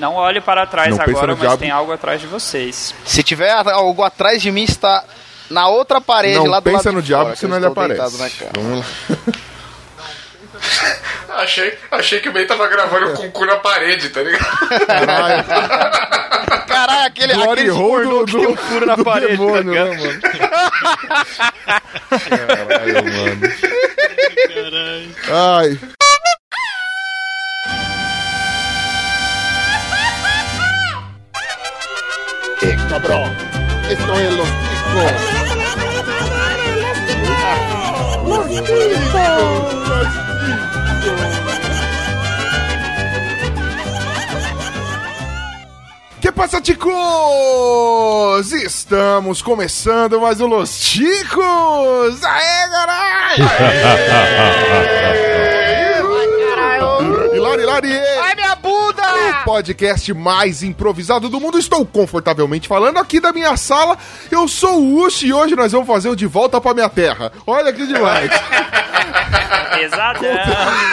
Não olhe para trás Não agora, pensa no mas diabo. tem algo atrás de vocês. Se tiver algo atrás de mim, está na outra parede, Não lá do lado pensa de no diabo, fora, senão que ele eu estou aparece. deitado na cama. Achei que o Ben tava gravando com o cu na parede, tá ligado? Caralho, Caralho, aquele Glory Hole pornô que tem um furo na do parede, demônio, tá né, ligado? mano? Caralho, mano. Caralho. Ai. Cabrón, esto es Los Que passa, ticos? Estamos começando mais um Los Ticos! Aê, caralho! Hilari! Ai, minha bunda! O podcast mais improvisado do mundo. Estou confortavelmente falando aqui da minha sala. Eu sou o Uchi e hoje nós vamos fazer o De Volta Pra Minha Terra. Olha que demais. Pesadão.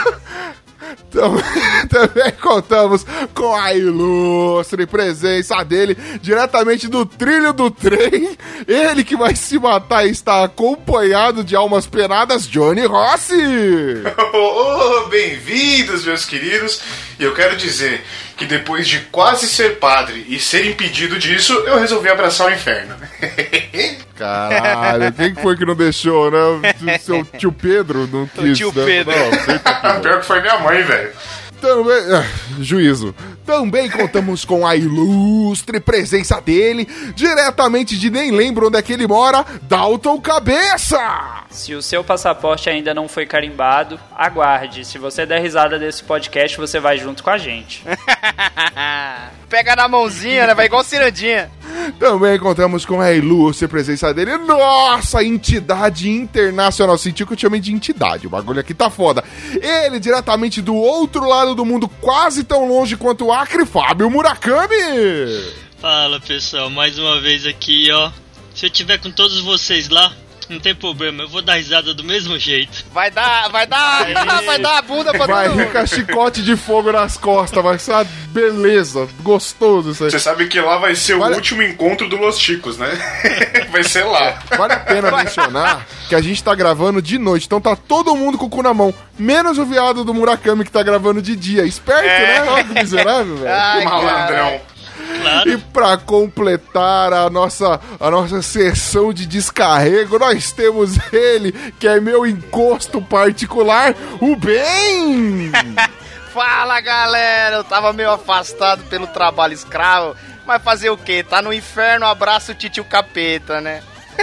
Também contamos com a ilustre presença dele, diretamente do trilho do trem. Ele que vai se matar e está acompanhado de almas penadas, Johnny Rossi. Bem-vindos, meus queridos. E eu quero dizer que depois de quase ser padre e ser impedido disso, eu resolvi abraçar o inferno. Caralho, quem foi que não deixou, né? O seu tio Pedro não quis. tio né? Pedro. Não, sei que Pior que foi minha mãe, velho. Também, juízo. Também contamos com a ilustre presença dele, diretamente de nem lembro onde é que ele mora, Dalton Cabeça! Se o seu passaporte ainda não foi carimbado, aguarde. Se você der risada desse podcast, você vai junto com a gente. Pega na mãozinha, né? Vai igual cirandinha. Também contamos com a ilustre presença dele, nossa entidade internacional. Sentiu que eu te chamei de entidade, o bagulho aqui tá foda. Ele, diretamente do outro lado do mundo, quase tão longe quanto o Acre, Fábio Murakami! Fala, pessoal, mais uma vez aqui, ó. Se eu tiver com todos vocês lá, não tem problema, eu vou dar risada do mesmo jeito. Vai dar a bunda pra Vai todo rir mundo. com a chicote de fogo nas costas, vai ser uma beleza, gostoso isso aí. Você sabe que lá vai ser o último encontro do Los Chicos, né? Vai ser lá. Vale a pena mencionar que a gente tá gravando de noite, então tá todo mundo com o cu na mão, menos o viado do Murakami que tá gravando de dia. Esperto, né? Olha que miserável, velho. Ai, Malandrão. Claro. E pra completar a nossa sessão de descarrego, nós temos ele, que é meu encosto particular, o Ben! Fala, galera. Eu tava meio afastado pelo trabalho escravo, mas fazer o quê? Tá no inferno, abraço o titio capeta, né?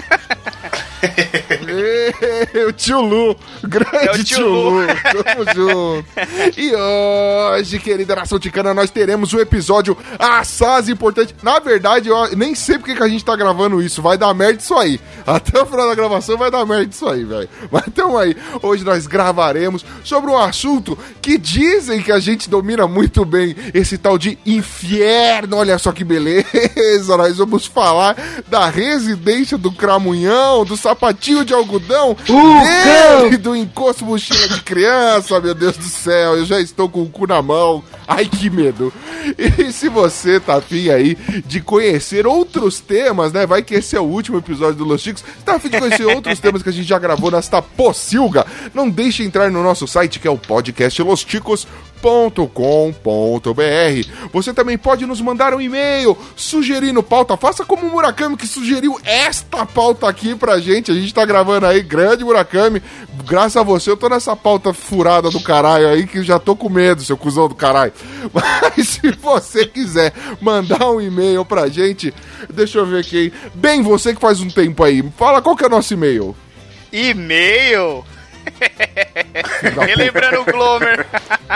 O tio Lu, grande É o tio tio Lu, tamo junto. E hoje, querida nação ticana, nós teremos um episódio assaz importante. Na verdade, eu nem sei porque que a gente tá gravando isso, vai dar merda isso aí. Até o final da gravação vai dar merda isso aí, velho. Mas tamo aí, hoje nós gravaremos sobre um assunto que dizem que a gente domina muito bem, esse tal de inferno. Olha só que beleza, nós vamos falar da residência do Cramunhão, do sapatinho de algodão, dele, do encosto mochila de criança. Meu Deus do céu, eu já estou com o cu na mão. Ai, que medo. E se você tá afim aí de conhecer outros temas, né? Vai que esse é o último episódio do Los Chicos. Você tá afim de conhecer outros temas que a gente já gravou nesta pocilga? Não deixe de entrar no nosso site, que é o podcast losticos.com.br. Você também pode nos mandar um e-mail sugerindo pauta. Faça como o Murakami, que sugeriu esta pauta aqui pra gente. A gente tá gravando aí, grande Murakami. Graças a você eu tô nessa pauta furada do caralho aí, que já tô com medo, seu cuzão do caralho. Mas se você quiser mandar um e-mail pra gente, deixa eu ver aqui. Bem, você que faz um tempo aí, fala qual que é o nosso e-mail. E-mail? Relembrando o Glomer.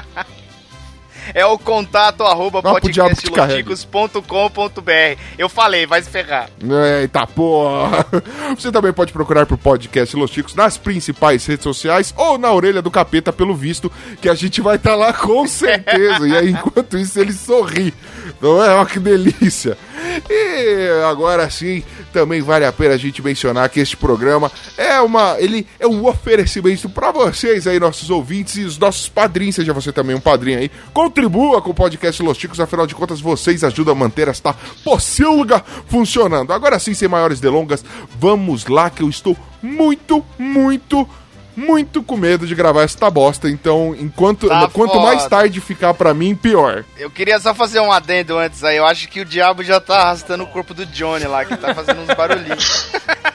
É o contato @podcastlosticos.com.br. Eu falei, vai se ferrar. Eita porra! Você também pode procurar por Podcast Los Chicos nas principais redes sociais ou na orelha do capeta, pelo visto, que a gente vai estar lá com certeza. E aí, enquanto isso, ele sorri. Não é? Olha que delícia. E agora sim, também vale a pena a gente mencionar que este programa ele é um oferecimento para vocês aí, nossos ouvintes e os nossos padrinhos, seja você também um padrinho aí, contribua com o podcast Los Ticos, afinal de contas vocês ajudam a manter esta pocilga funcionando. Agora sim, sem maiores delongas, vamos lá que eu estou muito com medo de gravar essa bosta, então quanto mais tarde ficar pra mim, pior. Eu queria só fazer um adendo antes aí, eu acho que o diabo já tá arrastando o corpo do Johnny lá, que tá fazendo uns barulhinhos.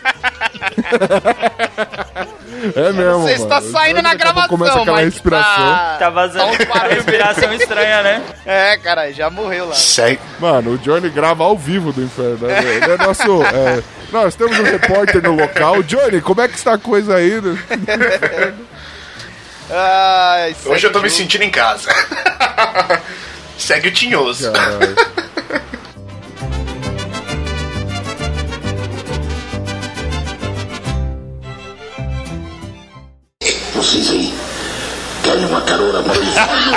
É mesmo, Você está saindo na gravação, começa aquela mas respiração. Tá vazando uma respiração estranha, né? É, cara, já morreu lá. Sério? Mano, o Johnny grava ao vivo do inferno, né? Ele é nosso... nós temos um repórter no local. Johnny, como é que está a coisa aí? Né? Hoje eu tô me sentindo em casa. Segue o tinhoso. Caralho. Vocês aí, querem uma carona para o inferno?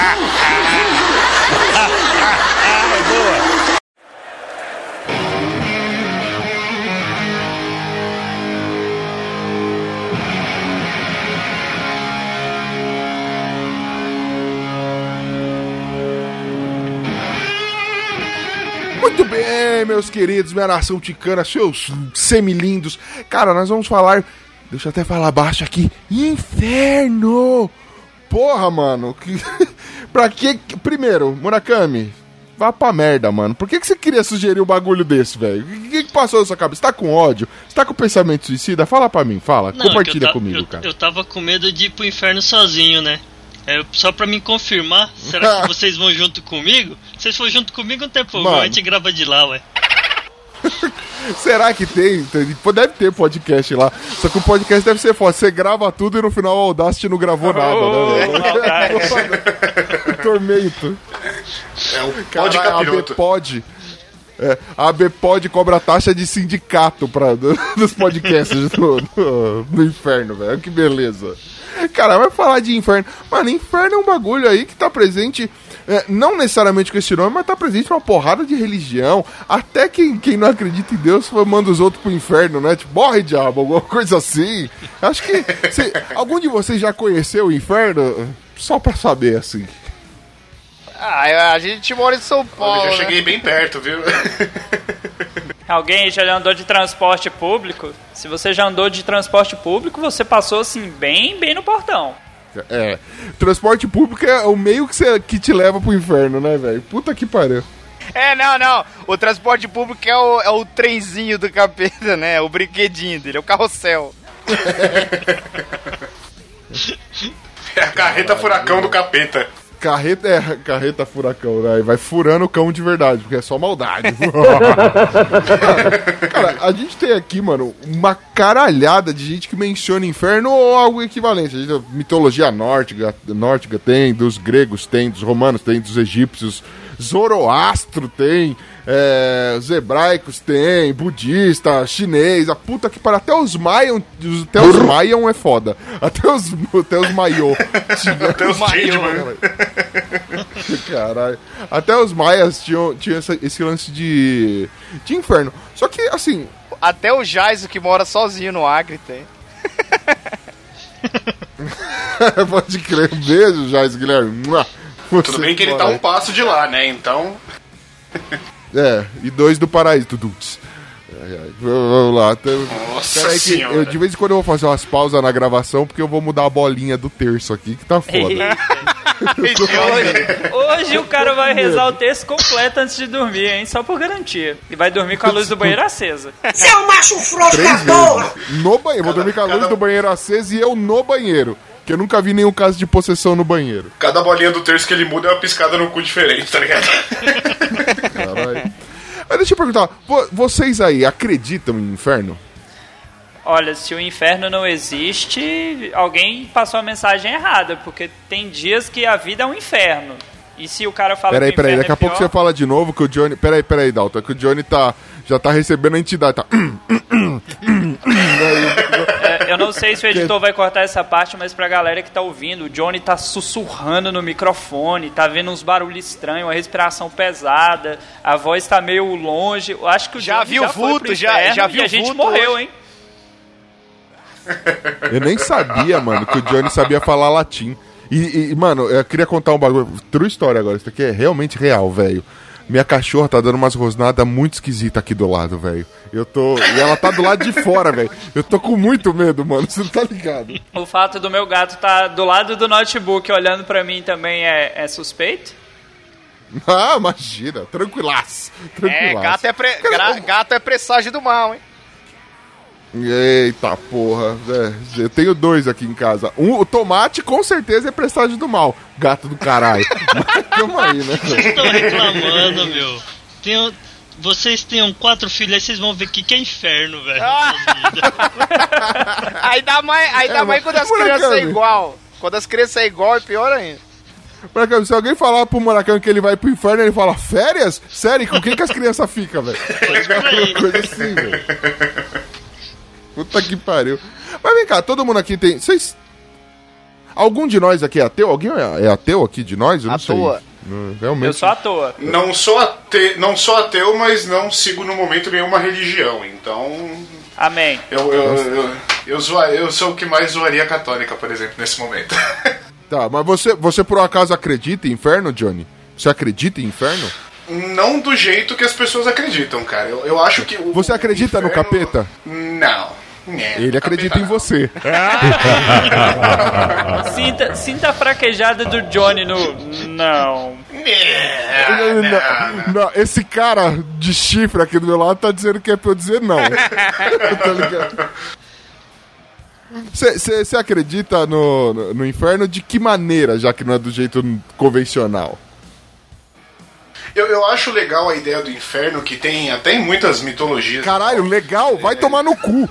Muito bem, meus queridos, minha nação ticana, seus semilindos. Cara, nós vamos falar... Deixa eu até falar baixo aqui. Inferno! Porra, mano. Pra que... Primeiro, Murakami, vá pra merda, mano. Por que você queria sugerir um bagulho desse, velho? O que passou na sua cabeça? Você tá com ódio? Você tá com pensamento suicida? Fala pra mim, fala. Não, compartilha comigo, cara. Eu tava com medo de ir pro inferno sozinho, né? Só pra me confirmar, será que vocês vão junto comigo? Se vocês for junto comigo, não tem problema, a gente grava de lá, ué. Será que tem? Deve ter podcast lá. Só que o podcast deve ser foda. Você grava tudo e no final o Audacity não gravou nada, né? Tormento. É um pod capiroto. A ABPod cobra taxa de sindicato dos podcasts do inferno, velho. Que beleza. Cara, vai falar de inferno. Mano, inferno é um bagulho aí que tá presente... não necessariamente com esse nome, mas tá presente uma porrada de religião. Até quem não acredita em Deus manda os outros pro inferno, né? Tipo, morre diabo, alguma coisa assim. Acho que algum de vocês já conheceu o inferno? Só pra saber, assim. A gente mora em São Paulo. Eu já cheguei bem perto, viu? Alguém já andou de transporte público? Se você já andou de transporte público, você passou assim bem no portão. Transporte público é o meio que te leva pro inferno, né, velho? Puta que pariu. Não. O transporte público é o trenzinho do capeta, né? O brinquedinho dele, é o carrossel. É a carreta furacão do capeta. Carreta furacão, né? Vai furando o cão de verdade, porque é só maldade. Cara, a gente tem aqui, mano, uma caralhada de gente que menciona inferno ou algo equivalente. A gente, mitologia nórdica tem, dos gregos tem, dos romanos tem, dos egípcios, Zoroastro tem, os hebraicos tem, budista, chinês, a puta que para até os Mayan é foda. Até os Maiô. Até os Changeman. Caralho. Até os Maias tinham esse lance de inferno. Só que, assim... Até o Jaiso, que mora sozinho no Acre, tem. Pode crer. Um beijo, Jaiso, Guilherme. Tudo bem que ele tá um passo de lá, né? Então... e 2 do paraíso. Tuduts. Vamos lá. Nossa senhora. Eu, de vez em quando eu vou fazer umas pausas na gravação, porque eu vou mudar a bolinha do terço aqui, que tá foda. Hoje o cara vai rezar o texto completo antes de dormir, hein? Só por garantia. E vai dormir com a luz do banheiro acesa. Você é um macho frouxo da porra! No banheiro. Vou dormir com a luz do banheiro acesa e eu no banheiro. Que eu nunca vi nenhum caso de possessão no banheiro. Cada bolinha do terço que ele muda é uma piscada no cu diferente, tá ligado? Caralho. Mas deixa eu perguntar, vocês aí acreditam em inferno? Olha, se o inferno não existe, alguém passou a mensagem errada, porque tem dias que a vida é um inferno. E se o cara fala que o inferno daqui a pouco você fala de novo que o Johnny... Peraí, Dalton, que o Johnny já tá recebendo a entidade, tá... Eu não sei se o editor vai cortar essa parte, mas pra galera que tá ouvindo, o Johnny tá sussurrando no microfone, tá vendo uns barulhos estranhos, uma respiração pesada, a voz tá meio longe. Eu acho que o já Johnny viu já foi vulto, pro já inferno viu e a gente vulto morreu, hoje. hein? Eu nem sabia, mano, que o Johnny sabia falar latim. E, mano, eu queria contar um bagulho. True história agora, isso aqui é realmente real, velho. Minha cachorra tá dando umas rosnadas muito esquisitas aqui do lado, velho. E ela tá do lado de fora, velho. Eu tô com muito medo, mano, você não tá ligado. O fato do meu gato tá do lado do notebook olhando pra mim também é suspeito? Ah, imagina, tranquilaço. Gato é presságio do mal, hein? Eita porra, eu tenho 2 aqui em casa. O tomate com certeza é presságio do mal. Gato do caralho. Mas tamo aí, né? Vocês estão reclamando, meu. Vocês tenham 4 filhos, aí vocês vão ver que é inferno, velho. Aí dá mais quando as crianças é igual. Quando as crianças é igual, é pior ainda. Murakami, se alguém falar pro Murakami que ele vai pro inferno, ele fala, férias? Sério? Com quem que as crianças ficam, velho? Uma coisa assim, velho. Puta que pariu. Mas vem cá, todo mundo aqui tem... Vocês... Algum de nós aqui é ateu? Alguém é ateu aqui de nós? Eu não sei. Realmente. Eu sou à toa. Não sou ateu, mas não sigo no momento nenhuma religião, então... Amém. Eu sou o que mais zoaria a católica, por exemplo, nesse momento. Tá, mas você por acaso acredita em inferno, Johnny? Você acredita em inferno? Não do jeito que as pessoas acreditam, cara. Eu acho que... Você acredita no capeta? Não. Ele acredita em você. Sinta a fraquejada do Johnny no... Não. Não, esse cara de chifre aqui do meu lado tá dizendo que é pra eu dizer não. Tá ligado? Você acredita no inferno de que maneira, já que não é do jeito convencional? Eu acho legal a ideia do inferno, que tem até em muitas mitologias. Caralho, legal? Vai tomar no cu.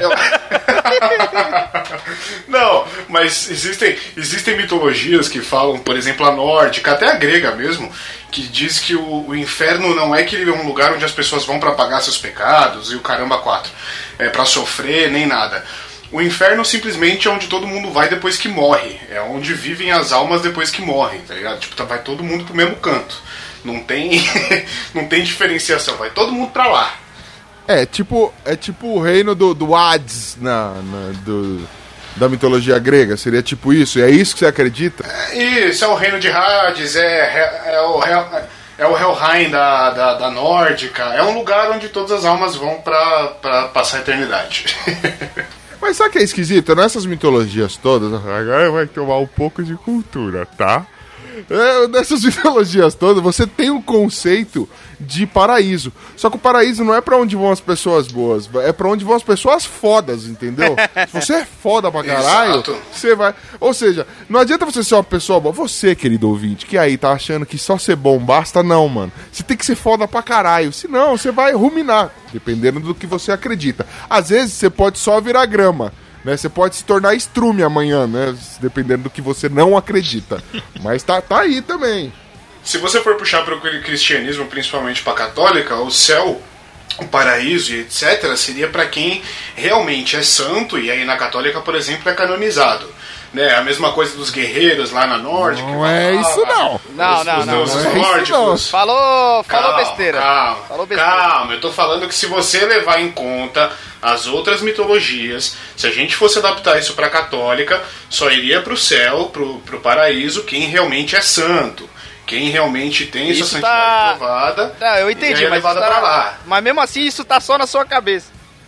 Não, mas existem mitologias que falam, por exemplo, a nórdica, até a grega mesmo, que diz que o inferno não é que ele é um lugar onde as pessoas vão pra pagar seus pecados e o caramba 4, pra sofrer, nem nada. O inferno simplesmente é onde todo mundo vai depois que morre. É onde vivem as almas depois que morrem, tá ligado? Tipo, vai todo mundo pro mesmo canto. Não tem diferenciação, vai todo mundo pra lá. É tipo o reino do Hades da mitologia grega, seria tipo isso? E é isso que você acredita? Isso, é o reino de Hades, é o Helheim da nórdica, é um lugar onde todas as almas vão pra passar a eternidade. Mas sabe o que é esquisito? Nessas mitologias todas, agora vai tomar um pouco de cultura, tá? Nessas mitologias todas, você tem um conceito de paraíso. Só que o paraíso não é pra onde vão as pessoas boas, é pra onde vão as pessoas fodas, entendeu? Se você é foda pra caralho, você vai... Ou seja, não adianta você ser uma pessoa boa. Você, querido ouvinte, que aí tá achando que só ser bom basta, não, mano. Você tem que ser foda pra caralho, senão você vai ruminar, dependendo do que você acredita. Às vezes você pode só virar grama, né? Você pode se tornar estrume amanhã, né? Dependendo do que você não acredita. Mas tá aí também. Se você for puxar para o cristianismo, principalmente para a católica, o céu, o paraíso e etc., seria para quem realmente é santo, e aí na católica, por exemplo, é canonizado. Né? A mesma coisa dos guerreiros lá na nórdica. Não é isso não. Não. Deuses nórdicos. Falou besteira. Calma, eu tô falando que se você levar em conta as outras mitologias, se a gente fosse adaptar isso pra católica, só iria pro céu, pro paraíso, quem realmente é santo. Quem realmente tem essa santidade provada. Não, eu entendi, e é levada pra lá. Mas mesmo assim, isso tá só na sua cabeça.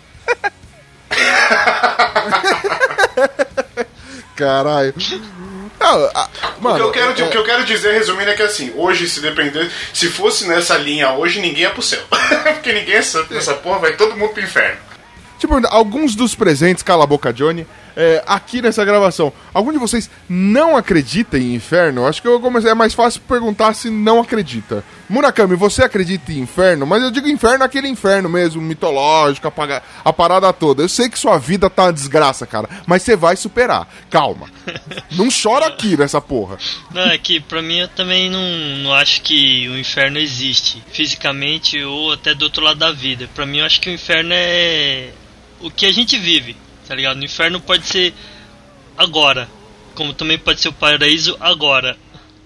Caralho. Não, mano, o que eu quero dizer, resumindo, é que assim, hoje, se fosse nessa linha hoje, ninguém ia pro céu. Porque ninguém é santo nessa porra, vai todo mundo pro inferno. Tipo, alguns dos presentes, cala a boca, Johnny, aqui nessa gravação, algum de vocês não acredita em inferno? Acho que é mais fácil perguntar se não acredita. Murakami, você acredita em inferno? Mas eu digo inferno, aquele inferno mesmo, mitológico, a parada toda. Eu sei que sua vida tá uma desgraça, cara, mas você vai superar. Calma. Não chora aqui nessa porra. Não, é que pra mim eu também não acho que o inferno existe, fisicamente ou até do outro lado da vida. Pra mim eu acho que o inferno é o que a gente vive. tá ligado? No inferno pode ser agora, como também pode ser o paraíso agora.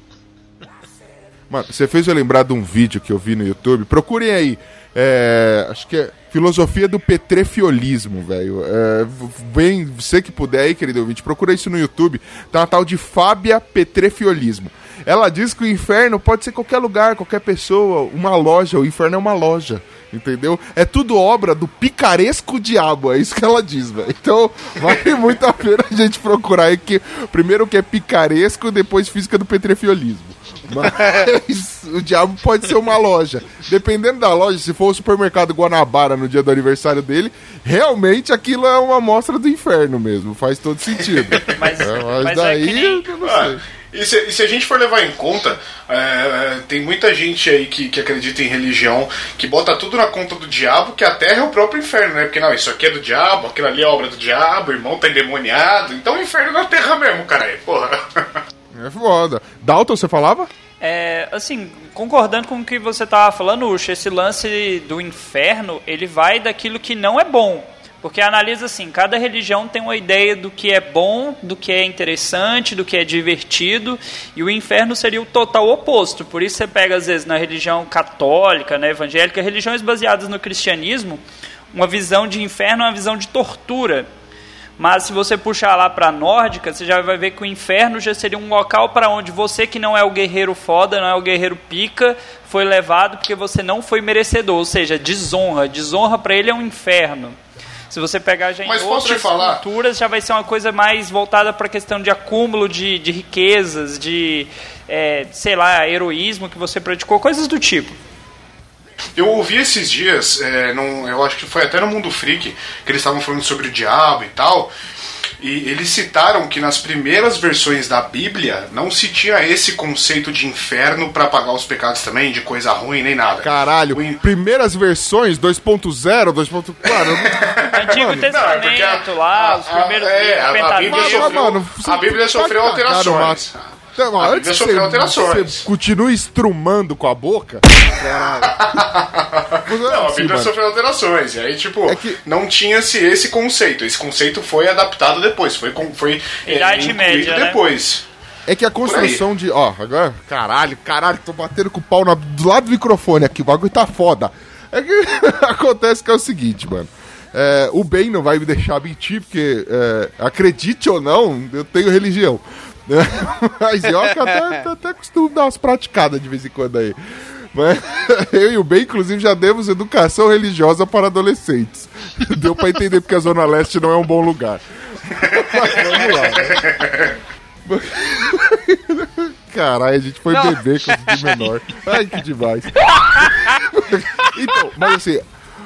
Mano, você fez eu lembrar de um vídeo que eu vi no YouTube. Procurem aí. Acho que é Filosofia do Petrefiolismo, velho. Bem, você que puder aí, querido ouvinte, procura isso no YouTube. Tá uma tal de Fábia Petrefiolismo. Ela diz que o inferno pode ser qualquer lugar, qualquer pessoa, uma loja. O inferno é uma loja, entendeu? É tudo obra do picaresco diabo, é isso que ela diz, velho. Então, vale muito a pena a gente procurar aí, que primeiro que é picaresco, depois física do petrefiolismo. Mas o diabo pode ser uma loja. Dependendo da loja, se for o supermercado Guanabara no dia do aniversário dele, realmente aquilo é uma amostra do inferno mesmo. Faz todo sentido. Mas daí, nem... eu não sei. E se a gente for levar em conta, tem muita gente aí que acredita em religião, que bota tudo na conta do diabo, que a terra é o próprio inferno, né? Porque não, isso aqui é do diabo, aquilo ali é obra do diabo, o irmão tá endemoniado, então o inferno é na terra mesmo, caralho, porra. É foda. Dalton, você falava? Assim, concordando com o que você tava falando, Ucho, esse lance do inferno, ele vai daquilo que não é bom. Porque analisa assim, cada religião tem uma ideia do que é bom, do que é interessante, do que é divertido, e o inferno seria o total oposto. Por isso você pega, às vezes, na religião católica, na evangélica, religiões baseadas no cristianismo, uma visão de inferno é uma visão de tortura. Mas se você puxar lá para a nórdica, você já vai ver que o inferno já seria um local para onde você, que não é o guerreiro foda, não é o guerreiro pica, foi levado porque você não foi merecedor, ou seja, desonra. Desonra para ele é um inferno. Se você pegar já em outras culturas, já vai ser uma coisa mais voltada para a questão de acúmulo de riquezas, de, sei lá, heroísmo que você praticou, coisas do tipo. Eu ouvi esses dias, eu acho que foi até no Mundo Freak, que eles estavam falando sobre o diabo e tal, e eles citaram que nas primeiras versões da Bíblia não se tinha esse conceito de inferno pra pagar os pecados também, de coisa ruim, nem nada. Caralho, primeiras versões, 2.0, 2.4... Antigo Testamento lá, os primeiros livros, a Bíblia sofreu alterações. Então, antes que você continue estrumando com a boca. Não, a Bíblia sofreu alterações. E aí, tipo, não tinha-se esse conceito. Esse conceito foi adaptado depois. Foi Idade Média, depois. É que a construção de... agora... Caralho, tô batendo com o pau do lado do microfone aqui. O bagulho tá foda. É que acontece que é o seguinte, mano. O bem não vai me deixar mentir, porque, acredite ou não, eu tenho religião. Mas eu até costumo dar umas praticadas de vez em quando aí. Mas eu e o Ben, inclusive, já demos educação religiosa para adolescentes. Deu pra entender porque a Zona Leste não é um bom lugar. Mas vamos lá, né? Caralho, a gente foi beber com os de menor. Ai, que demais. Então, mas assim...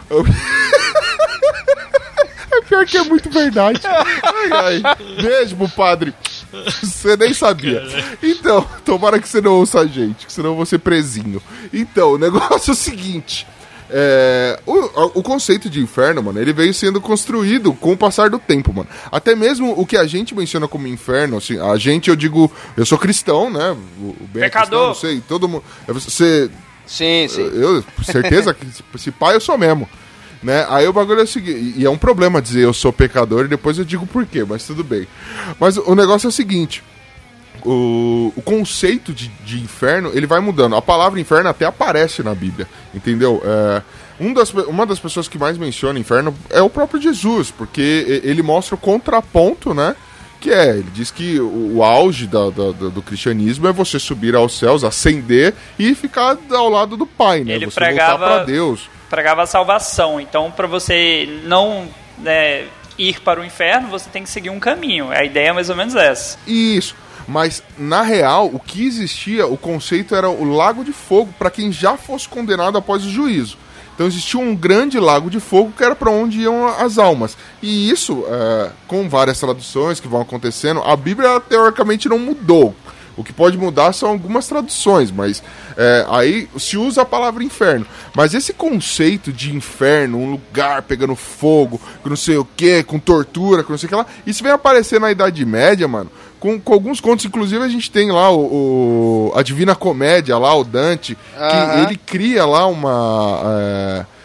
É pior que é muito verdade. Ai. Beijo pro padre. Você nem sabia. Então, tomara que você não ouça a gente, que senão eu vou ser presinho. Então, o negócio é o seguinte. O conceito de inferno, mano, ele veio sendo construído com o passar do tempo, mano. Até mesmo o que a gente menciona como inferno, assim, a gente, eu digo, eu sou cristão, né? O Ben pecador. É cristão, não sei, todo mundo... Você... Sim. Eu, certeza que se pai eu sou mesmo. Né? Aí o bagulho é o seguinte, e é um problema dizer eu sou pecador e depois eu digo por quê, mas tudo bem. Mas o negócio é o seguinte, o conceito de inferno, ele vai mudando. A palavra inferno até aparece na Bíblia, entendeu? Uma das pessoas que mais menciona inferno é o próprio Jesus, porque ele mostra o contraponto, né? Que ele diz que o auge do cristianismo é você subir aos céus, ascender e ficar ao lado do Pai, né? Ele você voltar pra Deus. Pregava a salvação. Então, para você não ir para o inferno, você tem que seguir um caminho. A ideia é mais ou menos essa. Isso. Mas, na real, o que existia, o conceito era o lago de fogo para quem já fosse condenado após o juízo. Então existia um grande lago de fogo que era para onde iam as almas. E isso, com várias traduções que vão acontecendo, a Bíblia teoricamente não mudou. O que pode mudar são algumas traduções, mas aí se usa a palavra inferno. Mas esse conceito de inferno, um lugar pegando fogo, com não sei o que, com tortura, com não sei o que lá, isso vem aparecer na Idade Média, mano, com alguns contos. Inclusive a gente tem lá a Divina Comédia, lá o Dante, que ele cria lá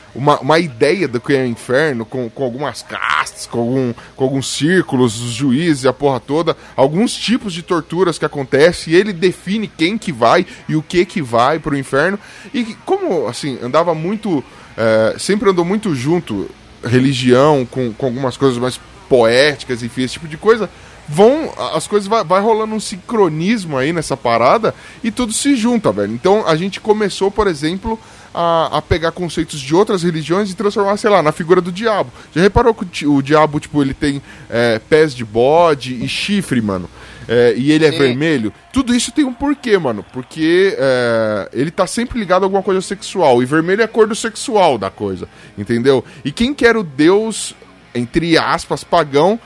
uma ideia do que é o inferno, com algumas castas, com alguns círculos, os juízes, a porra toda, alguns tipos de torturas que acontecem, e ele define quem que vai e o que vai pro inferno. E como, assim, andava muito... sempre andou muito junto religião com algumas coisas mais poéticas, enfim, esse tipo de coisa, as coisas vai rolando um sincronismo aí nessa parada e tudo se junta, velho. Então a gente começou, por exemplo, a pegar conceitos de outras religiões e transformar, sei lá, na figura do diabo. Já reparou que o diabo, tipo, ele tem pés de bode e chifre, mano? E ele é vermelho? Tudo isso tem um porquê, mano. Porque ele tá sempre ligado a alguma coisa sexual. E vermelho é a cor do sexual da coisa, entendeu? E quem que era o deus, entre aspas, pagão,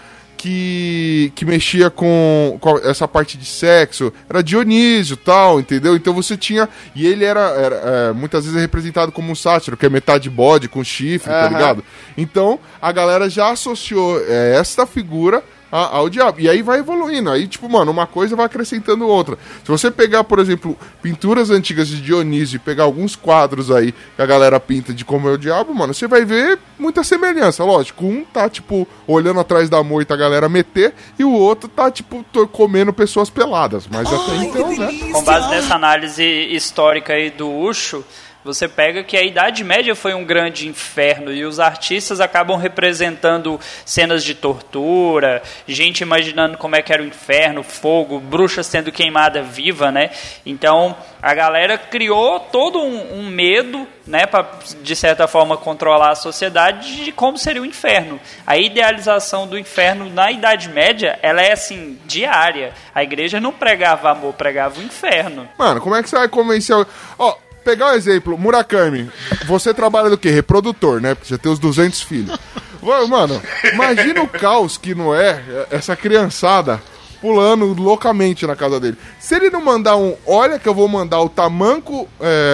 que mexia com essa parte de sexo? Era Dionísio, tal, entendeu? Então você tinha... E ele era muitas vezes representado como um sátiro, que é metade bode com chifre, tá ligado? Então a galera já associou esta figura ao diabo. E aí vai evoluindo. Aí, tipo, mano, uma coisa vai acrescentando outra. Se você pegar, por exemplo, pinturas antigas de Dionísio e pegar alguns quadros aí que a galera pinta de como é o diabo, mano, você vai ver muita semelhança. Lógico, um tá, tipo, olhando atrás da moita a galera meter, e o outro tá, tipo, comendo pessoas peladas. Mas até então, né? Com base nessa análise histórica aí do Ucho, você pega que a Idade Média foi um grande inferno e os artistas acabam representando cenas de tortura, gente imaginando como é que era o inferno, fogo, bruxas sendo queimada viva, né? Então a galera criou todo um medo, né, para de certa forma controlar a sociedade de como seria o inferno. A idealização do inferno na Idade Média, ela é assim, diária. A igreja não pregava amor, pregava o inferno. Mano, como é que você vai convencer... Pegar o exemplo, Murakami, você trabalha do quê? Reprodutor, né? Porque você tem os 200 filhos. Mano, imagina o caos que não é essa criançada pulando loucamente na casa dele. Se ele não mandar olha que eu vou mandar o tamanco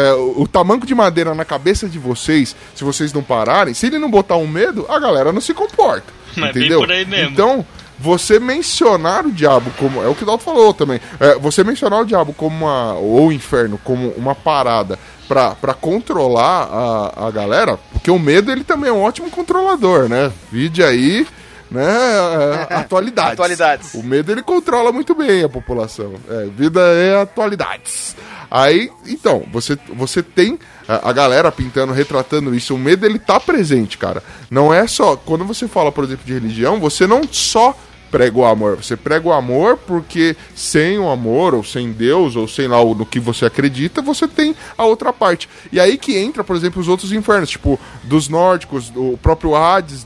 de madeira na cabeça de vocês, se vocês não pararem, se ele não botar um medo, a galera não se comporta. Mas entendeu? Bem por aí mesmo. Então... você mencionar o diabo como... é o que o Dalton falou também. Você mencionar o diabo como ou o inferno como uma parada pra controlar a galera, porque o medo, ele também é um ótimo controlador, né? Vide aí, né? Atualidades. O medo, ele controla muito bem a população. Vida é atualidades. Aí, então, você tem a galera pintando, retratando isso. O medo, ele tá presente, cara. Não é só... quando você fala, por exemplo, de religião, você não só prega o amor. Você prega o amor porque sem o amor, ou sem Deus, ou sei lá, no que você acredita, você tem a outra parte. E aí que entra, por exemplo, os outros infernos, tipo, dos nórdicos, o próprio Hades,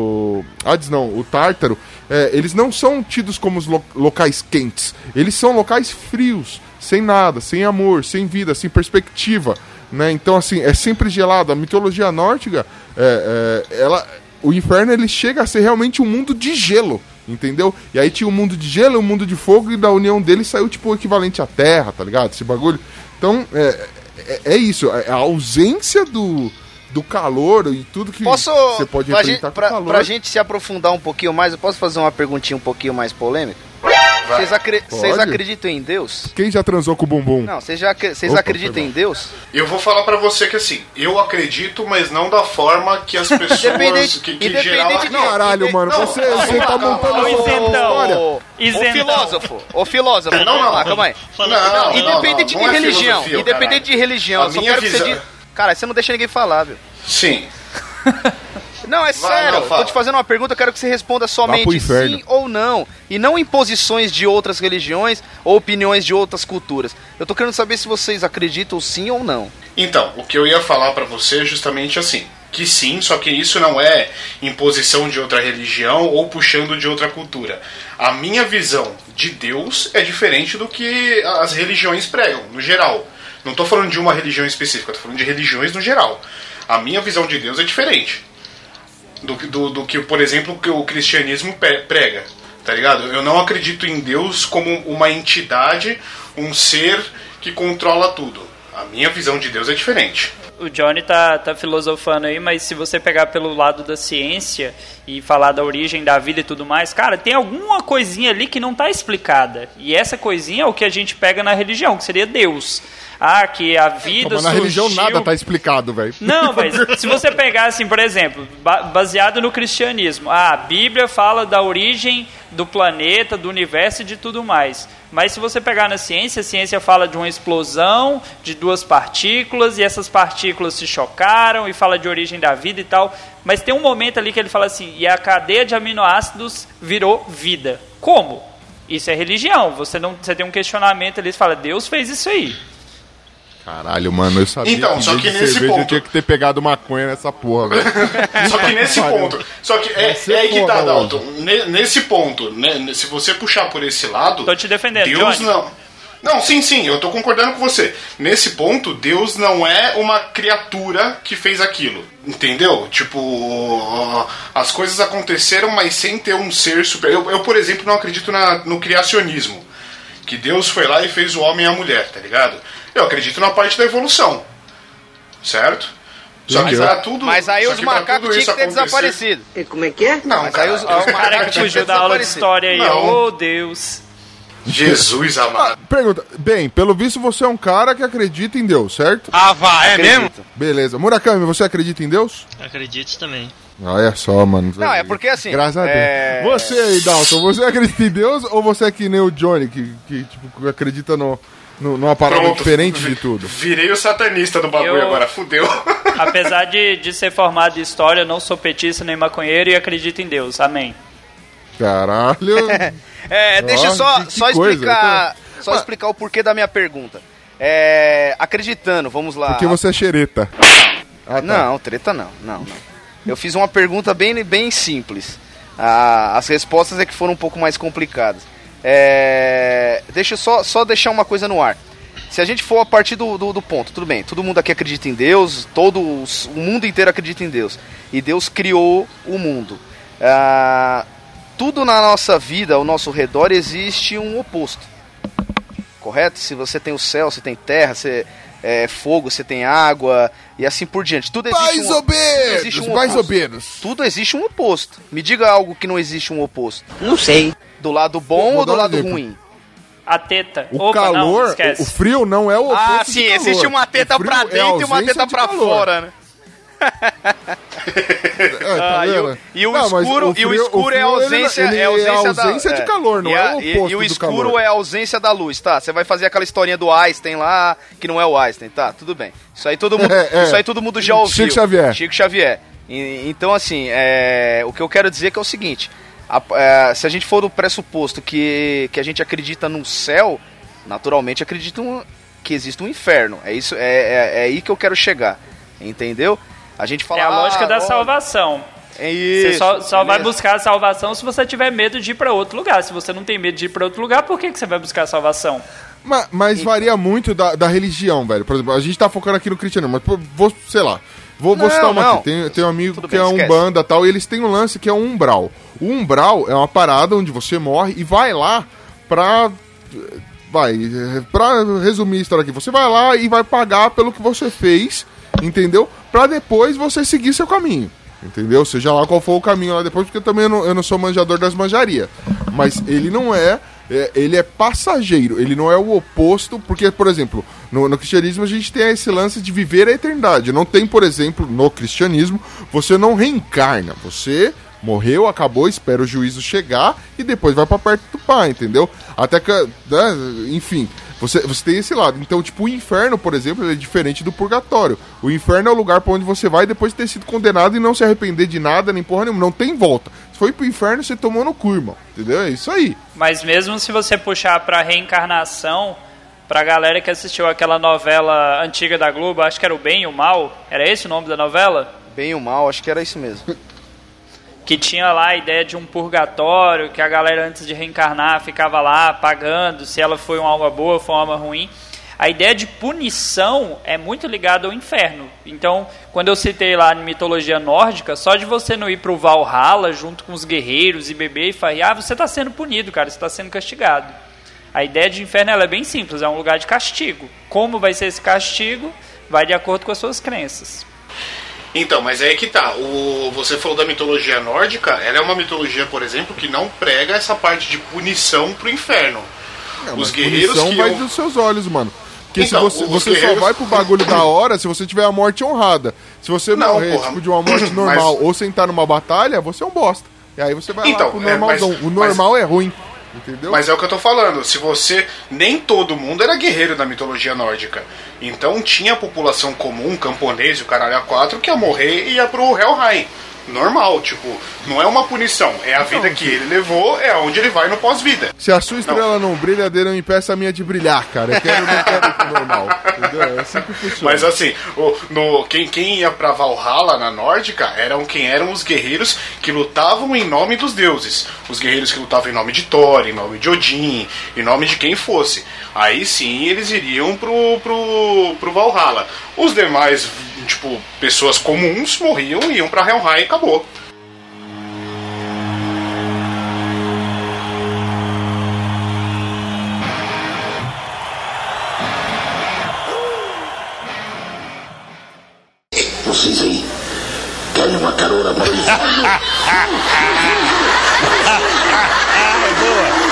o Tártaro. Eles não são tidos como os locais quentes. Eles são locais frios, sem nada, sem amor, sem vida, sem perspectiva, né? Então, assim, é sempre gelado. A mitologia nórdica, o inferno, ele chega a ser realmente um mundo de gelo, entendeu? E aí tinha um mundo de gelo e um mundo de fogo, e da união deles saiu, tipo, o equivalente à terra, tá ligado? Esse bagulho. Então, é isso. A ausência do calor e tudo que você pode representar com calor. Pra gente se aprofundar um pouquinho mais, eu posso fazer uma perguntinha um pouquinho mais polêmica? Vocês acreditam em Deus? Quem já transou com o bumbum? Não, vocês acreditam em Deus? Eu vou falar pra você que assim, eu acredito, mas não da forma que as pessoas que geral... Caralho, mano, você tá montando uma história. Ô filósofo, calma aí. Independente de religião, eu só quero que você diga... Cara, você não deixa ninguém falar, viu? Sim. Não, é sério, tô te fazendo uma pergunta, eu quero que você responda somente sim ou não, e não imposições de outras religiões ou opiniões de outras culturas. Eu tô querendo saber se vocês acreditam sim ou não. Então, o que eu ia falar pra você é justamente assim, que sim, só que isso não é imposição de outra religião ou puxando de outra cultura. A minha visão de Deus é diferente do que as religiões pregam, no geral. Não tô falando de uma religião específica, tô falando de religiões no geral. A minha visão de Deus é diferente do que, por exemplo, que o cristianismo prega, tá ligado? Eu não acredito em Deus como uma entidade, um ser que controla tudo. A minha visão de Deus é diferente. O Johnny tá filosofando aí, mas se você pegar pelo lado da ciência e falar da origem da vida e tudo mais, cara, tem alguma coisinha ali que não tá explicada. E essa coisinha é o que a gente pega na religião, que seria Deus. que a vida mas na religião nada tá explicado, velho. Não, mas se você pegar assim, por exemplo, baseado no cristianismo, a Bíblia fala da origem do planeta, do universo e de tudo mais. Mas se você pegar na ciência, a ciência fala de uma explosão de 2 partículas e essas partículas se chocaram e fala de origem da vida e tal. Mas tem um momento ali que ele fala assim, e a cadeia de aminoácidos virou vida. Como? Isso é religião. Você tem um questionamento ali, você fala, Deus fez isso aí. Caralho, mano, eu sabia então, que só que nesse cerveja, ponto eu tinha que ter pegado maconha nessa porra, velho. Só que nesse ponto, só que é aí que tá, Dalton. Nesse ponto, né, se você puxar por esse lado, tô te defendendo, Deus Johnny. Não, sim, eu tô concordando com você. Nesse ponto, Deus não é uma criatura que fez aquilo, entendeu? Tipo, as coisas aconteceram, mas sem ter um ser super... Eu por exemplo, não acredito no criacionismo, que Deus foi lá e fez o homem e a mulher, tá ligado? Eu acredito na parte da evolução, certo? Só que pra tudo, mas aí os macacos tinham que ter desaparecido. E como é que é? Não, mas cara, aí os Cara que fugiu da aula de história aí, oh Deus. Jesus amado. Pergunta, bem, pelo visto você é um cara que acredita em Deus, certo? É mesmo? Beleza. Murakami, você acredita em Deus? Acredito também. Olha só, mano. Não, é porque assim... Graças a Deus. Você aí, Dalton, você acredita em Deus ou você é que nem o Johnny, que tipo, acredita numa parada diferente de tudo? Virei o satanista do bagulho agora, fudeu. Apesar de ser formado em história, não sou petista nem maconheiro e acredito em Deus. Amém. Caralho. Deixa eu só explicar, explicar o porquê da minha pergunta. Acreditando, vamos lá. Porque você é xereta. Tá. Não, treta não. Eu fiz uma pergunta bem simples. As respostas é que foram um pouco mais complicadas. Deixa eu só deixar uma coisa no ar. Se a gente for a partir do ponto, tudo bem, todo mundo aqui acredita em Deus, o mundo inteiro acredita em Deus. E Deus criou o mundo. Tudo na nossa vida, ao nosso redor, existe um oposto. Correto? Se você tem o céu, você tem terra, você fogo, você tem água e assim por diante. Tudo existe mais ou menos. Tudo existe um oposto. Me diga algo que não existe um oposto. Não sei. Do lado bom ou do lado ruim? A teta. O calor, o frio não é o oposto. Sim, existe uma teta pra dentro e uma teta pra fora, né? E o escuro é a ausência, de calor, não é o oposto. E o escuro do calor. é a ausência da luz, tá? Você vai fazer aquela historinha do Einstein lá, que não é o Einstein, tá? Tudo bem. Isso aí todo mundo já ouviu. Chico Xavier. Então, assim, o que eu quero dizer é o seguinte: se a gente for do pressuposto que a gente acredita no céu, naturalmente acredita que existe um inferno. É aí que eu quero chegar. Entendeu? A gente fala, a lógica da salvação. Isso, você só vai buscar a salvação se você tiver medo de ir para outro lugar. Se você não tem medo de ir para outro lugar, por que você vai buscar a salvação? Mas varia muito da religião, velho. Por exemplo, a gente tá focando aqui no cristianismo, mas vou citar uma aqui. Tem um amigo que é Umbanda e tal, e eles têm um lance que é um umbral. O umbral é uma parada onde você morre e vai lá pra resumir a história aqui, você vai lá e vai pagar pelo que você fez, entendeu? Pra depois você seguir seu caminho, entendeu? Seja lá qual for o caminho lá depois, porque também eu não sou manjador das manjarias. Mas ele não ele é passageiro, ele não é o oposto, porque, por exemplo, no cristianismo a gente tem esse lance de viver a eternidade. Não tem, por exemplo, no cristianismo, você não reencarna, você morreu, acabou, espera o juízo chegar e depois vai pra perto do Pai, entendeu? Até que, né, enfim, você tem esse lado. Então, tipo, o inferno, por exemplo, ele é diferente do purgatório. O inferno é o lugar pra onde você vai depois de ter sido condenado e não se arrepender de nada, nem porra nenhuma. Não tem volta. Se foi pro inferno, você tomou no cu, irmão. Entendeu? É isso aí. Mas mesmo se você puxar pra reencarnação, pra galera que assistiu aquela novela antiga da Globo, acho que era o Bem e o Mal, era esse o nome da novela? Bem e o Mal, acho que era isso mesmo. Que tinha lá a ideia de um purgatório, que a galera antes de reencarnar ficava lá pagando, se ela foi uma alma boa, foi uma alma ruim. A ideia de punição é muito ligada ao inferno. Então, quando eu citei lá na mitologia nórdica, só de você não ir pro Valhalla junto com os guerreiros e beber e falar, você está sendo punido, cara, você está sendo castigado. A ideia de inferno ela é bem simples, é um lugar de castigo. Como vai ser esse castigo, vai de acordo com as suas crenças. Então, mas aí que tá. Você falou da mitologia nórdica, ela é uma mitologia, por exemplo, que não prega essa parte de punição pro inferno. Os guerreiros punição vai dos seus olhos, mano. Porque então, se você só vai pro bagulho da hora se você tiver a morte honrada. Se você morrer tipo, de uma morte normal ou sentar numa batalha, você é um bosta. E aí você vai lá pro normalzão. O normal é ruim. Entendeu? Mas é o que eu tô falando. Se você... Nem todo mundo era guerreiro da mitologia nórdica. Então tinha a população comum, camponês e o caralho a quatro, que ia morrer e ia pro Helheim. Normal, tipo, não é uma punição, é a vida que ele levou, é onde ele vai no pós-vida. Se a sua estrela não brilha, dele não impeça a minha de brilhar, cara. Eu quero o normal, entendeu? É assim que funciona. Mas assim, quem ia pra Valhalla na nórdica quem eram os guerreiros que lutavam em nome dos deuses. Os guerreiros que lutavam em nome de Thor, em nome de Odin, em nome de quem fosse. Aí sim eles iriam pro Valhalla. Os demais, tipo, pessoas comuns morriam e iam pra Helheim e acabou. Vocês aí, querem uma carona para o inferno? Boa!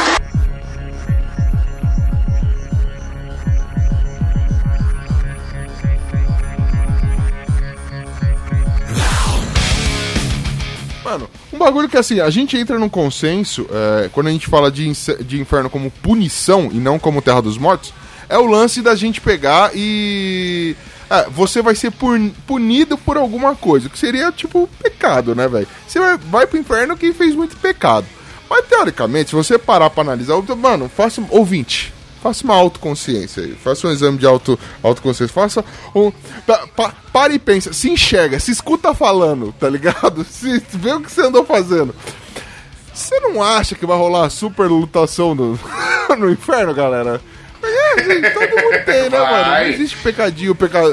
Mano, um bagulho que assim, a gente entra num consenso, quando a gente fala de inferno como punição e não como terra dos mortos, é o lance da gente pegar e... você vai ser punido por alguma coisa, que seria tipo pecado, né, velho? Você vai pro inferno quem fez muito pecado. Mas teoricamente, se você parar pra analisar, mano, ouvinte, faça uma autoconsciência aí, faça um exame de autoconsciência, faça um... Para e pensa, se enxerga, se escuta falando, tá ligado? Se vê o que você andou fazendo. Você não acha que vai rolar uma super lutação no inferno, galera? Todo mundo tem, né, mano? Não existe pecadinho, pecado.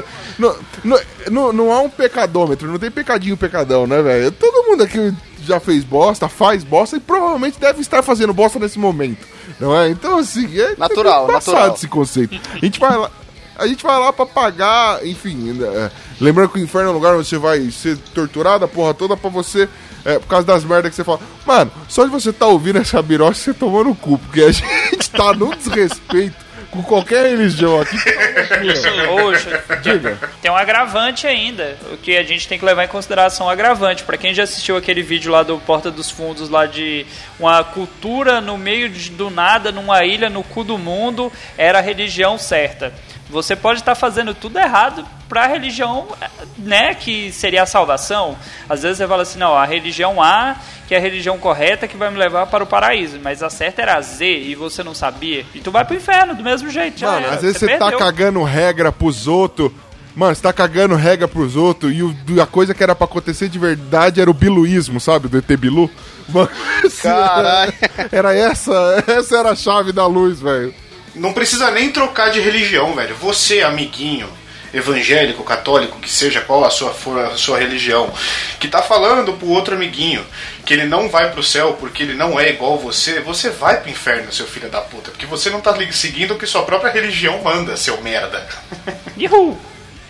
Não há um pecadômetro, não tem pecadinho, pecadão, né, velho? Todo mundo aqui já fez bosta, faz bosta e provavelmente deve estar fazendo bosta nesse momento, não é? Então, assim, natural. Esse conceito. A gente vai lá pra pagar, enfim, lembrando que o inferno é um lugar onde você vai ser torturado, a porra toda, pra você, por causa das merdas que você fala. Mano, só de você tá ouvindo essa birocha, você tomou no cu, porque a gente tá no desrespeito com qualquer religião aqui. Poxa, diga. Tem um agravante ainda, o que a gente tem que levar em consideração, agravante. Pra quem já assistiu aquele vídeo lá do Porta dos Fundos, lá de uma cultura no meio do nada, numa ilha no cu do mundo, era a religião certa. Você pode estar fazendo tudo errado para a religião, né, que seria a salvação. Às vezes você fala assim, não, a religião A, que é a religião correta, que vai me levar para o paraíso, mas a certa era a Z e você não sabia, e tu vai pro inferno do mesmo jeito. Mano, às vezes você tá cagando regra pros outros. Mano, você tá cagando regra pros outros e a coisa que era pra acontecer de verdade era o biluísmo, sabe? Do ET Bilu. Mano, caralho. Era essa era a chave da luz, velho. Não precisa nem trocar de religião, velho. Você, amiguinho, evangélico, católico, que seja qual a sua religião, que tá falando pro outro amiguinho que ele não vai pro céu porque ele não é igual você vai pro inferno, seu filho da puta. Porque você não tá seguindo o que sua própria religião manda, seu merda. Uhul!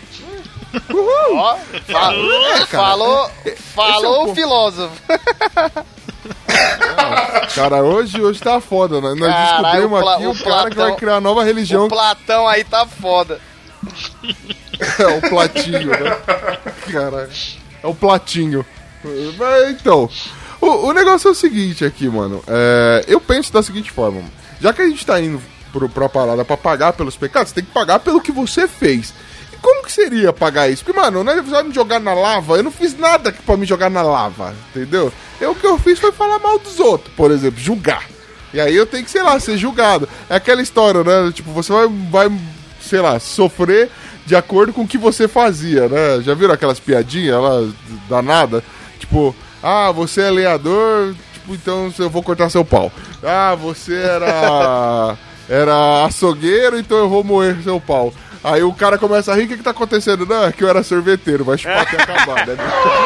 Ó, falou o filósofo. Cara, hoje tá foda, né? Nós descobrimos aqui o cara que vai criar uma nova religião. O Platão aí tá foda. É o Platinho, né? Cara, é o Platinho. Mas, então, o negócio é o seguinte aqui, mano. Eu penso da seguinte forma. Já que a gente tá indo pra parada pra pagar pelos pecados, você tem que pagar pelo que você fez. Como que seria pagar isso? Porque, mano, não é me jogar na lava. Eu não fiz nada pra me jogar na lava, entendeu? O que eu fiz foi falar mal dos outros, por exemplo, julgar. E aí eu tenho que, sei lá, ser julgado. É aquela história, né? Tipo, você vai sei lá, sofrer de acordo com o que você fazia, né? Já viram aquelas piadinhas lá, danada? Tipo, você é lenhador, tipo, então eu vou cortar seu pau. Você era açougueiro, então eu vou moer seu pau. Aí o cara começa a rir, o que tá acontecendo? Não, é que eu era sorveteiro, vai chupar até acabar, né?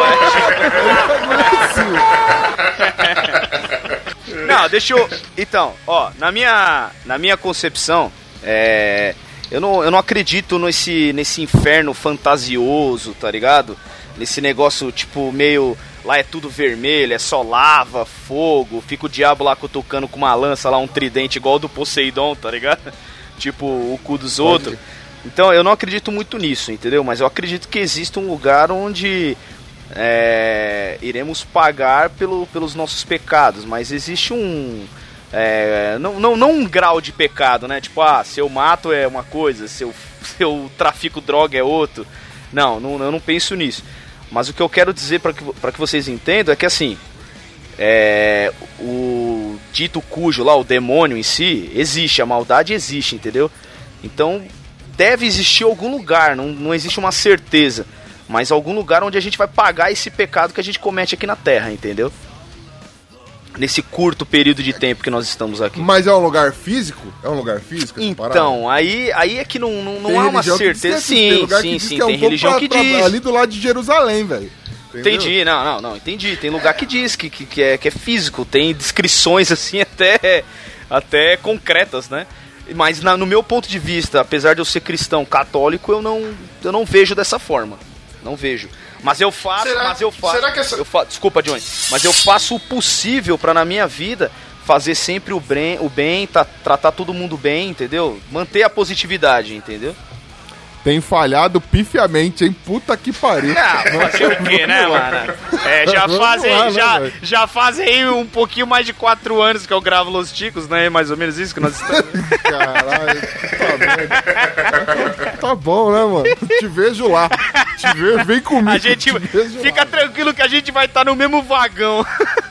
Não, deixa eu... Então, ó, na minha concepção, eu não acredito nesse inferno fantasioso, tá ligado? Nesse negócio, tipo, meio... Lá é tudo vermelho, é só lava, fogo, fica o diabo lá cutucando com uma lança lá, um tridente igual ao do Poseidon, tá ligado? Tipo, o cu dos outros. Então eu não acredito muito nisso, entendeu? Mas eu acredito que existe um lugar onde iremos pagar pelos nossos pecados, mas existe um... não um grau de pecado, né? Tipo, se eu mato é uma coisa, se eu trafico droga é outro. Não, eu não penso nisso. Mas o que eu quero dizer para que vocês entendam é que assim, o dito cujo lá, o demônio em si, existe, a maldade existe, entendeu? Então deve existir algum lugar, não existe uma certeza, mas algum lugar onde a gente vai pagar esse pecado que a gente comete aqui na Terra, entendeu? Nesse curto período de tempo que nós estamos aqui. Mas é um lugar físico? É um lugar físico? Então, aí é que não há uma certeza. Sim, tem religião que diz. Ali do lado de Jerusalém, velho. Entendi, não, entendi. Tem lugar que diz que é físico, tem descrições assim até concretas, né? Mas no meu ponto de vista, apesar de eu ser cristão católico, eu não vejo dessa forma. Não vejo. Mas eu faço. Será que desculpa, Johnny. Mas eu faço o possível pra na minha vida fazer sempre o bem, tratar todo mundo bem, entendeu? Manter a positividade, entendeu? Tem falhado pifiamente, hein? Puta que pariu. Fazer o quê, né, mano? Já fazem um pouquinho mais de 4 anos que eu gravo Los Ticos, né? Mais ou menos isso que nós estamos. Caralho, tá bom, né, mano? Te vejo lá. Vem comigo. A gente fica tranquilo que a gente vai estar no mesmo vagão.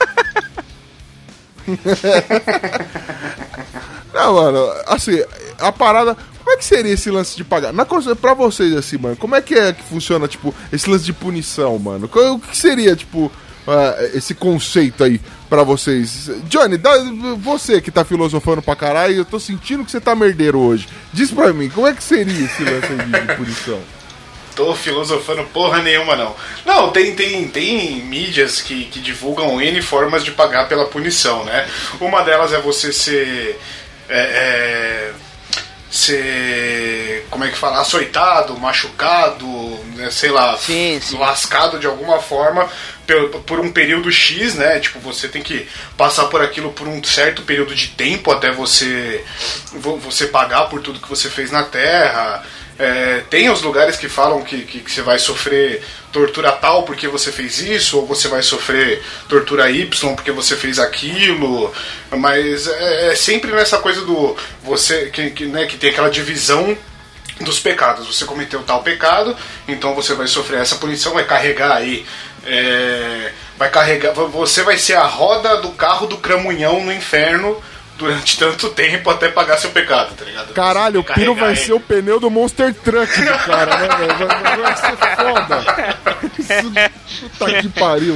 Não, mano, assim, a parada... Como é que seria esse lance de pagar? Pra vocês, assim, mano, como é que funciona, tipo, esse lance de punição, mano? O que seria, tipo, esse conceito aí pra vocês? Johnny, você que tá filosofando pra caralho, eu tô sentindo que você tá merdeiro hoje. Diz pra mim, como é que seria esse lance aí de punição? Tô filosofando porra nenhuma, não. Não, tem mídias que divulgam N formas de pagar pela punição, né? Uma delas é você ser... como é que fala, açoitado, machucado, né, sei lá, sim. Lascado de alguma forma por um período X, né? Tipo, você tem que passar por aquilo por um certo período de tempo até você pagar por tudo que você fez na Terra. Tem os lugares que falam que você vai sofrer tortura tal porque você fez isso, ou você vai sofrer tortura Y porque você fez aquilo, mas é sempre nessa coisa do você que tem aquela divisão dos pecados. Você cometeu tal pecado, então você vai sofrer essa punição, vai carregar aí, você vai ser a roda do carro do cramunhão no inferno durante tanto tempo até pagar seu pecado, tá ligado? Caralho, o Piro vai ser o pneu do Monster Truck do cara, né, velho? Vai ser foda. Puta que pariu.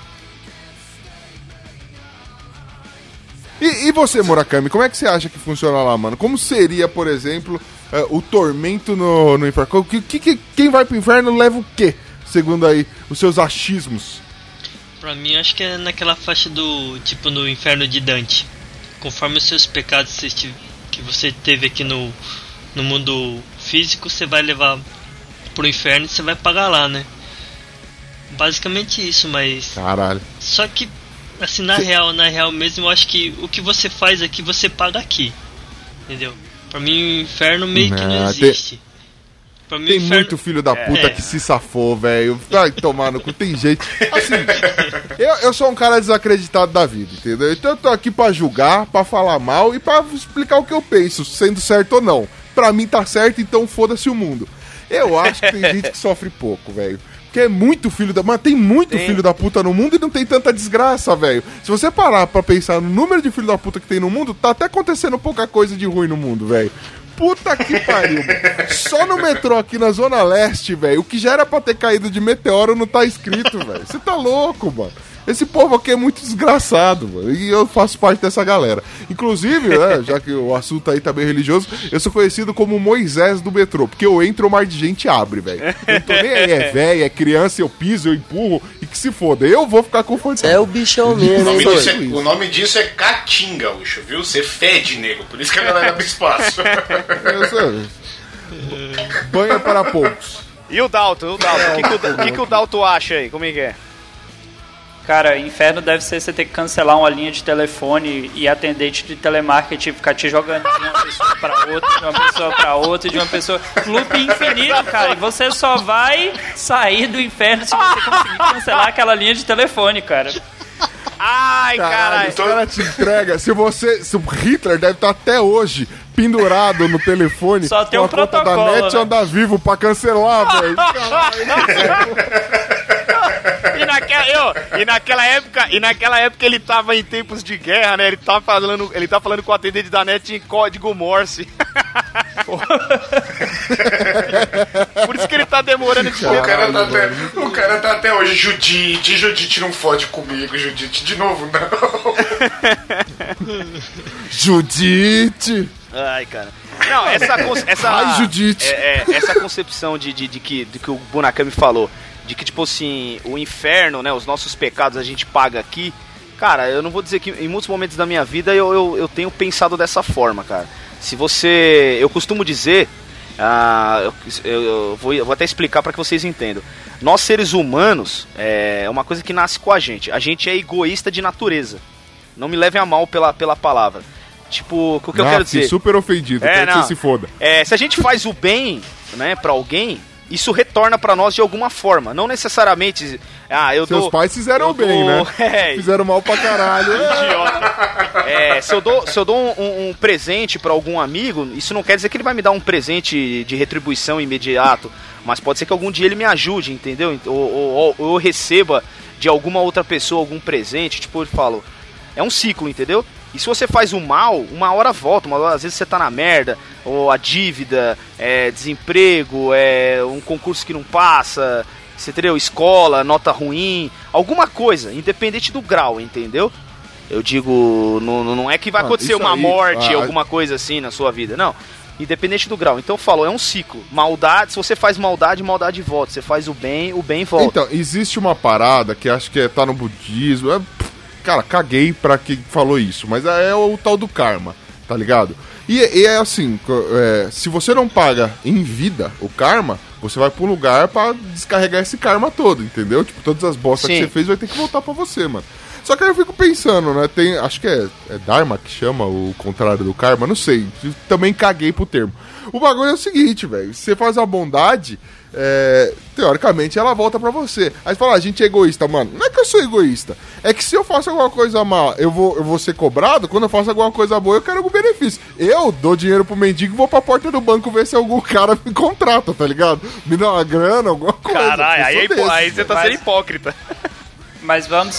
E você, Murakami, como é que você acha que funciona lá, mano? Como seria, por exemplo, o tormento no inferno? Quem vai pro inferno leva o quê? Segundo aí os seus achismos. Pra mim, acho que é naquela faixa do, tipo, no inferno de Dante. Conforme os seus pecados que você teve aqui no mundo físico, você vai levar pro inferno e você vai pagar lá, né? Basicamente isso, mas... Caralho. Só que, assim, na real mesmo, eu acho que o que você faz aqui, você paga aqui. Entendeu? Pra mim, o inferno meio que não existe. Pra mim, tem muito filho da puta que se safou, velho. Vai tomar no cu, tem jeito. Assim, eu sou um cara desacreditado da vida, entendeu? Então eu tô aqui pra julgar, pra falar mal e pra explicar o que eu penso, sendo certo ou não. Pra mim tá certo, então foda-se o mundo. Eu acho que tem gente que sofre pouco, velho. Porque é muito filho da... Mas tem muito filho da puta no mundo e não tem tanta desgraça, velho. Se você parar pra pensar no número de filho da puta que tem no mundo, tá até acontecendo pouca coisa de ruim no mundo, velho. Puta que pariu, mano. Só no metrô aqui na Zona Leste, velho, o que já era pra ter caído de meteoro não tá escrito, velho. Você tá louco, mano. Esse povo aqui é muito desgraçado, mano. E eu faço parte dessa galera. Inclusive, né, já que o assunto aí tá bem religioso, eu sou conhecido como Moisés do metrô. Porque eu entro, o mar de gente abre, velho. Eu não tô nem aí, é velho, é criança, eu piso, eu empurro. E que se foda, eu vou ficar confortável. É o bichão mesmo, o nome disso é Caatinga, Ucho, viu? Você fede, nego. Por isso que a galera abre espaço. Banha para poucos. E o Dalton? O que o Dalton acha aí? Como é que é? Cara, inferno deve ser você ter que cancelar uma linha de telefone e atendente de telemarketing ficar te jogando de uma pessoa pra outra, de uma pessoa pra outra, de uma pessoa... Loop infinito, cara. E você só vai sair do inferno se você conseguir cancelar aquela linha de telefone, cara. Ai, caralho. O cara te entrega. Se o Hitler deve estar até hoje pendurado no telefone. Só tem um protocolo, da NET, né? Anda Vivo pra cancelar, velho. E naquela época ele tava em tempos de guerra, né? Ele tá falando com o atendente da NET em código Morse. Por isso que ele tá demorando de o cara tá até hoje. Judite, não fode comigo, Judite. De novo, não. Judite. Ai, cara. Não, essa Ai, Judite. Essa concepção de que o Bunakami falou, de que, tipo assim, o inferno, né, os nossos pecados a gente paga aqui. Cara, eu não vou dizer que em muitos momentos da minha vida eu tenho pensado dessa forma, cara. Se você... Eu costumo dizer... eu vou até explicar para que vocês entendam. Nós, seres humanos, é uma coisa que nasce com a gente. A gente é egoísta de natureza. Não me levem a mal pela palavra. Tipo, o que eu quero dizer? Super ofendido, quero que você se foda. Se a gente faz o bem, né, pra alguém, isso retorna pra nós de alguma forma. Não necessariamente... Seus pais fizeram bem, né? Fizeram mal pra caralho. Idiota. Se eu dou um presente pra algum amigo, isso não quer dizer que ele vai me dar um presente de retribuição imediato. Mas pode ser que algum dia ele me ajude, entendeu? Ou eu receba de alguma outra pessoa algum presente. Tipo, eu falo... É um ciclo, entendeu? E se você faz o mal, uma hora volta, às vezes você tá na merda, ou a dívida, desemprego, um concurso que não passa, você entendeu? Escola, nota ruim, alguma coisa, independente do grau, entendeu? Eu digo, não é que vai acontecer uma morte, alguma coisa assim na sua vida, não. Independente do grau. Então eu falo, é um ciclo. Maldade, se você faz maldade volta. Você faz o bem volta. Então, existe uma parada que acho que tá no budismo... Cara, caguei pra quem falou isso, mas é o tal do karma, tá ligado? E é assim, se você não paga em vida o karma, você vai pra um lugar pra descarregar esse karma todo, entendeu? Tipo, todas as bostas que você fez vai ter que voltar pra você, mano. Só que aí eu fico pensando, né, acho que é Dharma que chama o contrário do karma, não sei, também caguei pro termo. O bagulho é o seguinte, velho, se você faz a bondade... teoricamente ela volta pra você. Aí você fala, a gente é egoísta, mano. Não é que eu sou egoísta. É que se eu faço alguma coisa mal, eu vou ser cobrado. Quando eu faço alguma coisa boa, eu quero algum benefício. Eu dou dinheiro pro mendigo e vou pra porta do banco ver se algum cara me contrata, tá ligado? Me dá uma grana, alguma coisa. Caralho, aí você tá sendo hipócrita. Mas vamos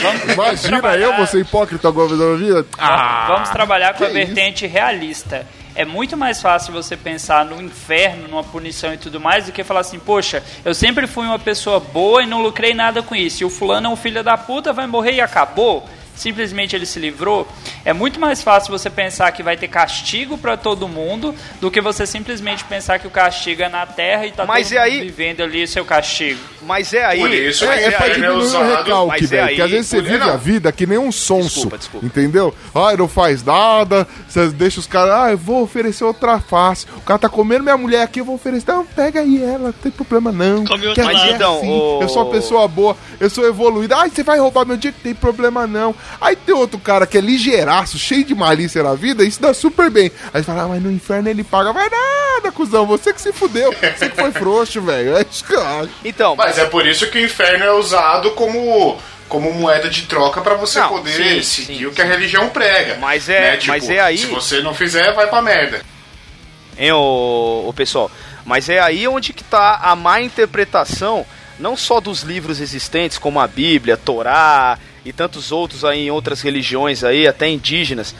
Imagina eu vou ser hipócrita alguma vez na vida. Vamos trabalhar com a vertente realista. É muito mais fácil você pensar no inferno, numa punição e tudo mais, do que falar assim, poxa, eu sempre fui uma pessoa boa e não lucrei nada com isso. E o fulano é um filho da puta, vai morrer e acabou. Simplesmente ele se livrou. É muito mais fácil você pensar que vai ter castigo pra todo mundo do que você simplesmente pensar que o castigo é na terra e tá todo mundo vivendo ali o seu castigo. Mas é aí... Por isso pra diminuir o recalque, velho. Porque às vezes você vive a vida que nem um sonso. Desculpa. Entendeu? Não faz nada, você deixa os caras... eu vou oferecer outra face. O cara tá comendo minha mulher aqui, eu vou oferecer... Não, pega aí ela, não tem problema não. Mas então... Eu sou uma pessoa boa, eu sou evoluída. Você vai roubar meu dia, não tem problema não. Aí tem outro cara que é ligeiraço, cheio de malícia na vida, isso dá super bem. Aí você fala, mas no inferno ele paga. Vai nada, cuzão, você que se fudeu. Você que foi frouxo, velho. Então, mas é por isso que o inferno é usado como moeda de troca pra você poder seguir o que a religião prega. Mas né? Tipo, mas é aí... Se você não fizer, vai pra merda. Hein, ô pessoal? Mas é aí onde que tá a má interpretação, não só dos livros existentes, como a Bíblia, a Torá... e tantos outros aí em outras religiões aí, até indígenas,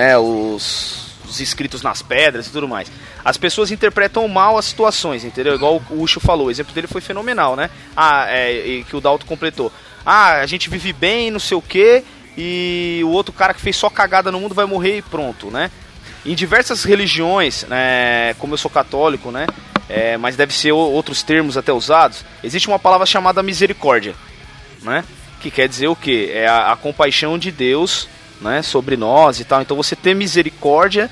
os escritos nas pedras e tudo mais. As pessoas interpretam mal as situações, entendeu? Igual o Ucho falou, o exemplo dele foi fenomenal, né? E que o Dalton completou. A gente vive bem, não sei o quê, e o outro cara que fez só cagada no mundo vai morrer e pronto, né? Em diversas religiões, como eu sou católico, né? Mas deve ser outros termos até usados, existe uma palavra chamada misericórdia, né? Que quer dizer o quê? É a compaixão de Deus, né, sobre nós e tal. Então você ter misericórdia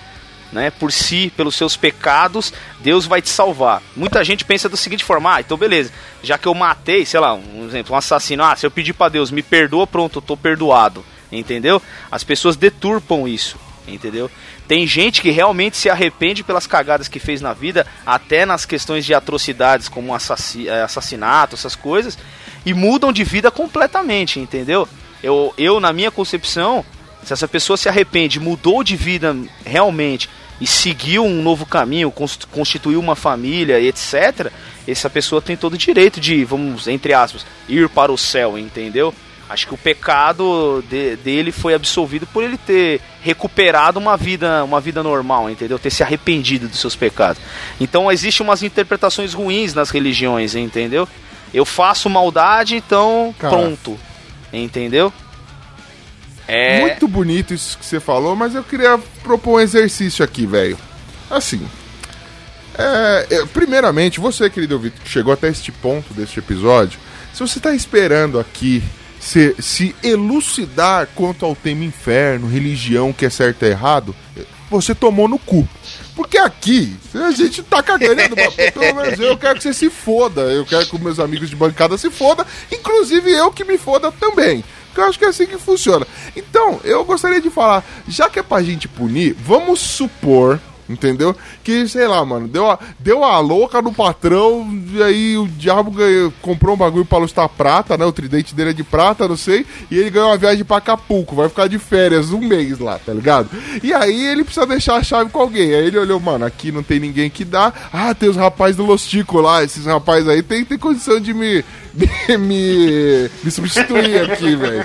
né, por si, pelos seus pecados, Deus vai te salvar. Muita gente pensa da seguinte forma: então beleza, já que eu matei, sei lá, um exemplo, um assassino, se eu pedir pra Deus, me perdoa, pronto, eu tô perdoado, entendeu? As pessoas deturpam isso, entendeu? Tem gente que realmente se arrepende pelas cagadas que fez na vida, até nas questões de atrocidades como assassinato, essas coisas, e mudam de vida completamente, entendeu? Eu, na minha concepção, se essa pessoa se arrepende, mudou de vida realmente e seguiu um novo caminho, constituiu uma família, etc., essa pessoa tem todo o direito de, vamos, entre aspas, ir para o céu, entendeu? Acho que o pecado dele foi absolvido por ele ter recuperado uma vida normal, entendeu? Ter se arrependido dos seus pecados. Então existem umas interpretações ruins nas religiões, entendeu? Eu faço maldade, então pronto, entendeu? Muito bonito isso que você falou, mas eu queria propor um exercício aqui, velho. Assim, primeiramente, você, querido ouvinte, que chegou até este ponto deste episódio, se você tá esperando aqui se elucidar quanto ao tema inferno, religião, que é certo e errado, você tomou no cu. Porque aqui, a gente tá cagando, pelo menos eu quero que você se foda, eu quero que os meus amigos de bancada se fodam, inclusive eu que me foda também. Porque eu acho que é assim que funciona. Então, eu gostaria de falar, já que é pra gente punir, vamos supor, entendeu? Que, sei lá, mano, deu a louca no patrão, e aí o diabo comprou um bagulho pra lustar prata, né? O tridente dele é de prata, não sei, e ele ganhou uma viagem pra Acapulco, vai ficar de férias 1 mês lá, tá ligado? E aí ele precisa deixar a chave com alguém. Aí ele olhou, mano, aqui não tem ninguém que dá. Ah, tem os rapazes do Los Tico lá, esses rapazes aí tem condição de me substituir aqui, velho.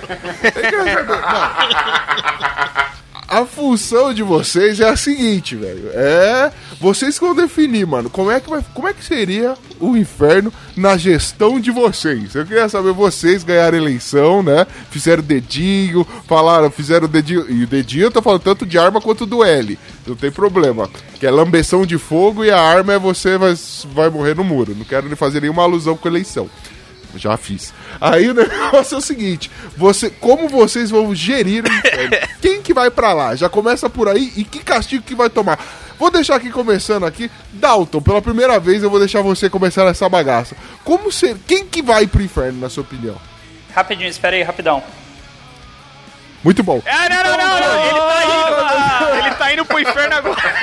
A função de vocês é a seguinte, velho. Vocês que vão definir, mano, como é que seria o inferno na gestão de vocês. Eu queria saber, vocês ganharam eleição, né? Fizeram dedinho, fizeram dedinho. E o dedinho eu tô falando tanto de arma quanto do L. Não tem problema. Que é lambeção de fogo e a arma é você vai morrer no muro. Não quero fazer nenhuma alusão com eleição. Já fiz. Aí o negócio é o seguinte: como vocês vão gerir o inferno? Quem que vai pra lá? Já começa por aí. E que castigo que vai tomar? Vou deixar aqui começando aqui. Dalton, pela primeira vez eu vou deixar você começar essa bagaça. Quem que vai pro inferno, na sua opinião? Rapidinho, espera aí, rapidão. Muito bom. Não. Ele tá indo pro inferno agora.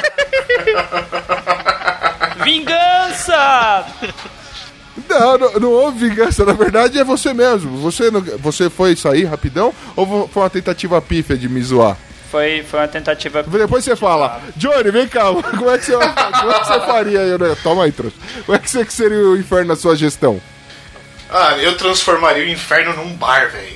Vingança! Não houve vingança, na verdade é você mesmo. Você foi sair rapidão ou foi uma tentativa pífia de me zoar? Foi uma tentativa. Depois você fala, Johnny, vem cá, como é que você faria aí, né? Toma aí, trouxa. Como é que seria o inferno na sua gestão? Eu transformaria o inferno num bar, velho.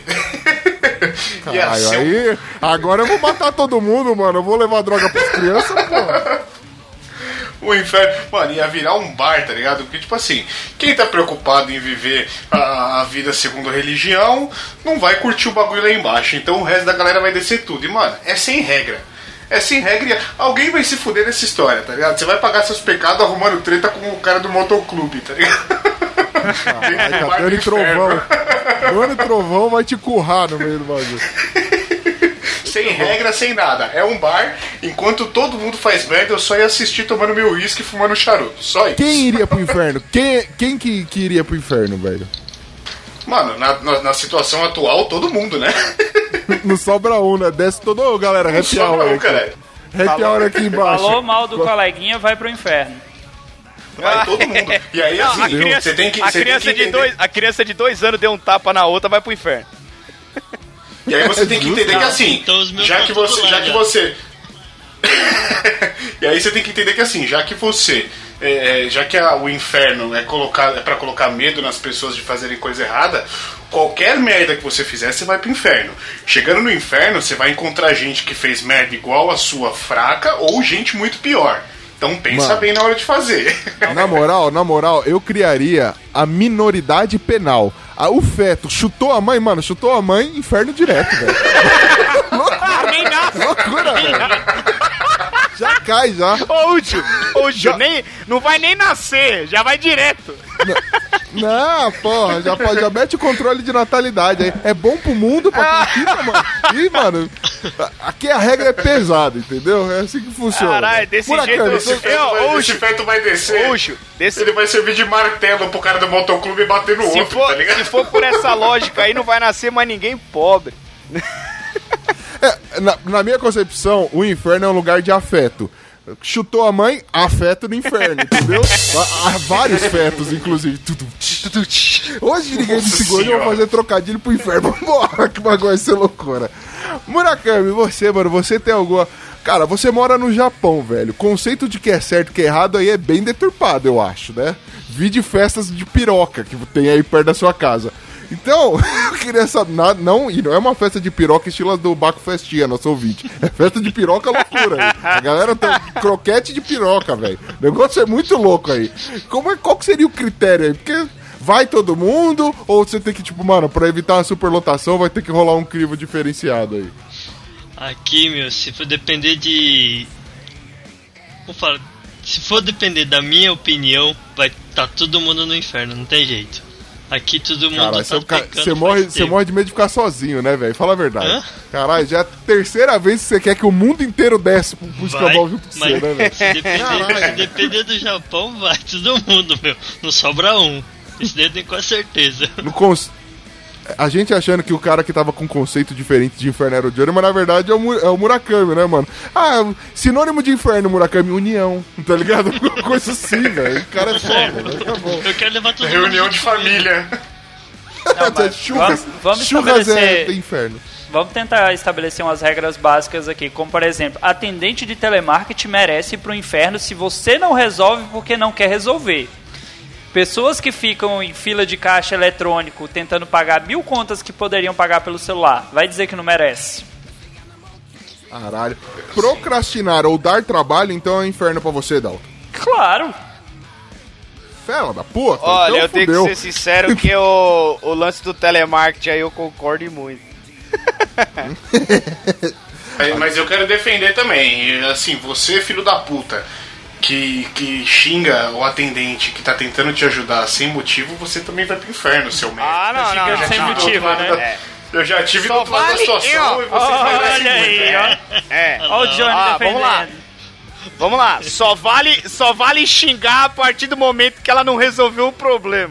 Aí, agora eu vou matar todo mundo, mano. Eu vou levar droga pras crianças, pô. O inferno, mano, ia virar um bar, tá ligado? Porque, tipo assim, quem tá preocupado em viver a vida segundo religião, não vai curtir o bagulho lá embaixo. Então o resto da galera vai descer tudo. E, mano, é sem regra. É sem regra. Alguém vai se fuder nessa história, tá ligado? Você vai pagar seus pecados arrumando treta com o cara do motoclube, tá ligado? Dando trovão. Dando trovão vai te currar no meio do bagulho. Sem regra, sem nada. É um bar, enquanto todo mundo faz merda, eu só ia assistir tomando meu uísque e fumando charuto. Só isso. Quem iria pro inferno? Quem que iria pro inferno, velho? Mano, na situação atual, todo mundo, né? Não sobra um, né? Desce todo, galera. Happy hour aqui. Cara. Happy hour aqui embaixo. Falou mal do coleguinha, vai pro inferno. Vai todo mundo. E aí, não, assim, a criança de 2 anos deu um tapa na outra, vai pro inferno. E aí você tem que entender que assim, então já que você e aí você tem que entender que assim, já que o inferno é pra colocar medo nas pessoas de fazerem coisa errada, qualquer merda que você fizer, você vai pro inferno. Chegando no inferno, você vai encontrar gente que fez merda igual a sua, fraca, ou gente muito pior. Então pensa bem na hora de fazer. Na moral, eu criaria a minoridade penal. O feto chutou a mãe, inferno direto, velho. Nem nasce. Loucura, velho. Já cai, já. Ô, Útil, não vai nem nascer, já vai direto. Não, porra, já mete o controle de natalidade aí. É bom pro mundo, pra quem fica, mano. Ih, mano, Aqui a regra é pesada, entendeu? É assim que funciona. Caralho, desse jeito... Esse feto vai descer, ele vai servir de martelo pro cara do motoclube e bater no outro, tá ligado? Se for por essa lógica aí, não vai nascer mais ninguém pobre. Na minha concepção, o inferno é um lugar de afeto. Chutou a mãe, afeto no inferno, entendeu? Há vários fetos, inclusive. Hoje ninguém me segura e eu vou fazer trocadilho pro inferno. Vambora, que bagulho vai ser loucura. Murakami, você, mano, você tem alguma... Cara, você mora no Japão, velho. O conceito de que é certo e que é errado aí é bem deturpado, eu acho, né? Vi de festas de piroca que tem aí perto da sua casa. Então, eu queria saber, não é uma festa de piroca estilo do Baco Festinha, nosso ouvinte. É festa de piroca loucura aí. A galera tem croquete de piroca, velho. O negócio é muito louco aí. Qual que seria o critério aí? Porque vai todo mundo, ou você tem que, tipo, mano, pra evitar uma superlotação, vai ter que rolar um crivo diferenciado aí? Aqui, meu, se for depender de... Vou falar, se for depender da minha opinião, vai tá todo mundo no inferno, não tem jeito. Aqui todo mundo tá pecando. Você morre de medo de ficar sozinho, né, velho? Fala a verdade. Caralho, já é a terceira vez que você quer que o mundo inteiro desce pro escambau junto com você, né, velho? Se depender do Japão, vai todo mundo, meu. Não sobra um. Isso daí eu tenho quase certeza. A gente achando que o cara que tava com um conceito diferente de inferno era o Johnny, mas na verdade é o Murakami, né, mano? Sinônimo de inferno, Murakami, união, tá ligado? Alguma coisa assim, velho. O cara é foda, né? Tá bom. Eu quero levar todo reunião de família. Vamos estabelecer... inferno. Vamos tentar estabelecer umas regras básicas aqui, como por exemplo, atendente de telemarketing merece ir pro inferno se você não resolve porque não quer resolver. Pessoas que ficam em fila de caixa eletrônico tentando pagar 1000 contas que poderiam pagar pelo celular, vai dizer que não merece. Caralho. Procrastinar ou dar trabalho, então é um inferno pra você, Dalton. Claro. Fela da puta. Olha, então eu tenho que ser sincero que o lance do telemarketing aí eu concordo muito. Mas eu quero defender também. Assim, você, filho da puta, que xinga o atendente que tá tentando te ajudar sem motivo, você também vai pro inferno, seu merda. Não, sem motivo, né? Eu já tive no plano da situação e vocês vai dar olha aí, ó. Ó o Johnny defendendo. Vamos lá. Só vale xingar a partir do momento que ela não resolveu o problema.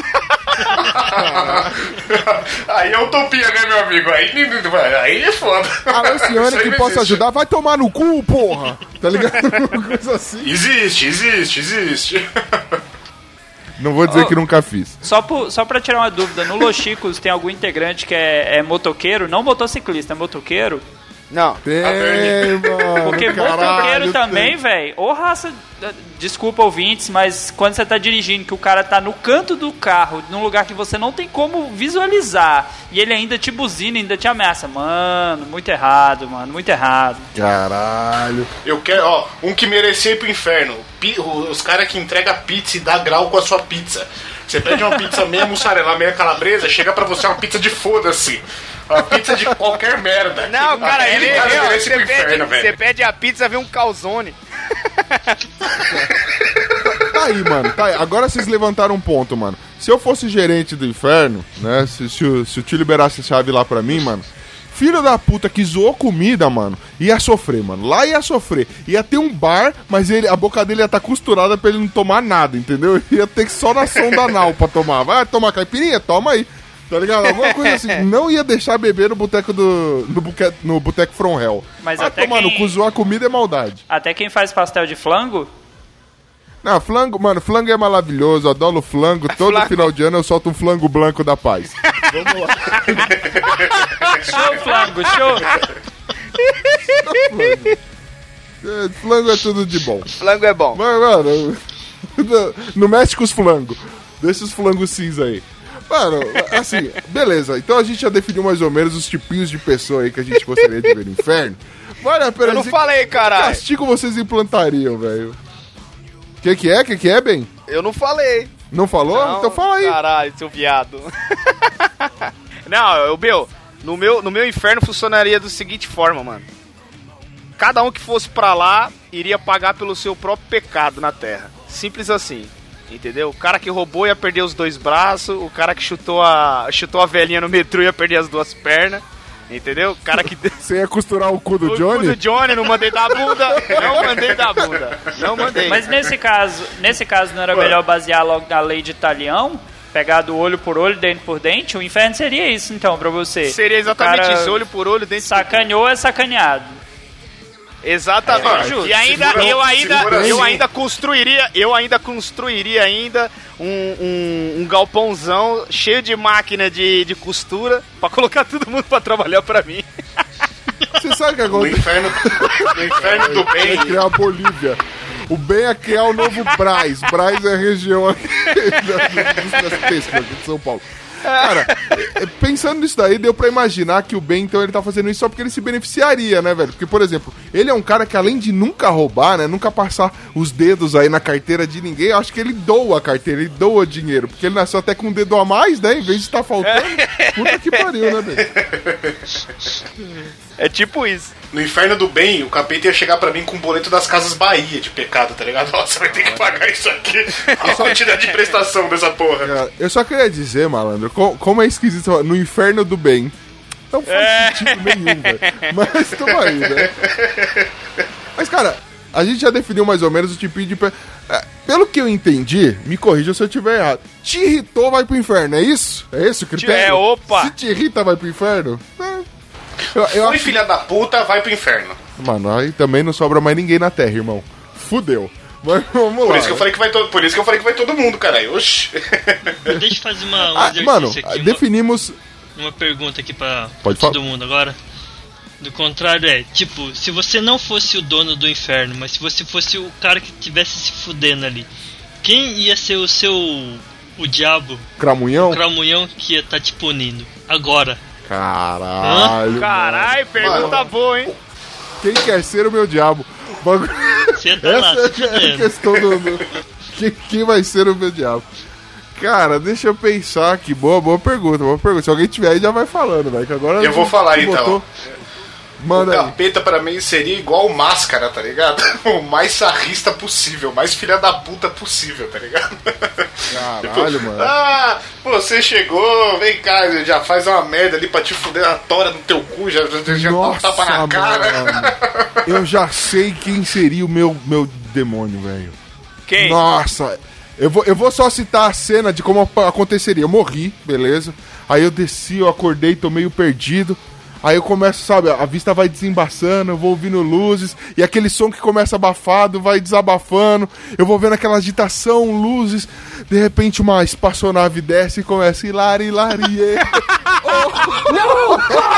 Aí é utopia, né, meu amigo? Aí é foda. A Luciane que possa ajudar, vai tomar no cu, porra! Tá ligado? Coisa assim. Existe. Não vou dizer que nunca fiz. Só pra tirar uma dúvida, no Los Chicos tem algum integrante que é motoqueiro, não motociclista, é motoqueiro? Não. Tem, mano. Porque motoqueiro também, velho. Ô raça. Desculpa, ouvintes, mas quando você tá dirigindo, que o cara tá no canto do carro, num lugar que você não tem como visualizar, e ele ainda te buzina, ainda te ameaça. Mano, muito errado, mano. Muito errado. Caralho. Eu quero, um que merecia ir pro inferno. Os caras que entregam pizza e dá grau com a sua pizza. Você pede uma pizza meia mussarela, meia calabresa, chega pra você uma pizza de foda-se. Uma pizza de qualquer merda. Não, cara, você pede a pizza, vem um calzone. Tá aí, mano. Tá aí. Agora vocês levantaram um ponto, mano. Se eu fosse gerente do inferno, né? Se o tio liberasse a chave lá pra mim, mano. Filho da puta que zoou comida, mano, ia sofrer, mano. Lá ia sofrer. Ia ter um bar, mas a boca dele ia estar costurada pra ele não tomar nada, entendeu? Ia ter que só na sonda anal pra tomar. Vai tomar caipirinha? Toma aí. Tá ligado? Alguma coisa assim. Não ia deixar beber no boteco no boteco From Hell. Mas até tomar no cu, zoar comida é maldade. Até quem faz pastel de flango? Não, flango, mano, flango é maravilhoso. Adoro flango. Todo final de ano eu solto um flango branco da paz. Vamos lá. Show, flango, show. Flango é tudo de bom. Flango é bom. Mas, mano, não mexe com os flangos. Deixa os flangos cinza aí. Mano, assim, beleza. Então a gente já definiu mais ou menos os tipinhos de pessoa aí que a gente gostaria de ver no inferno. Vale a pena. Eu não falei, caralho. Que castigo vocês implantariam, velho? Que é, Ben? Eu não falei. Não falou? Não, então fala aí. Caralho, seu viado. Não, no meu inferno funcionaria da seguinte forma, mano. Cada um que fosse pra lá iria pagar pelo seu próprio pecado na terra. Simples assim. Entendeu? O cara que roubou ia perder os 2 braços, o cara que chutou a velhinha no metrô ia perder as 2 pernas, Entendeu? Cara que... Você ia costurar o cu do Johnny? O cu do Johnny, não mandei dar bunda. Não mandei. Mas nesse caso não era melhor basear logo na lei de Talião? Pegar do olho por olho, dente por dente? O inferno seria isso, então, pra você. Seria exatamente isso, olho por olho, dente por dente. Sacaneou é sacaneado. Exatamente. E ainda, eu ainda construiria um galpãozão cheio de máquina de costura pra colocar todo mundo pra trabalhar pra mim. Você sabe o que acontece? No inferno do bem. É criar a Bolívia. O bem é criar o novo Brás. Brás é a região aqui de São Paulo. Cara, pensando nisso daí, deu pra imaginar que o Ben, então, ele tá fazendo isso só porque ele se beneficiaria, né, velho? Porque, por exemplo, ele é um cara que, além de nunca roubar, né, nunca passar os dedos aí na carteira de ninguém, eu acho que ele doa a carteira, ele doa dinheiro, porque ele nasceu até com um dedo a mais, né, em vez de estar faltando. Puta que pariu, né, velho? É tipo isso. No inferno do bem, o capeta ia chegar pra mim com um boleto das Casas Bahia de pecado, tá ligado? Nossa, vai ter que pagar isso aqui. A quantidade de prestação dessa porra. Cara, eu só queria dizer, malandro, como é esquisito no inferno do bem. Não faz sentido nenhum, velho. Mas tamo aí, né? Mas, cara, a gente já definiu mais ou menos o tipinho de... Pelo que eu entendi, me corrija se eu estiver errado. Te irritou, vai pro inferno, é isso? É esse o critério? Opa! Se te irrita, vai pro inferno? Foi filha da puta, vai pro inferno. Mano, aí também não sobra mais ninguém na Terra, irmão. Fudeu. Mas vamos lá. Por isso que eu falei que vai todo mundo, caralho. Oxi. Deixa eu fazer um exercício mano, aqui. Definimos... Uma pergunta aqui pra todo falar. Mundo agora. Do contrário tipo, se você não fosse o dono do inferno, mas se você fosse o cara que tivesse se fudendo ali, quem ia ser o diabo? Cramunhão? O cramunhão que ia estar te punindo. Agora. Caralho, pergunta boa, hein? Quem quer ser o meu diabo? Você tá lá, essa é a questão do... Quem vai ser o meu diabo? Cara, deixa eu pensar aqui. Boa pergunta. Se alguém tiver aí, já vai falando, velho. Agora eu vou falar então. Manda o capeta pra mim seria igual o Máscara, tá ligado? O mais sarrista possível, mais filha da puta possível, tá ligado? Caralho, tipo, mano. Você chegou, vem cá, já faz uma merda ali pra te fuder a tora no teu cu, já dá um tapa na cara. Mano. Eu já sei quem seria o meu demônio, velho. Quem? Nossa, eu vou só citar a cena de como aconteceria. Eu morri, beleza? Aí eu desci, eu acordei, tô meio perdido. Aí eu começo, sabe, a vista vai desembaçando, eu vou ouvindo luzes, e aquele som que começa abafado vai desabafando, eu vou vendo aquela agitação, luzes, de repente uma espaçonave desce e começa hilari. Não!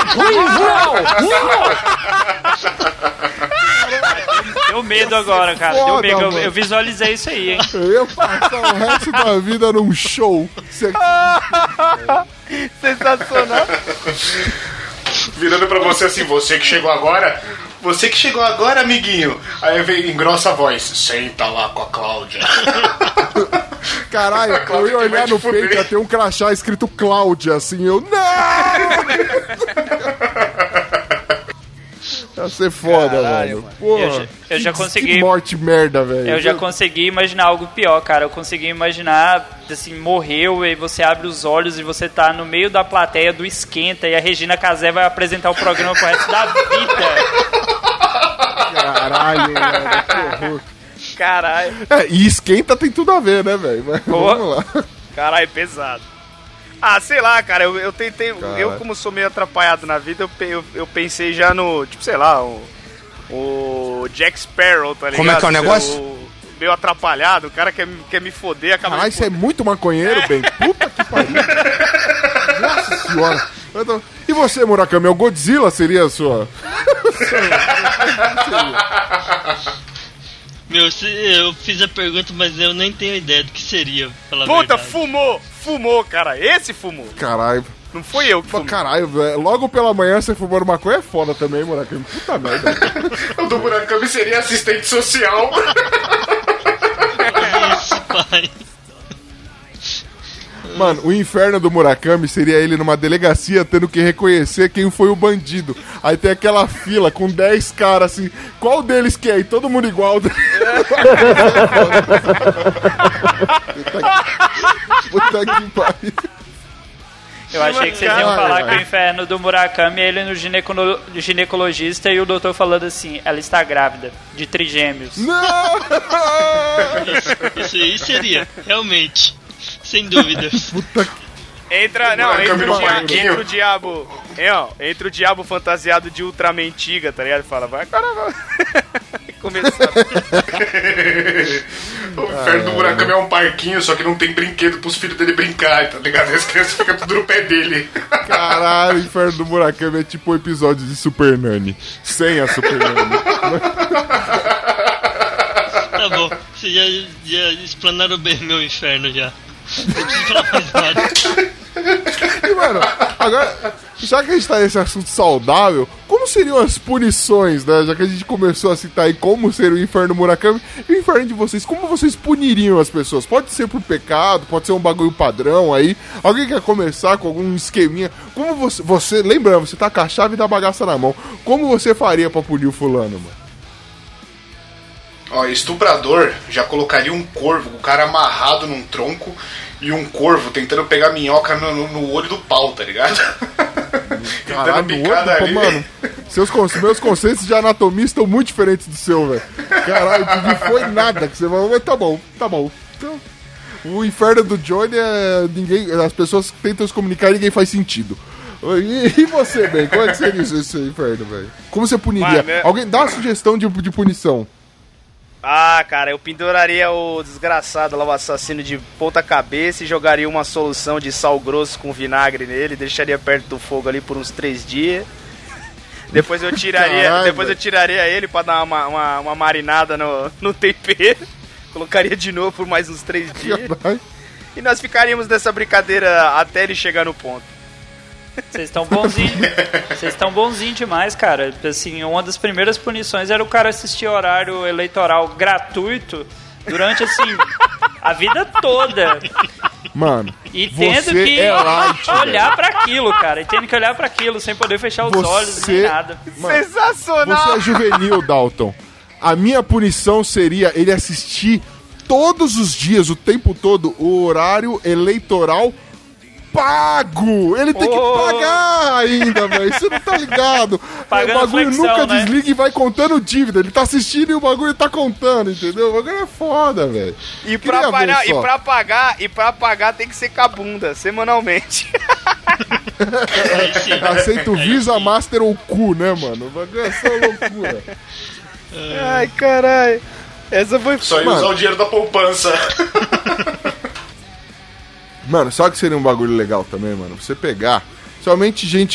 Deu medo agora, cara. Foda, deu medo. mano. Eu visualizei isso aí, hein? Eu ia passar o resto da vida num show. Sensacional. Virando pra você assim, você que chegou agora, amiguinho. Aí vem, engrossa a voz, senta lá com a Cláudia. Caralho, eu ia olhar no peito, ia ter um crachá escrito Cláudia, assim, eu... Não! Ia ser foda, caralho, mano. Porra, eu já consegui... Que morte merda, velho. Eu já consegui imaginar algo pior, cara. Eu consegui imaginar, assim, morreu e você abre os olhos e você tá no meio da plateia do Esquenta e a Regina Casé vai apresentar o programa pro resto da vida. Caralho, mano, que horror. Caralho. E Esquenta tem tudo a ver, né, velho? Vamos lá. Caralho, pesado. Ah, sei lá, cara, eu tentei... Caralho. Eu, como sou meio atrapalhado na vida, eu pensei já no... Tipo, sei lá, o Jack Sparrow, tá ligado? Como é que é o negócio? Meio atrapalhado, o cara quer me foder, acaba... Caralho, você é muito maconheiro, bem. Puta que pariu. Nossa senhora. E você, Murakami, o Godzilla seria a sua... Meu, eu fiz a pergunta, mas eu nem tenho ideia do que seria, pela Puta, verdade. Fumou, cara. Esse fumou. Caralho. Não foi eu que fumei. Caralho, velho. Logo pela manhã você fumando maconha é foda também, Murakami. Puta merda. O do Murakami seria assistente social. Isso, pai. Mano, o inferno do Murakami seria ele numa delegacia tendo que reconhecer quem foi o bandido. Aí tem aquela fila com 10 caras assim. Qual deles que é? E todo mundo igual. Puta que pariu. Eu achei que vocês iam falar que o inferno do Murakami é ele no ginecologista e o doutor falando assim, ela está grávida, de trigêmeos. Não! Isso aí seria, realmente. Sem dúvidas. Puta que... Entra o diabo. Entra o diabo fantasiado de Ultraman Tiga, tá ligado? Fala, vai, cara, vai. Começar. O inferno do Murakami é um parquinho, só que não tem brinquedo pros filhos dele brincar, tá ligado? As crianças ficam tudo no pé dele. Caralho, o inferno do Murakami é tipo um episódio de Super Nani. Sem a Super Nani. Tá bom, vocês já explanaram bem meu inferno já. Não preciso falar mais nada. E, mano, agora, já que a gente tá nesse assunto saudável, como seriam as punições, né? Já que a gente começou a citar aí como seria o inferno do Murakami e o inferno de vocês, como vocês puniriam as pessoas? Pode ser por pecado, pode ser um bagulho padrão aí. Alguém quer começar com algum esqueminha? Como você lembrando, você tá com a chave da bagaça na mão, como você faria pra punir o fulano, mano? Ó, estuprador, já colocaria um corvo, o cara amarrado num tronco e um corvo tentando pegar minhoca no olho do pau, tá ligado? Caralho, picada ali. Mano, meus conceitos de anatomia estão muito diferentes do seu, velho. Caralho, não foi nada que você falou, mas tá bom. Então, o inferno do Johnny é as pessoas tentam se comunicar e ninguém faz sentido. E você, Ben, como é que seria esse inferno, velho? Como você puniria? Mano, alguém dá uma sugestão de punição. Ah, cara, eu penduraria o desgraçado lá, o assassino de ponta cabeça e jogaria uma solução de sal grosso com vinagre nele, deixaria perto do fogo ali por uns 3 dias. Depois eu tiraria ele pra dar uma marinada no tempero. Colocaria de novo por mais uns 3 dias. E nós ficaríamos nessa brincadeira até ele chegar no ponto. Vocês estão bonzinhos demais, cara. Assim, uma das primeiras punições era o cara assistir horário eleitoral gratuito durante, assim, a vida toda. Mano, e tendo que olhar pra aquilo, cara. E tendo que olhar pra aquilo sem poder fechar os olhos nem nada. Mano, sensacional! Você é juvenil, Dalton. A minha punição seria ele assistir todos os dias, o tempo todo, o horário eleitoral pago! Ele tem que pagar ainda, velho. Você não tá ligado? O bagulho nunca desliga e vai contando dívida. Ele tá assistindo e o bagulho tá contando, entendeu? O bagulho é foda, velho. E pra pagar tem que ser com a bunda, semanalmente. Aceito Visa, Master ou cu, né, mano? O bagulho é só loucura. Ai, caralho. Essa foi... Só ia usar o dinheiro da poupança. Mano, sabe que seria um bagulho legal também, mano? Você pegar, somente gente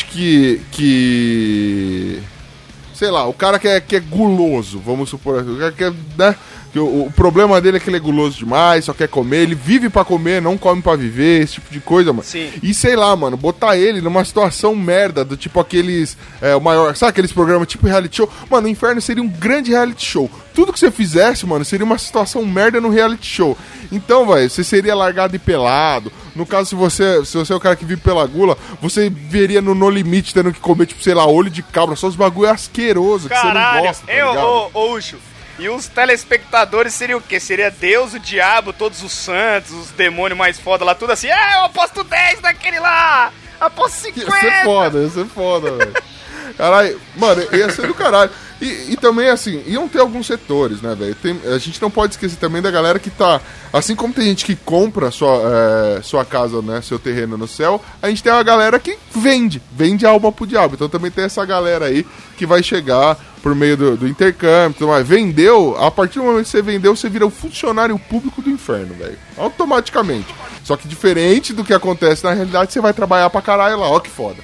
que sei lá, o cara que é guloso, vamos supor, o cara que é, né? O problema dele é que ele é guloso demais, só quer comer, ele vive pra comer, não come pra viver, esse tipo de coisa, mano. Sim. E sei lá, mano, botar ele numa situação merda, do tipo aqueles, o maior, sabe aqueles programas tipo reality show? Mano, o inferno seria um grande reality show. Tudo que você fizesse, mano, seria uma situação merda no reality show. Então, velho, você seria largado e pelado. No caso, se você é o cara que vive pela gula, você veria no limite tendo que comer, tipo, sei lá, olho de cabra, só os bagulho asqueroso que você não gosta, tá ligado? Ucho. E os telespectadores seriam o quê? Seria Deus, o diabo, todos os santos, os demônios mais foda lá, tudo assim. Eu aposto 10 naquele lá! Aposto 50! Ia ser foda, velho. Caralho, mano, ia ser do caralho. E também, assim, iam ter alguns setores, né, velho? A gente não pode esquecer também da galera que tá... Assim como tem gente que compra sua casa, né, seu terreno no céu, a gente tem uma galera que vende alma pro diabo. Então também tem essa galera aí que vai chegar por meio do intercâmbio, tudo mais. Vendeu, a partir do momento que você vendeu, você vira o funcionário público do inferno, velho. Automaticamente. Só que diferente do que acontece na realidade, você vai trabalhar pra caralho lá, ó que foda.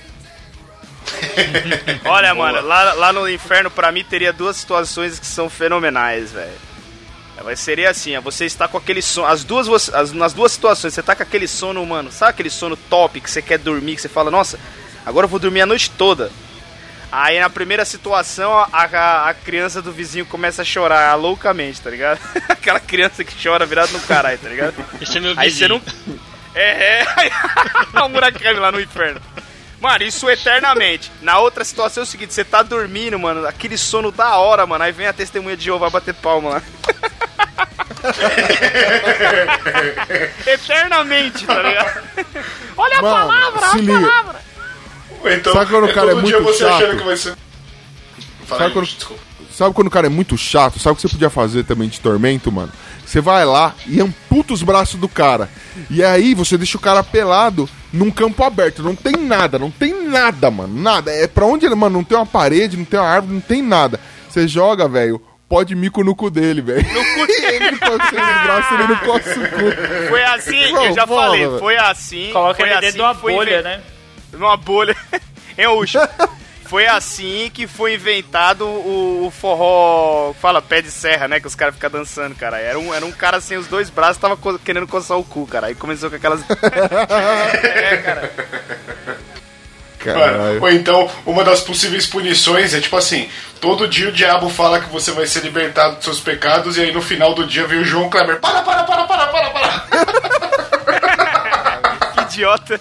Olha, mano, lá no inferno pra mim teria 2 situações que são fenomenais, velho. Seria assim, ó, você está com aquele sono, nas 2 situações, você tá com aquele sono, mano, sabe aquele sono top que você quer dormir, que você fala, nossa, agora eu vou dormir a noite toda. Aí na primeira situação, a criança do vizinho começa a chorar loucamente, tá ligado? Aquela criança que chora virado no caralho, tá ligado? Esse é meu vizinho. Aí você não... o Murakami lá no inferno. Mano, isso eternamente. Na outra situação é o seguinte, você tá dormindo, mano, aquele sono da hora, mano. Aí vem a testemunha de Jeová bater palma lá. Eternamente, tá ligado? Olha mano, a palavra, se liga. Então, sabe quando o cara é muito você chato? achando que vai ser... Sabe quando o cara é muito chato? Sabe o que você podia fazer também de tormento, mano? Você vai lá e amputa os braços do cara. E aí você deixa o cara pelado num campo aberto. Não tem nada, mano. Nada. É pra onde ele, mano, não tem uma parede, não tem uma árvore, não tem nada. Você joga, velho, pó de mico no cu dele, velho. No cu dele. Ele coça os braços, ele não coça o cu. Foi assim, eu já falei, foi assim. Coloca foi ele assim dentro de uma bolha, né? Numa bolha. Hein, Ucho? Foi assim que foi inventado o forró, fala, pé de serra, né? Que os caras ficam dançando, cara. Era um cara sem os dois braços, tava querendo coçar o cu, cara. Aí começou com aquelas... cara. Caralho. Ou então, uma das possíveis punições é tipo assim: todo dia o diabo fala que você vai ser libertado dos seus pecados, e aí no final do dia vem o João Kleber. Para! Que idiota.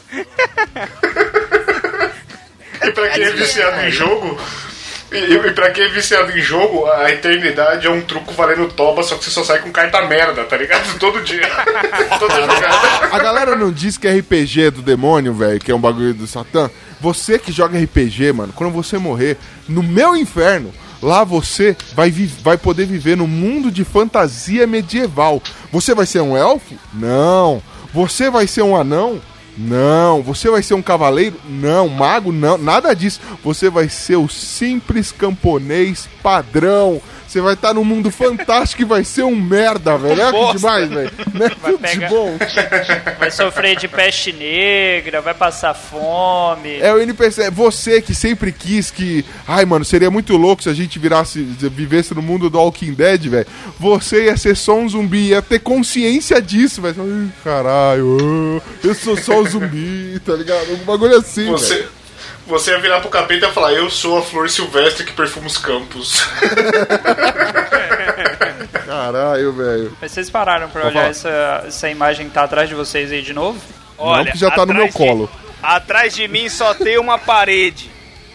E pra quem é viciado em jogo, e pra quem é viciado em jogo, a eternidade é um truco valendo toba, só que você só sai com carta merda, tá ligado? Todo dia. Toda jogada. A galera não diz que RPG é do demônio, velho, que é um bagulho do Satã. Você que joga RPG, mano, quando você morrer, no meu inferno, lá você vai poder viver no mundo de fantasia medieval. Você vai ser um elfo? Não. Você vai ser um anão? Não. Você vai ser um cavaleiro? Não. Mago? Não. Nada disso. Você vai ser o simples camponês padrão. Você vai estar num mundo fantástico e vai ser um merda, velho. É que demais, velho. Não é tudo de bom. Vai sofrer de peste negra, vai passar fome. É o NPC. Você que sempre quis que... Ai, mano, seria muito louco se a gente vivesse no mundo do Walking Dead, velho. Você ia ser só um zumbi, ia ter consciência disso, velho. Ai, caralho, eu sou só um zumbi, tá ligado? Um bagulho assim, velho. Você ia virar pro capeta e ia falar: eu sou a flor silvestre que perfuma os campos. Caralho, velho. Mas vocês pararam pra olhar essa imagem que tá atrás de vocês aí de novo? Olha, não, que já tá no meu colo. Atrás de mim só tem uma parede.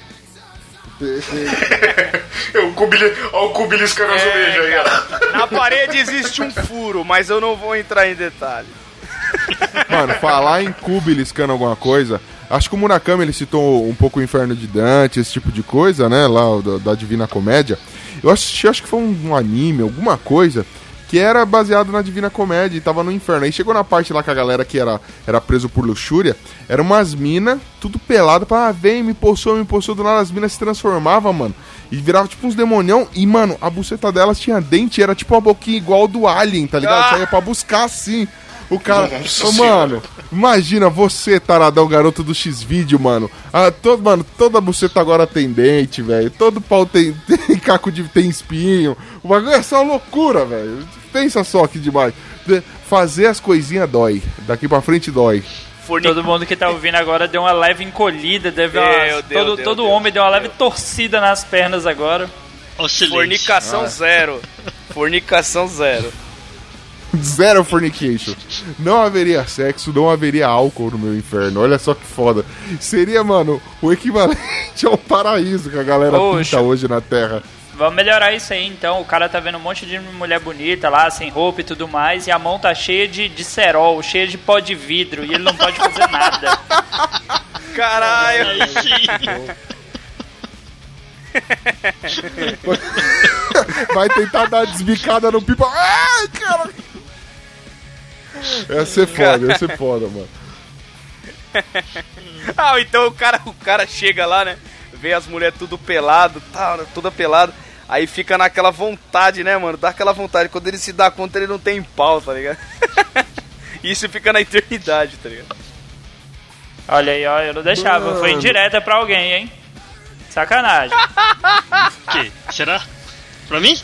Olha o cu beliscando as orelhas aí, ó. Na parede existe um furo, mas eu não vou entrar em detalhe. Mano, falar em cu beliscando alguma coisa... Acho que o Murakami, ele citou um pouco o Inferno de Dante, esse tipo de coisa, né, lá da Divina Comédia. Eu acho que foi um anime, alguma coisa, que era baseado na Divina Comédia e tava no inferno. Aí chegou na parte lá que a galera que era preso por luxúria, eram umas minas, tudo pelado, pra vem, me possua, do nada as minas se transformavam, mano. E virava tipo uns demonião, e mano, a buceta delas tinha dente, era tipo uma boquinha igual do Alien, tá ligado? Saía pra buscar assim. O cara, mano, imagina você, taradão, garoto do X-Vídeo, mano. Toda buceta agora tem dente, velho. Todo pau tem caco tem espinho. O bagulho é só loucura, velho. Pensa só que demais. Fazer as coisinhas dói. Daqui pra frente dói. Todo mundo que tá ouvindo agora deu uma leve encolhida. Todo homem deu uma leve torcida nas pernas agora. Fornicação zero. Fornicação zero. Zero fornication. Não haveria sexo, não haveria álcool no meu inferno. Olha só que foda. Seria, mano, o equivalente ao paraíso que a galera pinta hoje na Terra. Vamos melhorar isso aí, então. O cara tá vendo um monte de mulher bonita lá, sem roupa e tudo mais, e a mão tá cheia de cerol, cheia de pó de vidro, e ele não pode fazer nada. Caralho! Aí sim. Vai tentar dar desbicada no pipa. Ai, cara! Ia ser foda, mano. Então o cara chega lá, né? Vê as mulheres tudo pelado, toda pelada. Aí fica naquela vontade, né, mano? Dá aquela vontade. Quando ele se dá conta, ele não tem pau, tá ligado? Isso fica na eternidade, tá ligado? Olha aí, ó, eu não deixava. Mano. Foi indireta pra alguém, hein? Sacanagem. Que? Será? Pra mim?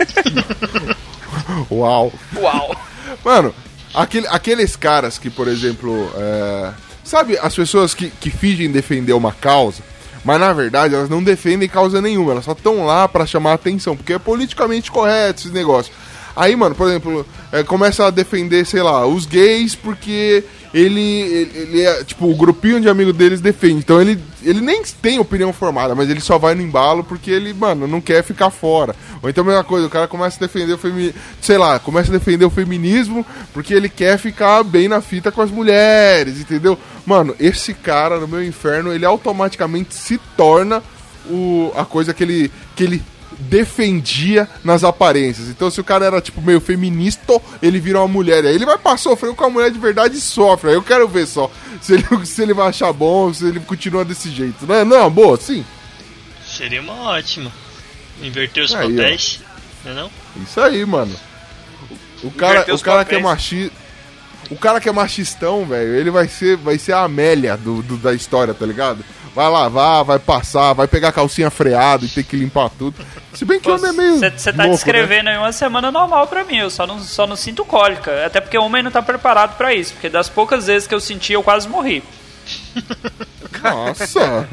Uau. Mano, aqueles caras que, por exemplo, sabe, as pessoas que fingem defender uma causa, mas na verdade elas não defendem causa nenhuma, elas só estão lá pra chamar a atenção, porque é politicamente correto esses negócios. Aí, mano, por exemplo, começa a defender, sei lá, os gays porque ele é, tipo, o grupinho de amigos deles defende. Então ele nem tem opinião formada, mas ele só vai no embalo porque ele, mano, não quer ficar fora. Ou então a mesma coisa, o cara começa a defender o feminismo porque ele quer ficar bem na fita com as mulheres, entendeu? Mano, esse cara, no meu inferno, ele automaticamente se torna a coisa que ele defendia nas aparências. Então se o cara era tipo meio feminista, ele vira uma mulher, aí ele vai pra sofrer com a mulher de verdade e sofre. Aí eu quero ver só se ele vai achar bom, se ele continua desse jeito, né? Não, boa, sim. Seria uma ótima. Inverter os papéis, não? Isso aí, mano. O cara que é machista, o cara que é machistão, velho, ele vai ser a Amélia da história, tá ligado? Vai lavar, vai passar, vai pegar a calcinha freada e ter que limpar tudo. Se bem que o homem é meio. Você tá descrevendo, né? Aí uma semana normal pra mim. Eu só não sinto cólica. Até porque o homem não tá preparado pra isso. Porque das poucas vezes que eu senti, eu quase morri. Nossa!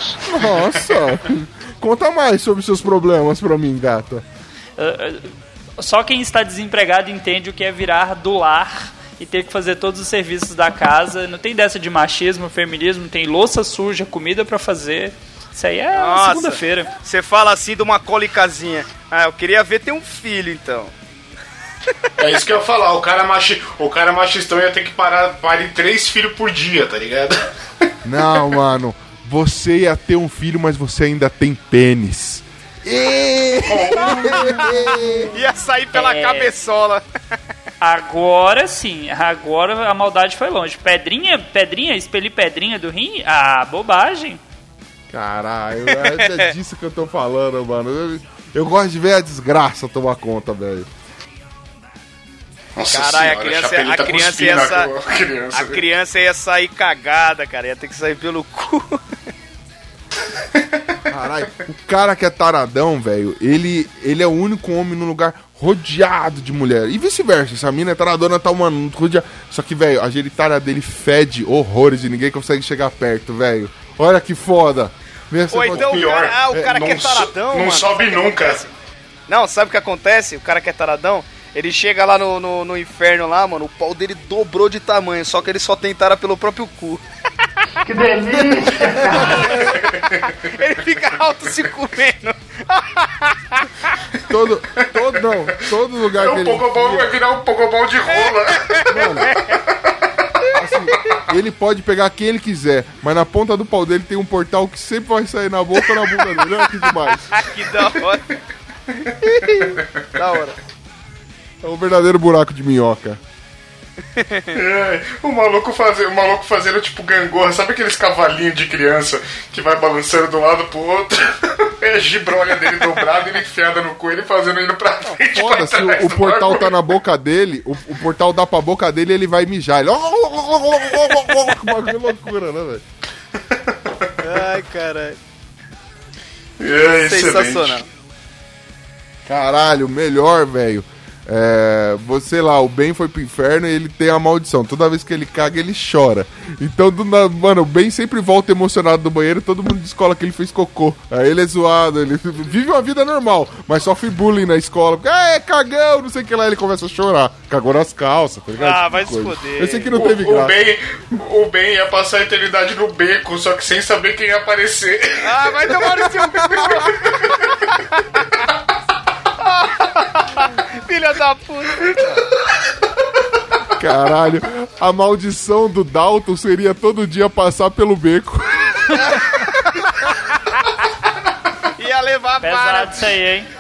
Conta mais sobre seus problemas pra mim, gata. Só quem está desempregado entende o que é virar do lar e ter que fazer todos os serviços da casa. Não tem dessa de machismo, feminismo, tem louça suja, comida pra fazer. Isso aí é segunda-feira. Você fala assim de uma colicazinha. Ah, eu queria ver ter um filho, então. É isso que eu ia falar, o cara machistão ia ter que parir 3 filhos por dia, tá ligado? Não, mano, você ia ter um filho, mas você ainda tem pênis. Ia sair pela cabeçola. Agora sim, agora a maldade foi longe. Pedrinha, expelir pedrinha do rim? Ah, bobagem. Caralho, é disso que eu tô falando, mano. Eu gosto de ver a desgraça tomar conta, velho. Caralho, a criança ia sair cagada, cara. Ia ter que sair pelo cu. Caralho, o cara que é taradão, velho, ele é o único homem num lugar rodeado de mulher. E vice-versa, essa mina é taradona, tá, mano, rodeado. Só que, velho, a genitália dele fede horrores e ninguém consegue chegar perto, velho. Olha que foda. Ou então o cara que é taradão, não mano, sobe nunca. Não, sabe o que acontece? O cara que é taradão, ele chega lá no inferno lá, mano, o pau dele dobrou de tamanho, só que ele só tem tara pelo próprio cu. Que delícia! Ele fica alto se comendo. Todo lugar que ele vai virar um pogobol de rola. Mano, assim, ele pode pegar quem ele quiser, mas na ponta do pau dele tem um portal que sempre vai sair na boca ou na bunda dele. Olha que demais. Que da hora. Da hora. É um verdadeiro buraco de minhoca. O maluco fazendo tipo gangorra. Sabe aqueles cavalinhos de criança que vai balançando de um lado pro outro? É a gibrolha dele dobrada, ele enfiada no cu, ele fazendo indo pra frente. Foda, se o portal tá na boca dele, o portal dá pra boca dele e ele vai mijar. Ele... Que loucura, né, velho? Ai, caralho. Sensacional. Caralho, melhor, velho. Sei lá, o Ben foi pro inferno e ele tem a maldição. Toda vez que ele caga, ele chora. Então, mano, o Ben sempre volta emocionado do banheiro. Todo mundo descola que ele fez cocô. Aí ele é zoado, ele vive uma vida normal, mas sofre bullying na escola. Porque, cagão, não sei o que lá. Ele começa a chorar. Cagou nas calças, tá ligado? Ah, vai se foder. Eu sei que não teve graça. O Ben ia passar a eternidade no beco, só que sem saber quem ia aparecer. Ah, vai tomar no seu cu. Filha da puta. Caralho, a maldição do Dalton seria todo dia passar pelo beco. Ia levar pesado isso aí, hein?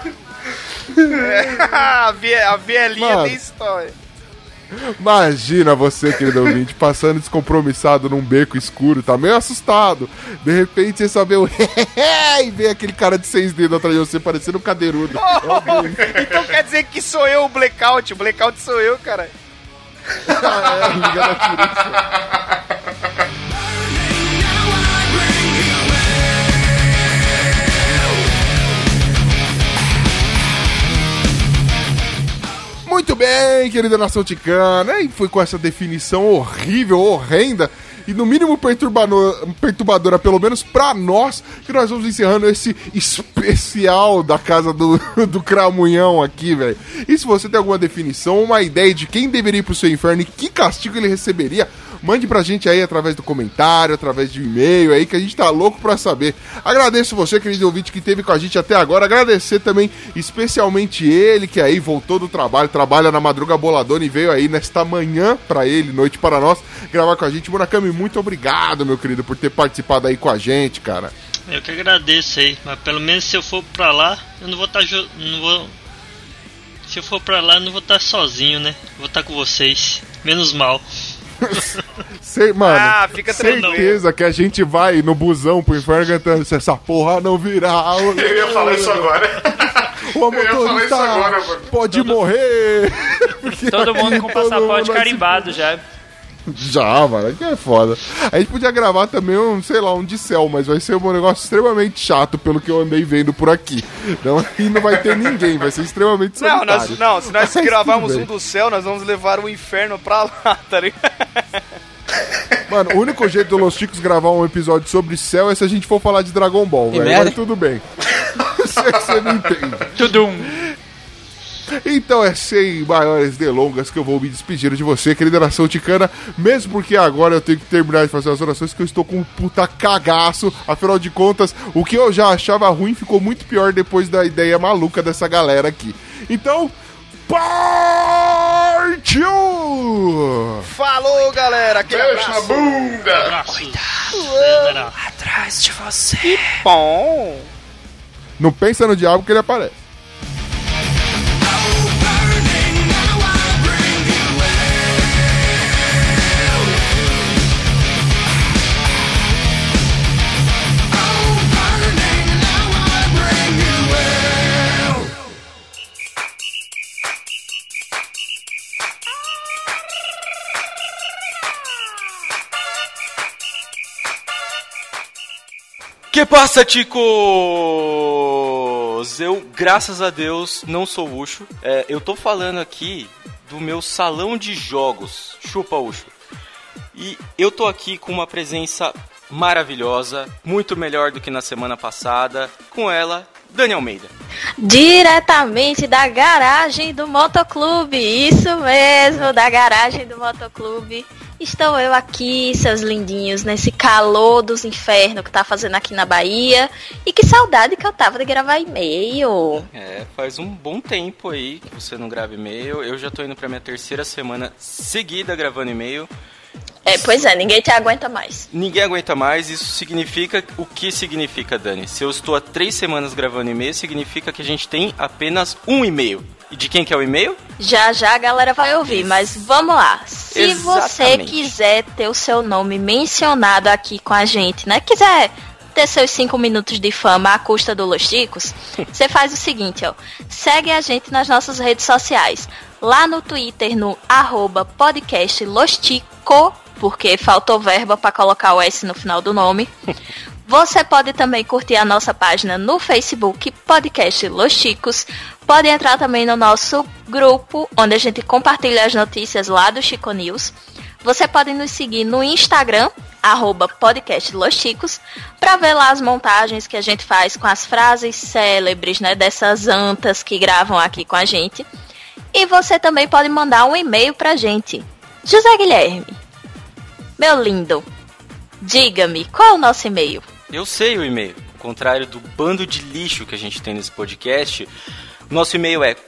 A vielinha tem história. Imagina você, querido ouvinte, passando descompromissado num beco escuro, tá meio assustado. De repente você só vê o e vem aquele cara de 6 dedos atrás de você, parecendo um cadeirudo. Então quer dizer que sou eu o Blackout? O Blackout sou eu, cara. Liga na tirista. Muito bem, querida nação ticana. E foi com essa definição horrível, horrenda, e no mínimo perturbadora, pelo menos pra nós, que nós vamos encerrando esse especial da casa do Cramunhão aqui, velho. E se você tem alguma definição, uma ideia de quem deveria ir pro seu inferno e que castigo ele receberia, mande pra gente aí através do comentário, através de e-mail aí, que a gente tá louco pra saber. Agradeço você, querido ouvinte, que esteve com a gente até agora. Agradecer também especialmente ele, que aí voltou do trabalho, trabalha na Madruga Boladona e veio aí nesta manhã pra ele, noite para nós, gravar com a gente. Murakami, muito obrigado, meu querido, por ter participado aí com a gente, cara. Eu que agradeço aí, mas pelo menos se eu for pra lá, eu não vou estar... Se eu for pra lá, eu não vou estar sozinho, né? Vou estar com vocês. Menos mal. Mano, fica certeza que a gente vai no busão pro inferno cantando se essa porra não virar. Eu ia falar isso agora. O motorista pode morrer. Todo mundo com passaporte carimbado já. Já, mano, que é foda. A gente podia gravar também um de céu, mas vai ser um negócio extremamente chato, pelo que eu andei vendo por aqui. Então aí não vai ter ninguém, vai ser extremamente solitário. Não, se nós gravarmos um do céu, nós vamos levar o inferno pra lá, tá ligado? Mano, o único jeito do Los Chicos gravar um episódio sobre céu é se a gente for falar de Dragon Ball, velho. Mas tudo bem. Você não entende. Então é sem maiores delongas que eu vou me despedir de você, querida nação ticana, mesmo porque agora eu tenho que terminar de fazer as orações, que eu estou com um puta cagaço. Afinal de contas, o que eu já achava ruim ficou muito pior depois da ideia maluca dessa galera aqui. Então, partiu! Falou, galera! Fecha a bunda! Cuidado! Atrás de você! Que bom! Não pensa no diabo que ele aparece. Que passa, ticos? Eu, graças a Deus, não sou Ucho. Eu tô falando aqui do meu salão de jogos. Chupa, Ucho. E eu tô aqui com uma presença maravilhosa, muito melhor do que na semana passada. Com ela, Dani Almeida. Diretamente da garagem do Motoclube. Isso mesmo, da garagem do Motoclube. Estou eu aqui, seus lindinhos, nesse calor dos infernos que tá fazendo aqui na Bahia. E que saudade que eu tava de gravar e-mail. Faz um bom tempo aí que você não grava e-mail. Eu já tô indo pra minha 3ª semana seguida gravando e-mail. Pois é, ninguém te aguenta mais. Ninguém aguenta mais, isso significa... O que significa, Dani? Se eu estou há 3 semanas gravando e-mail, significa que a gente tem apenas um e-mail. E de quem que é o e-mail? Já a galera vai ouvir, mas vamos lá. Se você quiser ter o seu nome mencionado aqui com a gente, né? Quiser ter seus 5 minutos de fama à custa do Los Chicos, você faz o seguinte, ó. Segue a gente nas nossas redes sociais. Lá no Twitter, no @podcastlostico, porque faltou verba para colocar o S no final do nome. Você pode também curtir a nossa página no Facebook, Podcast Los Chicos. Pode entrar também no nosso grupo, onde a gente compartilha as notícias lá do Chico News. Você pode nos seguir no Instagram, @Podcast Los Chicos, para ver lá as montagens que a gente faz com as frases célebres, né, dessas antas que gravam aqui com a gente. E você também pode mandar um e-mail pra gente. José Guilherme, meu lindo, diga-me, qual é o nosso e-mail? Eu sei o e-mail. Ao contrário do bando de lixo que a gente tem nesse podcast, nosso e-mail é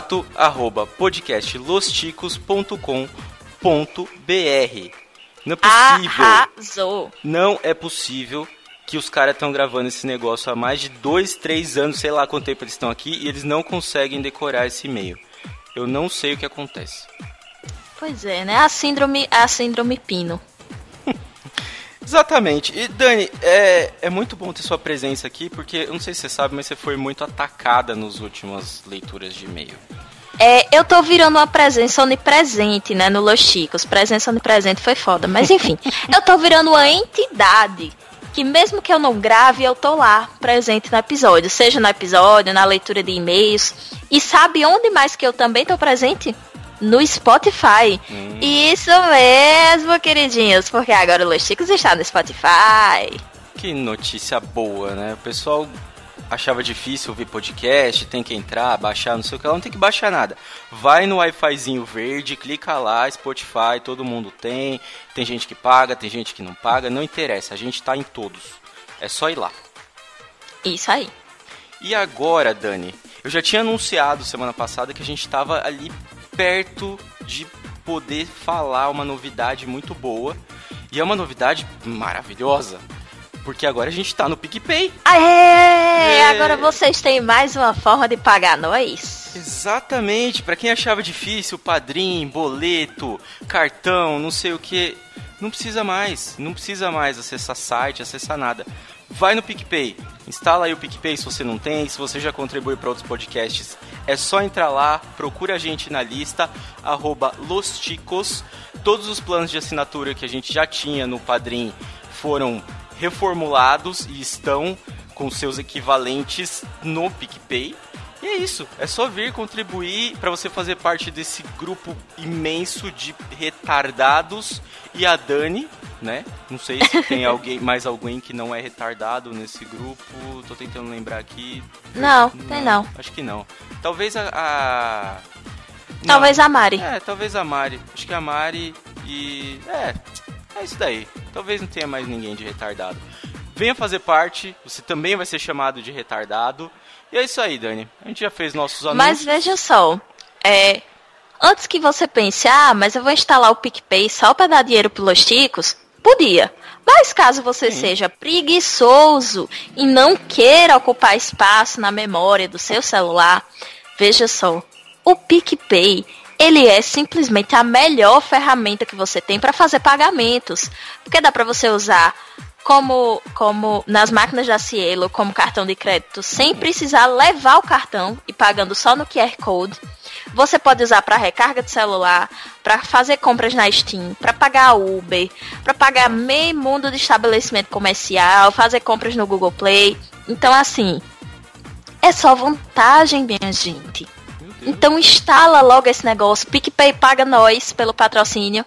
contato@podcastlosticos.com.br. Não é possível. Arrasou. Não é possível que os caras estão gravando esse negócio há mais de 2, 3 anos, sei lá quanto tempo eles estão aqui, e eles não conseguem decorar esse e-mail. Eu não sei o que acontece. Pois é, né? A síndrome Pino. Exatamente. E Dani, é muito bom ter sua presença aqui, porque, eu não sei se você sabe, mas você foi muito atacada nas últimas leituras de e-mail. Eu tô virando uma presença onipresente, né, no Los Chicos. Presença onipresente foi foda, mas enfim. Eu tô virando uma entidade que mesmo que eu não grave, eu tô lá, presente no episódio. Seja no episódio, na leitura de e-mails. E sabe onde mais que eu também tô presente? no Spotify. Isso mesmo, queridinhos, porque agora o Los Chicos está no Spotify. Que notícia boa, né? O pessoal achava difícil ouvir podcast, tem que entrar, baixar, não sei o que, ela não tem que baixar nada. Vai no Wi-Fizinho verde, clica lá, Spotify, todo mundo tem gente que paga, tem gente que não paga, não interessa, a gente tá em todos. É só ir lá. Isso aí. E agora, Dani, eu já tinha anunciado semana passada que a gente tava ali perto de poder falar uma novidade muito boa. E é uma novidade maravilhosa, porque agora a gente tá no PicPay. Aê! Agora vocês têm mais uma forma de pagar nós. Exatamente, pra quem achava difícil, padrinho, boleto, cartão, não sei o que, não precisa mais acessar site, acessar nada. Vai no PicPay, instala aí o PicPay se você não tem, se você já contribui para outros podcasts, é só entrar lá, procura a gente na lista, @LosChicos. Todos os planos de assinatura que a gente já tinha no Padrim foram reformulados e estão com seus equivalentes no PicPay. E é isso, é só vir contribuir para você fazer parte desse grupo imenso de retardados. E a Dani, né? Não sei se tem mais alguém que não é retardado nesse grupo. Tô tentando lembrar aqui. Não, tem não. Acho que não. Talvez Talvez a Mari. Talvez a Mari. Acho que a Mari e... É isso daí. Talvez não tenha mais ninguém de retardado. Venha fazer parte, você também vai ser chamado de retardado. E é isso aí, Dani. A gente já fez nossos anúncios. Mas veja só, antes que você pense, mas eu vou instalar o PicPay só para dar dinheiro para Los Chicos, podia. Mas caso você seja preguiçoso e não queira ocupar espaço na memória do seu celular, veja só, o PicPay, ele é simplesmente a melhor ferramenta que você tem para fazer pagamentos. Porque dá para você usar como nas máquinas da Cielo, como cartão de crédito, sem precisar levar o cartão e pagando só no QR Code. Você pode usar para recarga de celular, para fazer compras na Steam, para pagar Uber, para pagar meio mundo de estabelecimento comercial, fazer compras no Google Play. Então, assim, é só vantagem, minha gente. Então, instala logo esse negócio. PicPay paga nós pelo patrocínio.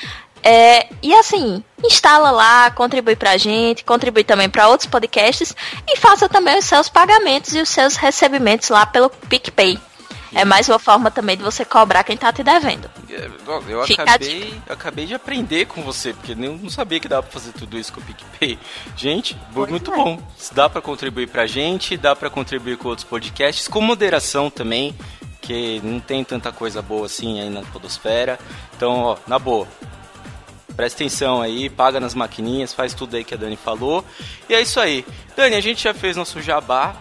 E assim, instala lá, contribui pra gente, contribui também para outros podcasts e faça também os seus pagamentos e os seus recebimentos lá pelo PicPay. É mais uma forma também de você cobrar quem tá te devendo. Eu acabei de aprender com você, porque eu não sabia que dava pra fazer tudo isso com o PicPay. Gente, muito bom. Dá pra contribuir pra gente, dá pra contribuir com outros podcasts, com moderação também, que não tem tanta coisa boa assim aí na podosfera. Então, na boa. Presta atenção aí, paga nas maquininhas, faz tudo aí que a Dani falou. E é isso aí. Dani, a gente já fez nosso jabá.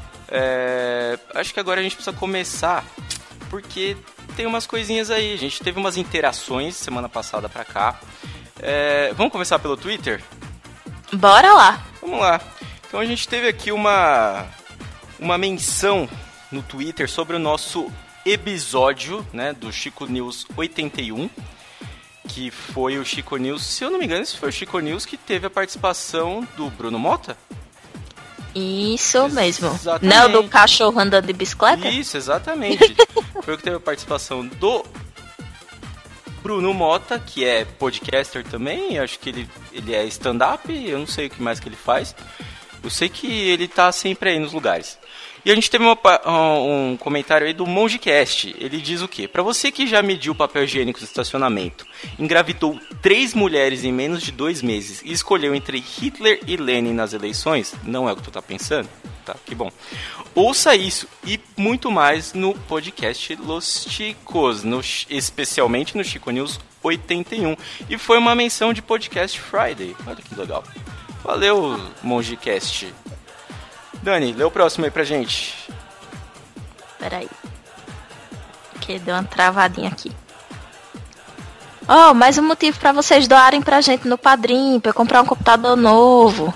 Acho que agora a gente precisa começar, porque tem umas coisinhas aí. A gente teve umas interações semana passada pra cá. Vamos começar pelo Twitter? Bora lá. Vamos lá. Então a gente teve aqui uma menção no Twitter sobre o nosso episódio, né, do Chico News 81. Que foi o Chico News, se eu não me engano, esse foi o Chico News que teve a participação do Bruno Mota? Isso mesmo. Exatamente. Não, do cachorro andando de bicicleta? Isso, exatamente. Foi o que teve a participação do Bruno Mota, que é podcaster também, acho que ele é stand-up, eu não sei o que mais que ele faz. Eu sei que ele tá sempre aí nos lugares. E a gente teve um comentário aí do MongeCast. Ele diz o quê? Pra você que já mediu papel higiênico no estacionamento, engravidou 3 mulheres em menos de 2 meses e escolheu entre Hitler e Lenin nas eleições, não é o que tu tá pensando? Tá, que bom. Ouça isso e muito mais no podcast Los Chicos, especialmente no Chico News 81. E foi uma menção de Podcast Friday. Olha que legal. Valeu, MongeCast. Dani, lê o próximo aí pra gente. Peraí. Que deu uma travadinha aqui. Mais um motivo pra vocês doarem pra gente no Padrim, pra eu comprar um computador novo.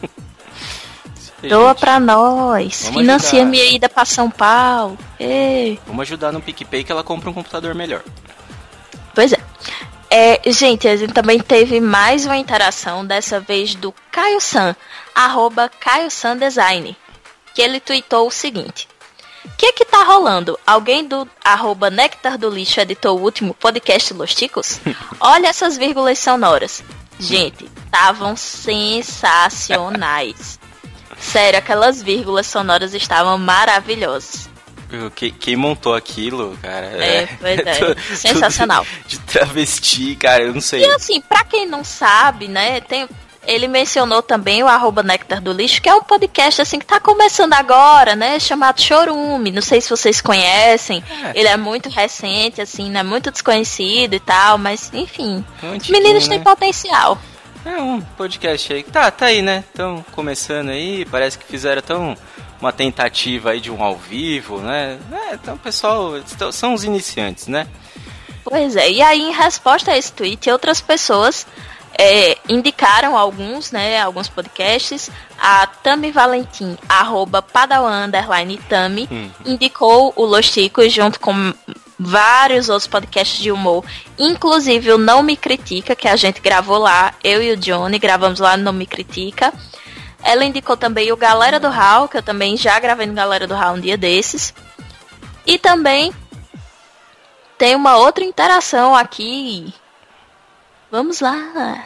Doa pra nós. Financia minha ida pra São Paulo. Ei. Vamos ajudar no PicPay que ela compra um computador melhor. Pois é. Gente, a gente também teve mais uma interação, dessa vez do Caio San, @CaioSanDesign, que ele tweetou o seguinte: O que tá rolando? Alguém do @Nectar do Lixo editou o último podcast Los Ticos? Olha essas vírgulas sonoras. Gente, estavam sensacionais. Sério, aquelas vírgulas sonoras estavam maravilhosas. Quem montou aquilo, cara? Pois é. Sensacional. De travesti, cara, eu não sei. E assim, pra quem não sabe, né, ele mencionou também o @Nectar do Lixo, que é um podcast assim que tá começando agora, né, chamado Chorume. Não sei se vocês conhecem. Ele é muito recente, assim, né, muito desconhecido e tal, mas enfim. Os meninos têm potencial. É um podcast aí que tá aí, né? Estão começando aí, parece que fizeram uma tentativa aí de um ao vivo, né? Então, pessoal, são os iniciantes, né? Pois é, e aí em resposta a esse tweet, outras pessoas indicaram alguns podcasts. A Tami Valentim, @Padawan_Tami, indicou o Los Ticos junto com vários outros podcasts de humor, inclusive o Não Me Critica, que a gente gravou lá, eu e o Johnny gravamos lá no Não Me Critica. Ela indicou também o Galera do Hall, que eu também já gravei no Galera do Hall um dia desses. E também tem uma outra interação aqui. Vamos lá.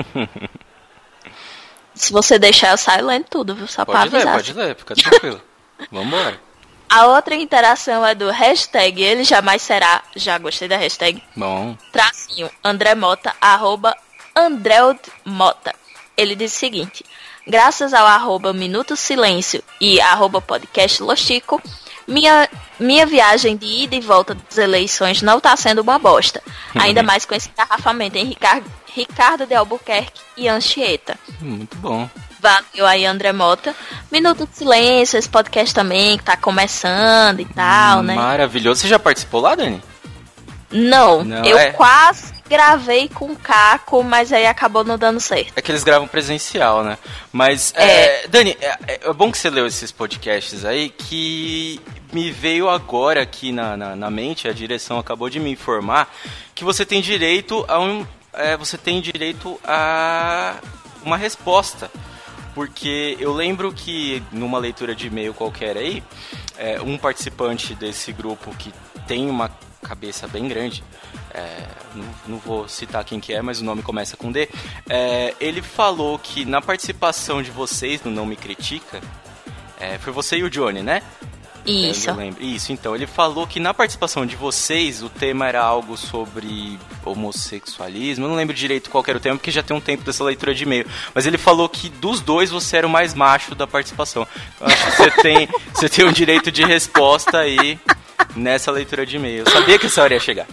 Se você deixar, eu saio lendo tudo, viu? Só pra avisar. Pode ler, fica tranquilo. Vambora. A outra interação é do hashtag Ele Jamais Será. Já gostei da hashtag. Bom. Tracinho, André Mota, @Andreud Mota. Ele diz o seguinte: graças ao @Minuto Silêncio e @Podcast Los Chico, minha viagem de ida e volta das eleições não tá sendo uma bosta. Ainda mais com esse engarrafamento em Ricardo de Albuquerque e Anchieta. Muito bom. Valeu aí, André Mota. Minuto de Silêncio, esse podcast também que tá começando e tal, né? Maravilhoso. Você já participou lá, Dani? Não, eu quase gravei com o Caco, mas aí acabou não dando certo. É que eles gravam presencial, né? Mas, Dani, é bom que você leu esses podcasts aí, que me veio agora aqui na mente, a direção acabou de me informar, que você tem direito a uma resposta. Porque eu lembro que numa leitura de e-mail qualquer aí, um participante desse grupo que tem uma cabeça bem grande, não vou citar quem que é, mas o nome começa com D, ele falou que na participação de vocês no Não Me Critica, foi você e o Johnny, né? Isso. Eu lembro. Isso, então, ele falou que na participação de vocês o tema era algo sobre homossexualismo. Eu não lembro direito qual era o tema, porque já tem um tempo dessa leitura de e-mail. Mas ele falou que dos dois você era o mais macho da participação. Eu acho que você tem um direito de resposta aí nessa leitura de e-mail. Eu sabia que essa hora ia chegar.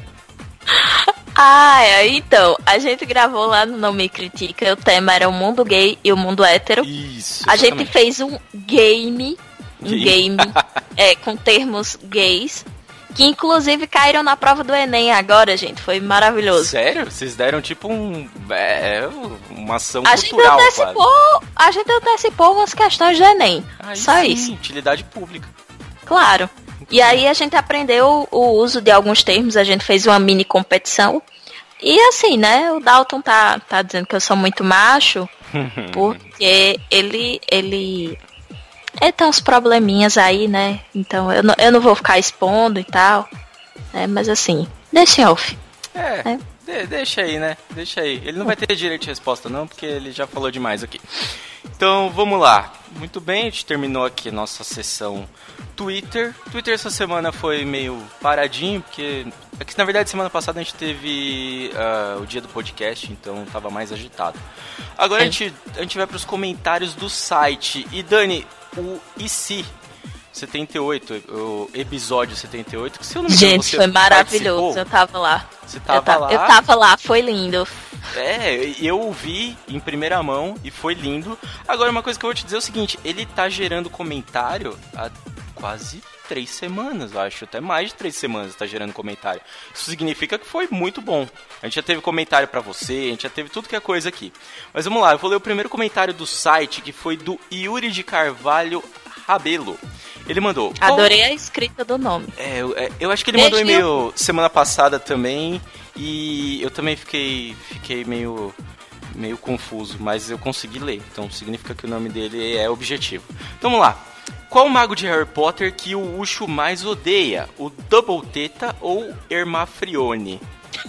Então, a gente gravou lá no Não Me Critica, o tema era o mundo gay e o mundo hétero. Isso, a gente fez um game com termos gays, que inclusive caíram na prova do Enem agora, gente. Foi maravilhoso. Sério? Vocês deram tipo uma ação cultural, a gente antecipou umas questões do Enem. Só isso. Utilidade pública. Claro. E aí a gente aprendeu o uso de alguns termos, a gente fez uma mini competição. E assim, né, o Dalton tá dizendo que eu sou muito macho, porque ele tem uns probleminhas aí, né? Então eu não vou ficar expondo e tal. Mas assim, deixa em off. Deixa aí, né? Deixa aí. Ele não vai ter direito de resposta não, porque ele já falou demais aqui. Então, vamos lá. Muito bem, a gente terminou aqui a nossa sessão Twitter. Twitter essa semana foi meio paradinho, porque na verdade semana passada a gente teve o dia do podcast, então tava mais agitado. Agora a gente vai para os comentários do site. E Dani, o IC 78, o episódio 78, que se eu não me engano, gente, foi maravilhoso, eu tava lá. Você tava lá? Eu tava lá, foi lindo. Eu ouvi em primeira mão e foi lindo. Agora, uma coisa que eu vou te dizer é o seguinte, ele tá gerando comentário há quase 3 semanas, acho, até mais de 3 semanas tá gerando comentário. Isso significa que foi muito bom. A gente já teve comentário pra você, a gente já teve tudo que é coisa aqui. Mas vamos lá, eu vou ler o primeiro comentário do site, que foi do Yuri de Carvalho Rabelo. Ele mandou... Adorei a escrita do nome. Eu acho que ele mandou e-mail semana passada também, e eu também fiquei meio confuso, mas eu consegui ler, então significa que o nome dele é objetivo. Então vamos lá. Qual mago de Harry Potter que o Ucho mais odeia? O Double Teta ou Hermafrione?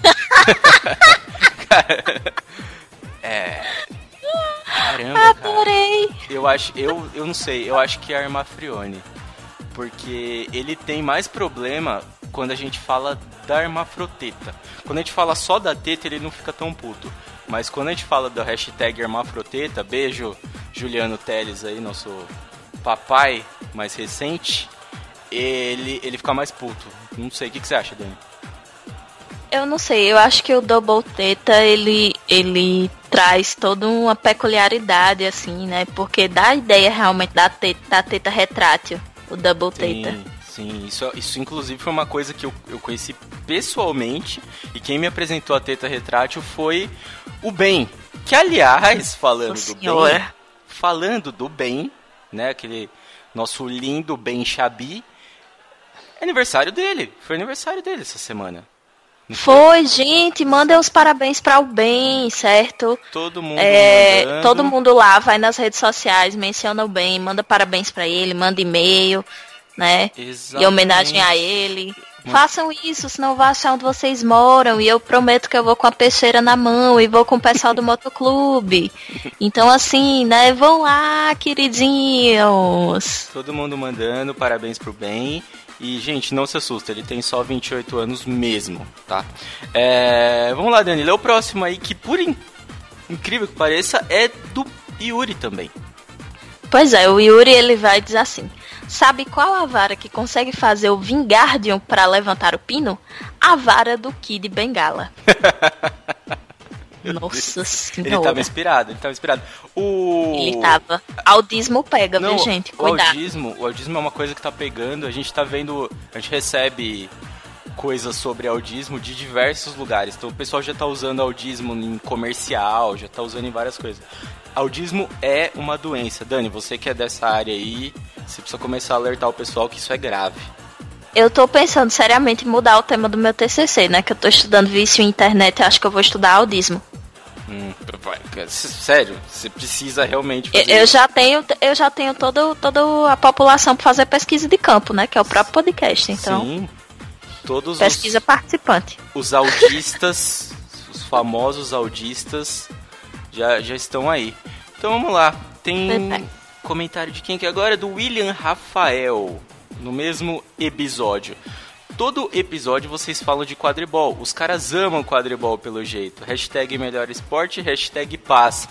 Caramba, adorei. Cara. Eu não sei, eu acho que é a Hermafrione. Porque ele tem mais problema quando a gente fala da Hermafroteta. Quando a gente fala só da teta, ele não fica tão puto. Mas quando a gente fala da hashtag Hermafroteta, beijo Juliano Teles aí, nosso papai mais recente, ele fica mais puto. Não sei, o que você acha, Dani? Eu não sei, eu acho que o Double Teta, ele traz toda uma peculiaridade, assim, né? Porque dá a ideia realmente da teta retrátil, o Double Teta. Sim, isso inclusive foi uma coisa que eu conheci pessoalmente, e quem me apresentou a teta retrátil foi o Ben, que aliás, falando do Ben, né, aquele nosso lindo Ben Chabi, é aniversário dele, foi aniversário dele essa semana. Foi, gente, mandem os parabéns para o Ben, certo? Todo mundo todo mundo lá, vai nas redes sociais, menciona o Ben, manda parabéns para ele, manda e-mail, né? Exatamente. Em homenagem a ele. Façam isso, senão eu vou achar onde vocês moram. E eu prometo que eu vou com a peixeira na mão e vou com o pessoal do motoclube. Então, assim, né? Vão lá, queridinhos. Todo mundo mandando parabéns pro Ben. E, gente, não se assusta, ele tem só 28 anos mesmo, tá? Vamos lá, Dani, lê o próximo aí, que por incrível que pareça, é do Yuri também. Pois é, o Yuri, ele vai dizer assim: sabe qual a vara que consegue fazer o Wingardium pra levantar o pino? A vara do Kid Bengala. Nossa senhora. Ele tava inspirado. Ele tava. Audismo pega, viu, gente? Cuidado. O audismo é uma coisa que tá pegando. A gente tá vendo. A gente recebe coisas sobre audismo de diversos lugares. Então o pessoal já tá usando audismo em comercial, já tá usando em várias coisas. Audismo é uma doença. Dani, você que é dessa área aí, você precisa começar a alertar o pessoal que isso é grave. Eu tô pensando seriamente em mudar o tema do meu TCC, né? Que eu tô estudando vício em internet e acho que eu vou estudar audismo. Sério, você precisa realmente fazer eu já tenho toda a população para fazer pesquisa de campo, né? Que é o próprio podcast, então. Sim, todos pesquisa participante. Os audistas, os famosos audistas já estão aí. Então vamos lá, tem comentário de quem que agora? Do William Rafael, no mesmo episódio. Todo episódio vocês falam de quadribol. Os caras amam quadribol pelo jeito. Hashtag melhor esporte, hashtag paz.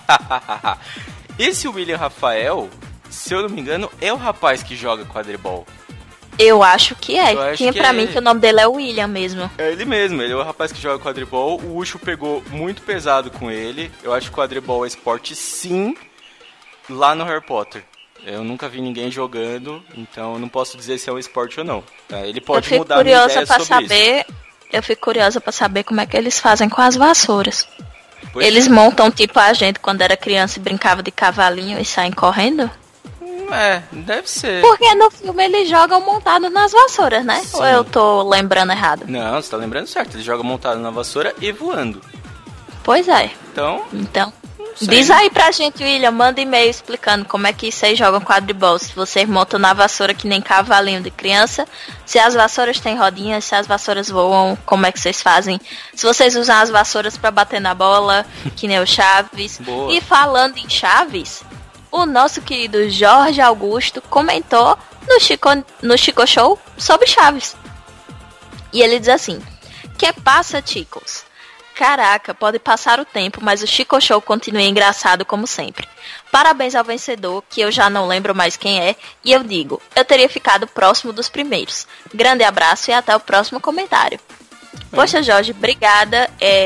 Esse William Rafael, se eu não me engano, é o rapaz que joga quadribol. Eu acho que é. Tinha pra mim que o nome dele é William mesmo. É ele mesmo, ele é o rapaz que joga quadribol. O Ucho pegou muito pesado com ele. Eu acho que quadribol é esporte sim, lá no Harry Potter. Eu nunca vi ninguém jogando, então eu não posso dizer se é um esporte ou não. Ele pode mudar a minha ideia sobre isso. Eu fico curiosa pra saber como é que eles fazem com as vassouras. Eles montam tipo a gente quando era criança e brincava de cavalinho e saem correndo? Deve ser. Porque no filme eles jogam montado nas vassouras, né? Sim. Ou eu tô lembrando errado? Não, você tá lembrando certo. Eles jogam montado na vassoura e voando. Pois é. Então... Diz aí pra gente, William, manda e-mail explicando como é que vocês jogam quadribol. Se vocês montam na vassoura que nem cavalinho de criança, se as vassouras têm rodinhas, se as vassouras voam, como é que vocês fazem? Se vocês usam as vassouras pra bater na bola, que nem o Chaves. Boa. E falando em Chaves, o nosso querido Jorge Augusto comentou no Chico Show sobre Chaves. E ele diz assim: que passa, chicos? Caraca, pode passar o tempo, mas o Chico Show continua engraçado como sempre. Parabéns ao vencedor, que eu já não lembro mais quem é, e eu digo, eu teria ficado próximo dos primeiros. Grande abraço e até o próximo comentário. Poxa, Jorge, obrigada.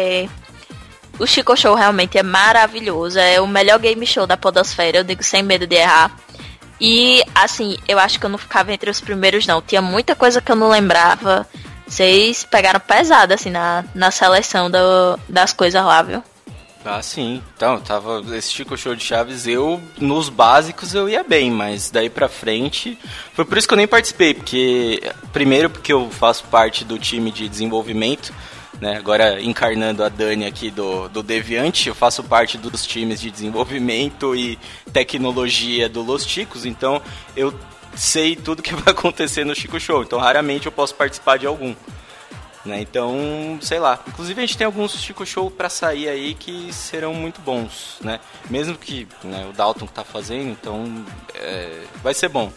O Chico Show realmente é maravilhoso, é o melhor game show da podosfera, eu digo sem medo de errar. E, assim, eu acho que eu não ficava entre os primeiros, não. Tinha muita coisa que eu não lembrava. Vocês pegaram pesado, assim, na seleção das coisas lá, viu? Ah, sim. Então, esse Chico Show de Chaves, nos básicos, eu ia bem, mas daí pra frente... Foi por isso que eu nem participei, primeiro porque eu faço parte do time de desenvolvimento, né? Agora, encarnando a Dani aqui do Deviante, eu faço parte dos times de desenvolvimento e tecnologia do Los Chicos, então eu sei tudo que vai acontecer no Chico Show, então raramente eu posso participar de algum. Né? Então, sei lá. Inclusive a gente tem alguns Chico Show pra sair aí que serão muito bons, né? Mesmo que, né, o Dalton que tá fazendo, então vai ser bom.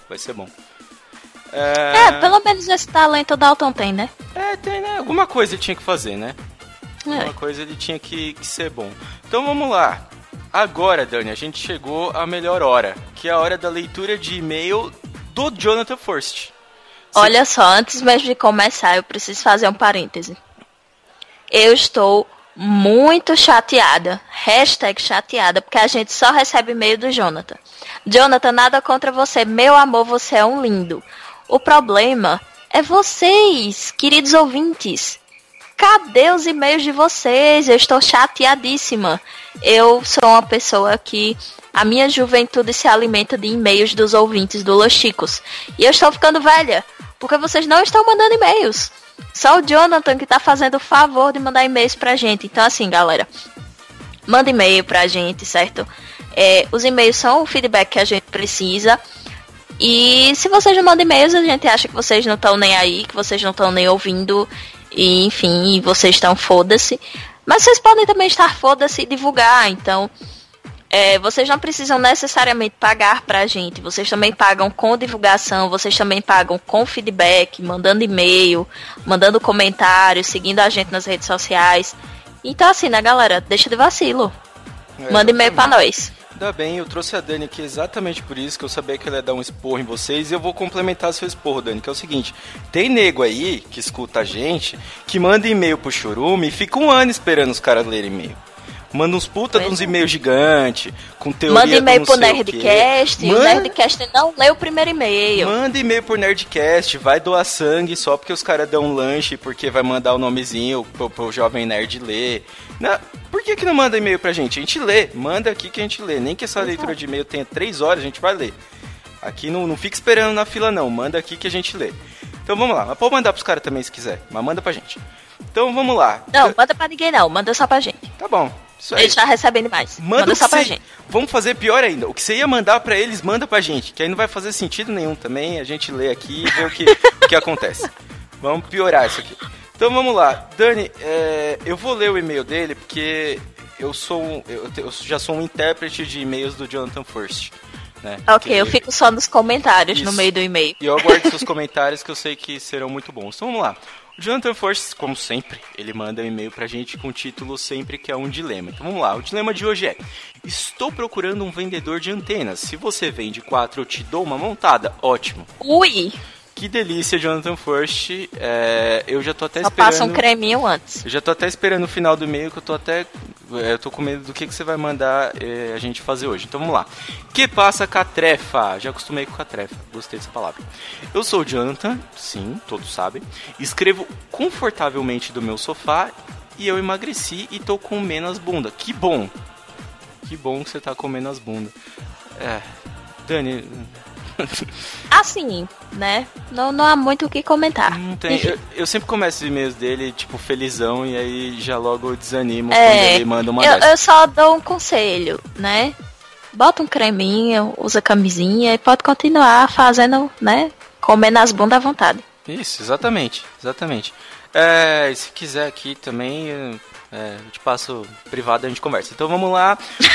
Pelo menos esse talento o Dalton tem, né? Tem, né? Alguma coisa ele tinha que fazer, né? Alguma coisa ele tinha que ser bom. Então vamos lá. Agora, Dani, a gente chegou à melhor hora, que é a hora da leitura de e-mail do Jonathan Furst. Olha só, antes mesmo de começar, eu preciso fazer um parêntese. Eu estou muito chateada, #chateada, porque a gente só recebe e-mail do Jonathan. Jonathan, nada contra você, meu amor, você é um lindo. O problema é vocês, queridos ouvintes. Cadê os e-mails de vocês? Eu estou chateadíssima. Eu sou uma pessoa que a minha juventude se alimenta de e-mails dos ouvintes do Los Chicos. E eu estou ficando velha, porque vocês não estão mandando e-mails. Só o Jonathan que está fazendo o favor de mandar e-mails pra gente. Então assim, galera, manda e-mail pra gente, certo? Os e-mails são o feedback que a gente precisa. E se vocês não mandam e-mails, a gente acha que vocês não estão nem aí, que vocês não estão nem ouvindo. E enfim, vocês estão foda-se. Mas vocês podem também estar foda-se e divulgar. Então, vocês não precisam necessariamente pagar pra gente. Vocês também pagam com divulgação. Vocês também pagam com feedback, mandando e-mail, mandando comentários, seguindo a gente nas redes sociais. Então assim, né, galera? Deixa de vacilo. Manda e-mail pra nós. Ainda bem, eu trouxe a Dani aqui exatamente por isso, que eu sabia que ela ia dar um esporro em vocês, e eu vou complementar seu esporro, Dani, que é o seguinte: tem nego aí que escuta a gente, que manda e-mail pro Chorume e fica um ano esperando os caras lerem e-mail. Manda uns puta de uns e-mails gigantes, com teoria. Manda e-mail pro Nerdcast, e o Nerdcast não lê o primeiro e-mail. Manda e-mail pro Nerdcast, vai doar sangue só porque os caras dão um lanche, porque vai mandar o nomezinho pro Jovem Nerd ler. Por que não manda e-mail pra gente? A gente lê, manda aqui que a gente lê. Nem que essa leitura de e-mail tenha 3 horas, a gente vai ler. Aqui não fica esperando na fila não, manda aqui que a gente lê. Então vamos lá, mas pode mandar pros caras também se quiser, mas manda pra gente. Então vamos lá. Não, manda pra ninguém não, manda só pra gente. Tá bom. Isso aí. Eles tá recebendo mais. Manda só pra gente. Vamos fazer pior ainda. O que você ia mandar pra eles, manda pra gente. Que aí não vai fazer sentido nenhum também. A gente lê aqui e vê o que acontece. Vamos piorar isso aqui. Então vamos lá. Dani, eu vou ler o e-mail dele porque eu já sou um intérprete de e-mails do Jonathan Furst. Né? Ok, eu fico só nos comentários. Isso. No meio do e-mail. E eu aguardo seus comentários que eu sei que serão muito bons. Então vamos lá. O Jonathan Furst, como sempre, ele manda um e-mail pra gente com o título sempre que é um dilema. Então vamos lá, o dilema de hoje é: estou procurando um vendedor de antenas. Se você vende 4, eu te dou uma montada. Ótimo. Ui! Que delícia, Jonathan Furst. Eu já tô até só esperando... passa um creminho antes. Eu já tô até esperando o final do e-mail, que eu tô com medo do que você vai mandar a gente fazer hoje. Então vamos lá. Que passa, catrefa? Já acostumei com catrefa, gostei dessa palavra. Eu sou o Jonathan, sim, todos sabem. Escrevo confortavelmente do meu sofá e eu emagreci e tô com menos bunda. Que bom! Que bom que você tá com menos bunda. Dani... Assim, né? Não há muito o que comentar. Não tem. Eu sempre começo os e-mails dele, tipo, felizão, e aí já logo eu desanimo quando ele manda uma dessas. Eu só dou um conselho, né? Bota um creminho, usa camisinha e pode continuar fazendo, né? Comendo as bundas à vontade. Isso, exatamente. Se quiser aqui também, eu te passo privado e a gente conversa. Então vamos lá.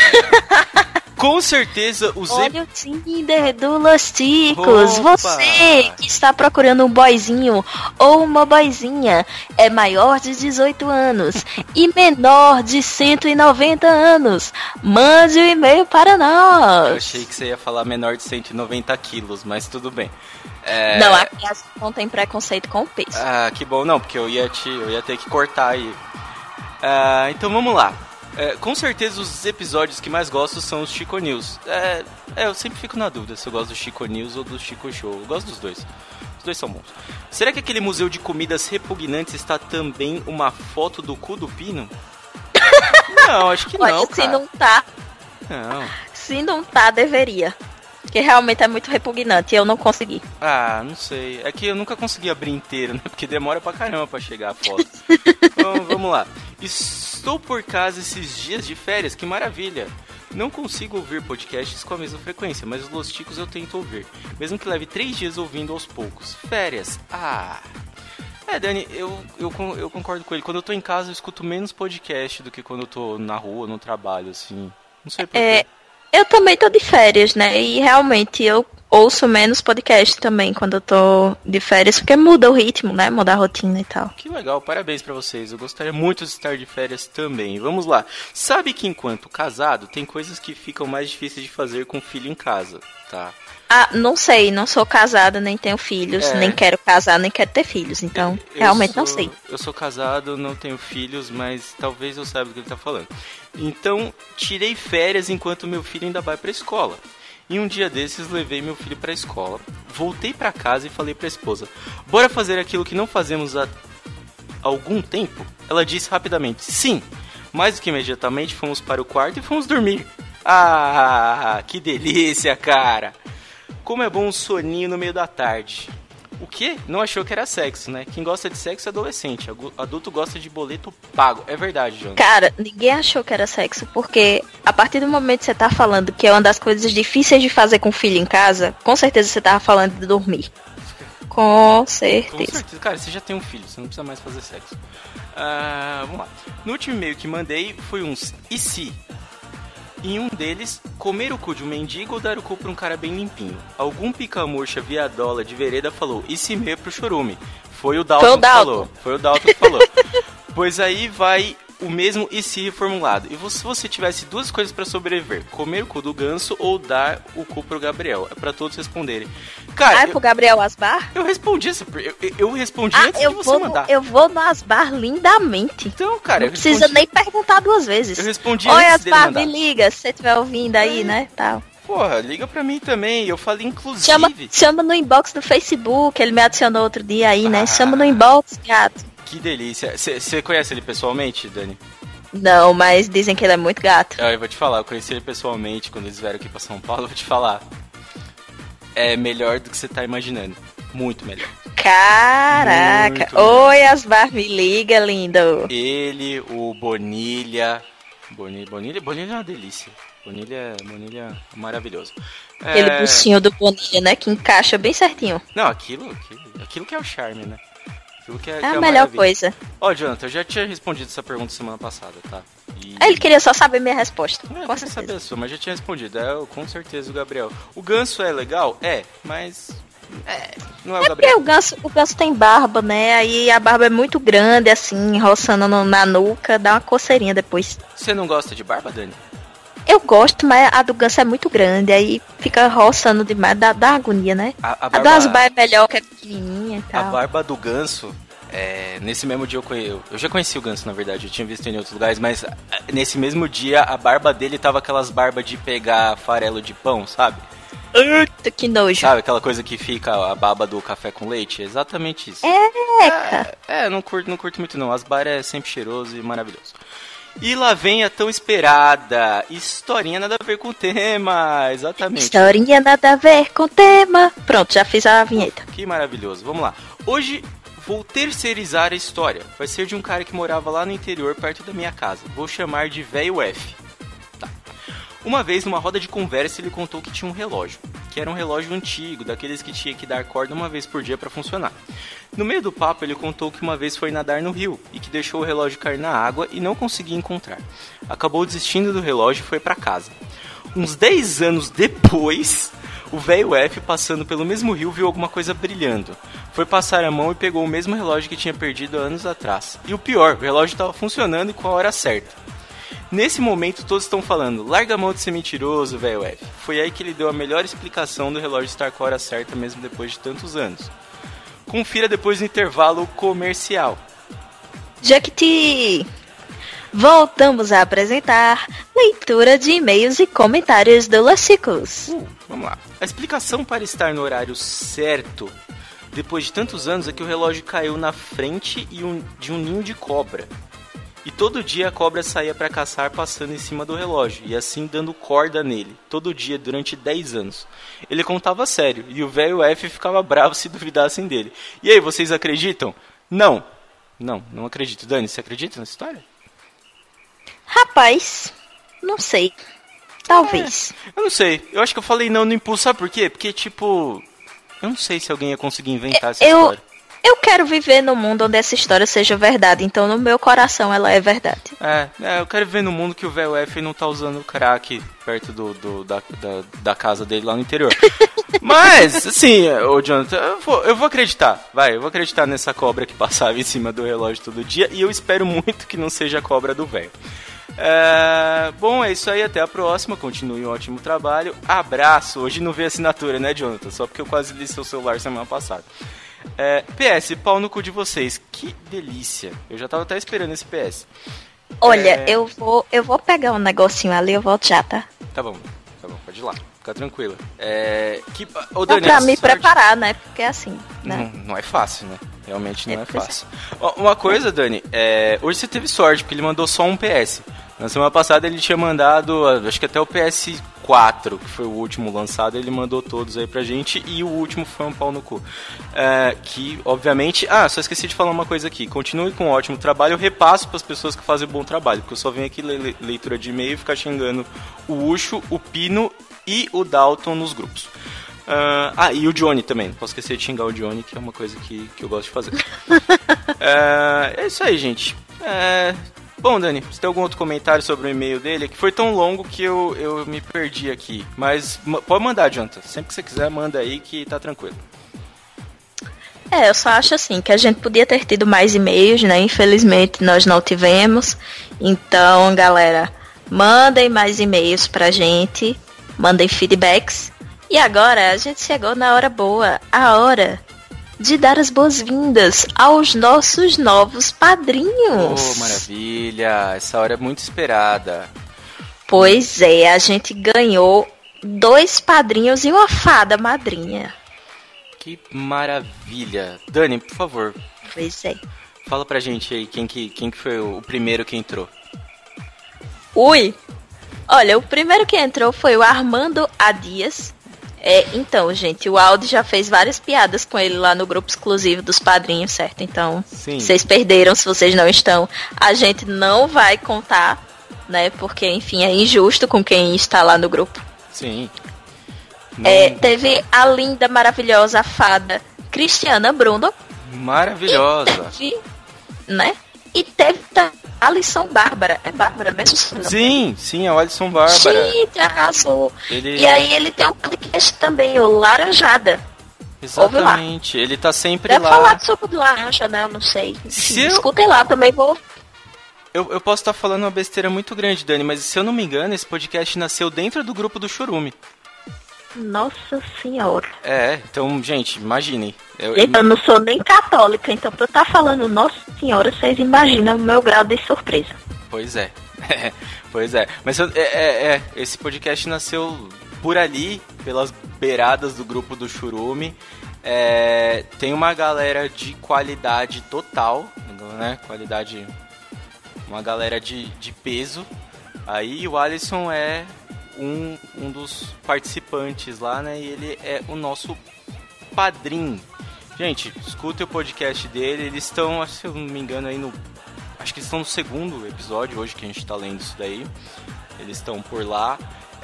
Com certeza os... Olha o Tinder do Los Chicos. Você que está procurando um boyzinho ou uma boyzinha é maior de 18 anos e menor de 190 anos. Mande um e-mail para nós. Eu achei que você ia falar menor de 190 quilos, mas tudo bem. Não, aqui não tem preconceito com o peso. Ah, que bom. Não, porque eu ia ter que cortar aí. Então vamos lá. Com certeza os episódios que mais gosto são os Chico News. Eu sempre fico na dúvida se eu gosto do Chico News ou do Chico Show. Eu gosto dos dois. Os dois são bons. Será que aquele museu de comidas repugnantes está também uma foto do cu do Pino? Não, acho que não, cara. Se não tá... Não. Se não tá, deveria. Porque realmente é muito repugnante e eu não consegui. Não sei. É que eu nunca consegui abrir inteiro, né? Porque demora pra caramba pra chegar a foto. Então, vamos lá. Estou por casa esses dias de férias, que maravilha. Não consigo ouvir podcasts com a mesma frequência, mas os Los Ticos eu tento ouvir, mesmo que leve 3 dias ouvindo aos poucos. Férias. Dani, eu concordo com ele. Quando eu tô em casa, eu escuto menos podcast do que quando eu tô na rua, no trabalho, assim. Não sei porquê. Eu também tô de férias, né? E realmente eu ouço menos podcast também quando eu tô de férias, porque muda o ritmo, né? Muda a rotina e tal. Que legal, parabéns pra vocês. Eu gostaria muito de estar de férias também. Vamos lá. Sabe que enquanto casado, tem coisas que ficam mais difíceis de fazer com filho em casa, tá? Não sei, não sou casada, nem tenho filhos, nem quero casar, nem quero ter filhos, então realmente não sei. Eu sou casado, não tenho filhos, mas talvez eu saiba do que ele tá falando. Então, tirei férias enquanto meu filho ainda vai pra escola. E um dia desses, levei meu filho pra escola, voltei pra casa e falei pra esposa: bora fazer aquilo que não fazemos há algum tempo? Ela disse rapidamente: sim. Mais do que imediatamente, fomos para o quarto e fomos dormir. Que delícia, cara! Como é bom um soninho no meio da tarde. O quê? Não achou que era sexo, né? Quem gosta de sexo é adolescente. Adulto gosta de boleto pago. É verdade, Jonas. Cara, ninguém achou que era sexo, porque a partir do momento que você tá falando que é uma das coisas difíceis de fazer com o filho em casa, com certeza você tava falando de dormir. Com certeza. Cara, você já tem um filho, você não precisa mais fazer sexo. Vamos lá. No último e-mail que mandei, foi uns e se? Em um deles, comer o cu de um mendigo ou dar o cu pra um cara bem limpinho. Algum pica-murcha viadola de vereda falou: e se meio pro chorume? Foi o Dalton que falou. Foi o Dalton que falou. Pois aí vai o mesmo e se reformulado. E se você tivesse duas coisas pra sobreviver: comer o cu do ganso ou dar o cu pro Gabriel? É pra todos responderem. Cara, pro Gabriel Asbar? Eu respondi isso. Eu respondi antes de você mandar. Eu vou no Asbar lindamente. Então, cara, não precisa nem perguntar duas vezes. Eu respondi antes antes dele mandar. Asbar, me liga, se você estiver ouvindo aí, né, tal. Porra, liga pra mim também. Eu falei inclusive. Chama no inbox do Facebook, ele me adicionou outro dia aí, né? Chama no inbox, gato. Que delícia. Você conhece ele pessoalmente, Dani? Não, mas dizem que ele é muito gato. Eu vou te falar, eu conheci ele pessoalmente quando eles vieram aqui pra São Paulo, eu vou te falar. É melhor do que você tá imaginando. Muito melhor. Caraca. Muito Oi, melhor. Asbar, me liga, lindo. Ele, o Bonilha. Bonilha é uma delícia. Bonilha é maravilhoso. Aquele bucinho do Bonilha, né? Que encaixa bem certinho. Não, aquilo que é o charme, né? Aquilo que é a melhor coisa. Jonathan, eu já tinha respondido essa pergunta semana passada, tá? Ele queria só saber minha resposta. Com certeza. Saber a sua, mas já tinha respondido. Com certeza o Gabriel. O ganso é legal? Mas... não é o Gabriel. Porque o ganso tem barba, né? Aí a barba é muito grande, assim, roçando na nuca, dá uma coceirinha depois. Você não gosta de barba, Dani? Eu gosto, mas a do ganso é muito grande, aí fica roçando demais, dá agonia, né? A do Asbar é melhor, que é pequenininha e tal. A barba do ganso, nesse mesmo dia eu já conheci o ganso, na verdade, eu tinha visto em outros lugares, mas nesse mesmo dia a barba dele tava aquelas barbas de pegar farelo de pão, sabe? Que nojo. Sabe, aquela coisa que fica a baba do café com leite? É exatamente isso. Não curto muito não, Asbar é sempre cheiroso e maravilhoso. E lá vem a tão esperada historinha nada a ver com o tema, exatamente. Historinha nada a ver com o tema. Pronto, já fiz a vinheta. Que maravilhoso, vamos lá. Hoje vou terceirizar a história. Vai ser de um cara que morava lá no interior, perto da minha casa. Vou chamar de Velho F. Tá. Uma vez, numa roda de conversa, ele contou que tinha um relógio. Que era um relógio antigo, daqueles que tinha que dar corda uma vez por dia para funcionar. No meio do papo, ele contou que uma vez foi nadar no rio e que deixou o relógio cair na água e não conseguia encontrar. Acabou desistindo do relógio e foi para casa. Uns 10 anos depois, o velho F, passando pelo mesmo rio, viu alguma coisa brilhando. Foi passar a mão e pegou o mesmo relógio que tinha perdido anos atrás. E o pior, o relógio estava funcionando e com a hora certa. Nesse momento, todos estão falando: larga a mão de ser mentiroso, velho F. Foi aí que ele deu a melhor explicação do relógio estar com a hora certa mesmo depois de tantos anos. Confira depois do intervalo comercial. Jequiti! Voltamos a apresentar leitura de e-mails e comentários do Los Ticos. Vamos lá. A explicação para estar no horário certo, depois de tantos anos, é que o relógio caiu na frente de um ninho de cobra. E todo dia a cobra saía para caçar passando em cima do relógio, e assim dando corda nele, todo dia durante 10 anos. Ele contava sério, e o velho F ficava bravo se duvidassem dele. E aí, vocês acreditam? Não acredito. Dani, você acredita nessa história? Rapaz, não sei. Talvez. Eu não sei. Eu acho que eu falei não no impulso. Sabe por quê? Porque, tipo... Eu não sei se alguém ia conseguir inventar essa história. Eu quero viver num mundo onde essa história seja verdade. Então, no meu coração, ela é verdade. Eu quero viver num mundo que o velho F não tá usando crack perto da casa dele lá no interior. Mas, assim, ô Jonathan, eu vou acreditar. Eu vou acreditar nessa cobra que passava em cima do relógio todo dia. E eu espero muito que não seja a cobra do velho. Bom, é isso aí, até a próxima. Continue um ótimo trabalho. Abraço. Hoje não veio assinatura, né, Jonathan? Só porque eu quase li seu celular semana passada. PS, pau no cu de vocês. Que delícia. Eu já tava até esperando esse PS. Olha, eu vou pegar um negocinho ali, eu volto já, tá? Tá bom, pode ir lá. Fica tranquila. Dani, pra me preparar, né? Porque assim, né? Não é fácil, né? Realmente não é fácil. Uma coisa, Dani, hoje você teve sorte, porque ele mandou só um PS. Na semana passada ele tinha mandado, acho que até o PS4, que foi o último lançado, ele mandou todos aí pra gente, e o último foi um pau no cu. Que, obviamente... só esqueci de falar uma coisa aqui. Continue com um ótimo trabalho, eu repasso pras pessoas que fazem bom trabalho, porque eu só venho aqui ler leitura de e-mail e ficar xingando o Ucho, o Pino e o Dalton nos grupos. E o Johnny também, não posso esquecer de xingar o Johnny, que é uma coisa que eu gosto de fazer. É isso aí, gente. Bom, Dani, você tem algum outro comentário sobre o e-mail dele? Que foi tão longo que eu me perdi aqui. Mas pode mandar, Jonathan. Sempre que você quiser, manda aí que tá tranquilo. Eu só acho assim, que a gente podia ter tido mais e-mails, né? Infelizmente nós não tivemos. Então, galera, mandem mais e-mails pra gente. Mandem feedbacks. E agora a gente chegou na hora boa. A hora de dar as boas-vindas aos nossos novos padrinhos. Maravilha! Essa hora é muito esperada. Pois é, a gente ganhou 2 padrinhos e uma fada madrinha. Que maravilha! Dani, por favor. Pois é. Fala pra gente aí quem que foi o primeiro que entrou. Olha, o primeiro que entrou foi o Armando A. Dias. Então, gente, o Aldi já fez várias piadas com ele lá no grupo exclusivo dos padrinhos, certo? Então, vocês perderam, se vocês não estão. A gente não vai contar, né? Porque, enfim, é injusto com quem está lá no grupo. Sim. Teve a linda, maravilhosa fada Cristiana Bruno. Maravilhosa. Né? E teve a Alisson Bárbara. É Bárbara mesmo? Sim, é o Alisson Bárbara. Gente, arrasou. E aí ele tem um podcast também, o Laranjada. Exatamente, ele tá sempre Deve lá. Deve falar de suco de laranja, né? Eu não sei. Escutem lá, também vou... Eu posso estar falando uma besteira muito grande, Dani, mas se eu não me engano, esse podcast nasceu dentro do grupo do Churume. Nossa senhora. Então, gente, imaginem. Eu não sou nem católica, então pra eu estar falando Nossa Senhora, vocês imaginam o meu grau de surpresa. Pois é. Mas esse podcast nasceu por ali, pelas beiradas do grupo do Churume. Tem uma galera de qualidade total, né? Uma galera de peso. Aí o Alisson é um dos participantes lá, né? E ele é o nosso padrinho. Gente, escutem o podcast dele. Eles estão, se eu não me engano, aí acho que eles estão no 2º episódio hoje que a gente tá lendo isso daí. Eles estão por lá.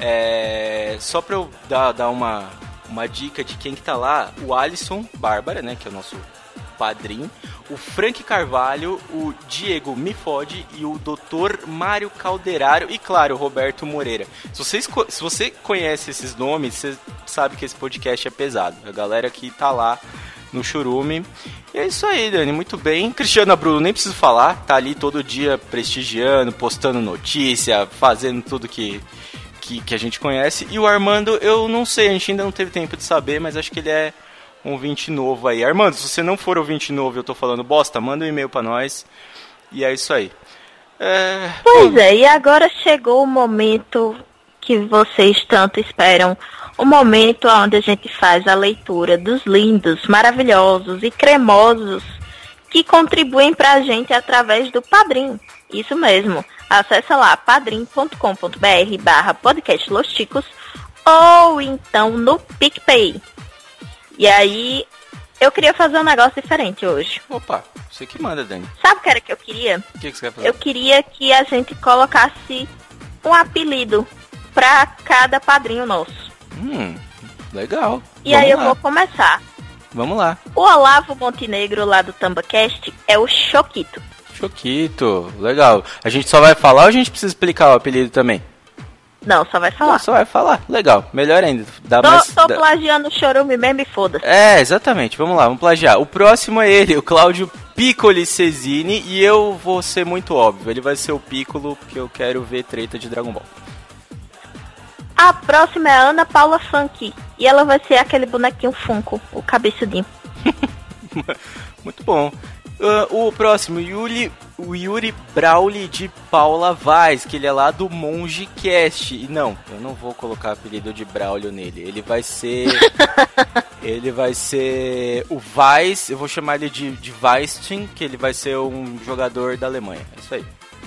Só pra eu dar uma dica de quem que tá lá: o Alisson Bárbara, né? Que é o nosso padrinho, o Frank Carvalho, o Diego Mifode e o Dr. Mário Calderaro e, claro, o Roberto Moreira. Se você conhece esses nomes, você sabe que esse podcast é pesado. A galera que tá lá no Churume. E é isso aí, Dani, muito bem. Cristiana Bruno, nem preciso falar, tá ali todo dia prestigiando, postando notícia, fazendo tudo que a gente conhece. E o Armando, eu não sei, a gente ainda não teve tempo de saber, mas acho que ele é um ouvinte novo aí. Armando, se você não for ouvinte novo e eu tô falando bosta, manda um e-mail pra nós. E é isso aí. Pois é, e agora chegou o momento que vocês tanto esperam. O momento onde a gente faz a leitura dos lindos, maravilhosos e cremosos que contribuem pra gente através do Padrim. Isso mesmo. Acesse lá padrim.com.br/podcastlosticos ou então no PicPay. E aí, eu queria fazer um negócio diferente hoje. Opa, você que manda, Dani. Sabe o que era que eu queria? O que você quer fazer? Eu queria que a gente colocasse um apelido pra cada padrinho nosso. Legal. E aí eu vou começar. Vamos lá. O Olavo Montenegro, lá do TambaCast, é o Choquito. Choquito, legal. A gente só vai falar ou a gente precisa explicar o apelido também? Não, só vai falar. Não, só vai falar. Legal, melhor ainda. Tô plagiando o Chorume mesmo e foda-se. Exatamente. Vamos lá, vamos plagiar. O próximo é ele, o Cláudio Piccoli Cesini, e eu vou ser muito óbvio. Ele vai ser o Piccolo, porque eu quero ver treta de Dragon Ball. A próxima é a Ana Paula Funk. E ela vai ser aquele bonequinho Funko, o cabeçudinho. Muito bom. O próximo, o Yuri Brauli de Paula Vaz, que ele é lá do Monge Cast. E não, eu não vou colocar apelido de Braulio nele. Ele vai ser... ele vai ser o Weiss, eu vou chamar ele de Weistin, que ele vai ser um jogador da Alemanha. É isso aí.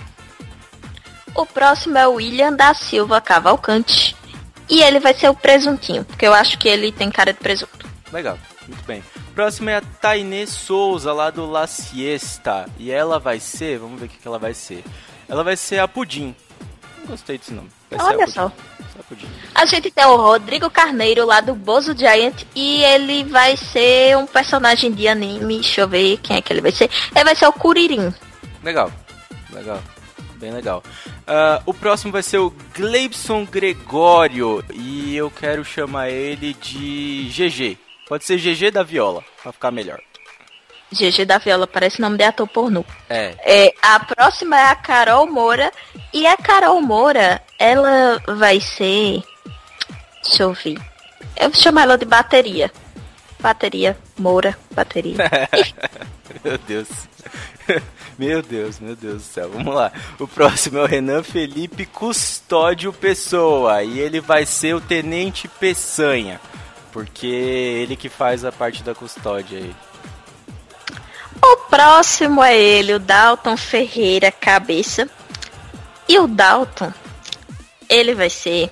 O próximo é o William da Silva Cavalcante. E ele vai ser o Presuntinho, porque eu acho que ele tem cara de presunto. Legal, muito bem. Próximo é a Tainê Souza, lá do La Siesta. E ela vai ser, vamos ver o que ela vai ser. Ela vai ser a Pudim. Não gostei desse nome. Olha só. A gente tem o Rodrigo Carneiro, lá do Bozo Giant. E ele vai ser um personagem de anime. Deixa eu ver quem é que ele vai ser. Ele vai ser o Kuririn. Legal. Bem legal. O próximo vai ser o Gleibson Gregório. E eu quero chamar ele de GG. Pode ser GG da Viola, pra ficar melhor. GG da Viola, parece nome de ator pornô. A próxima é a Carol Moura. E a Carol Moura, ela vai ser... Deixa eu ver. Eu vou chamar ela de Bateria. Bateria, Moura, Bateria. Meu Deus. Meu Deus do céu. Vamos lá. O próximo é o Renan Felipe Custódio Pessoa. E ele vai ser o Tenente Peçanha. Porque ele que faz a parte da custódia aí. O próximo é ele, o Dalton Ferreira Cabeça. E o Dalton, ele vai ser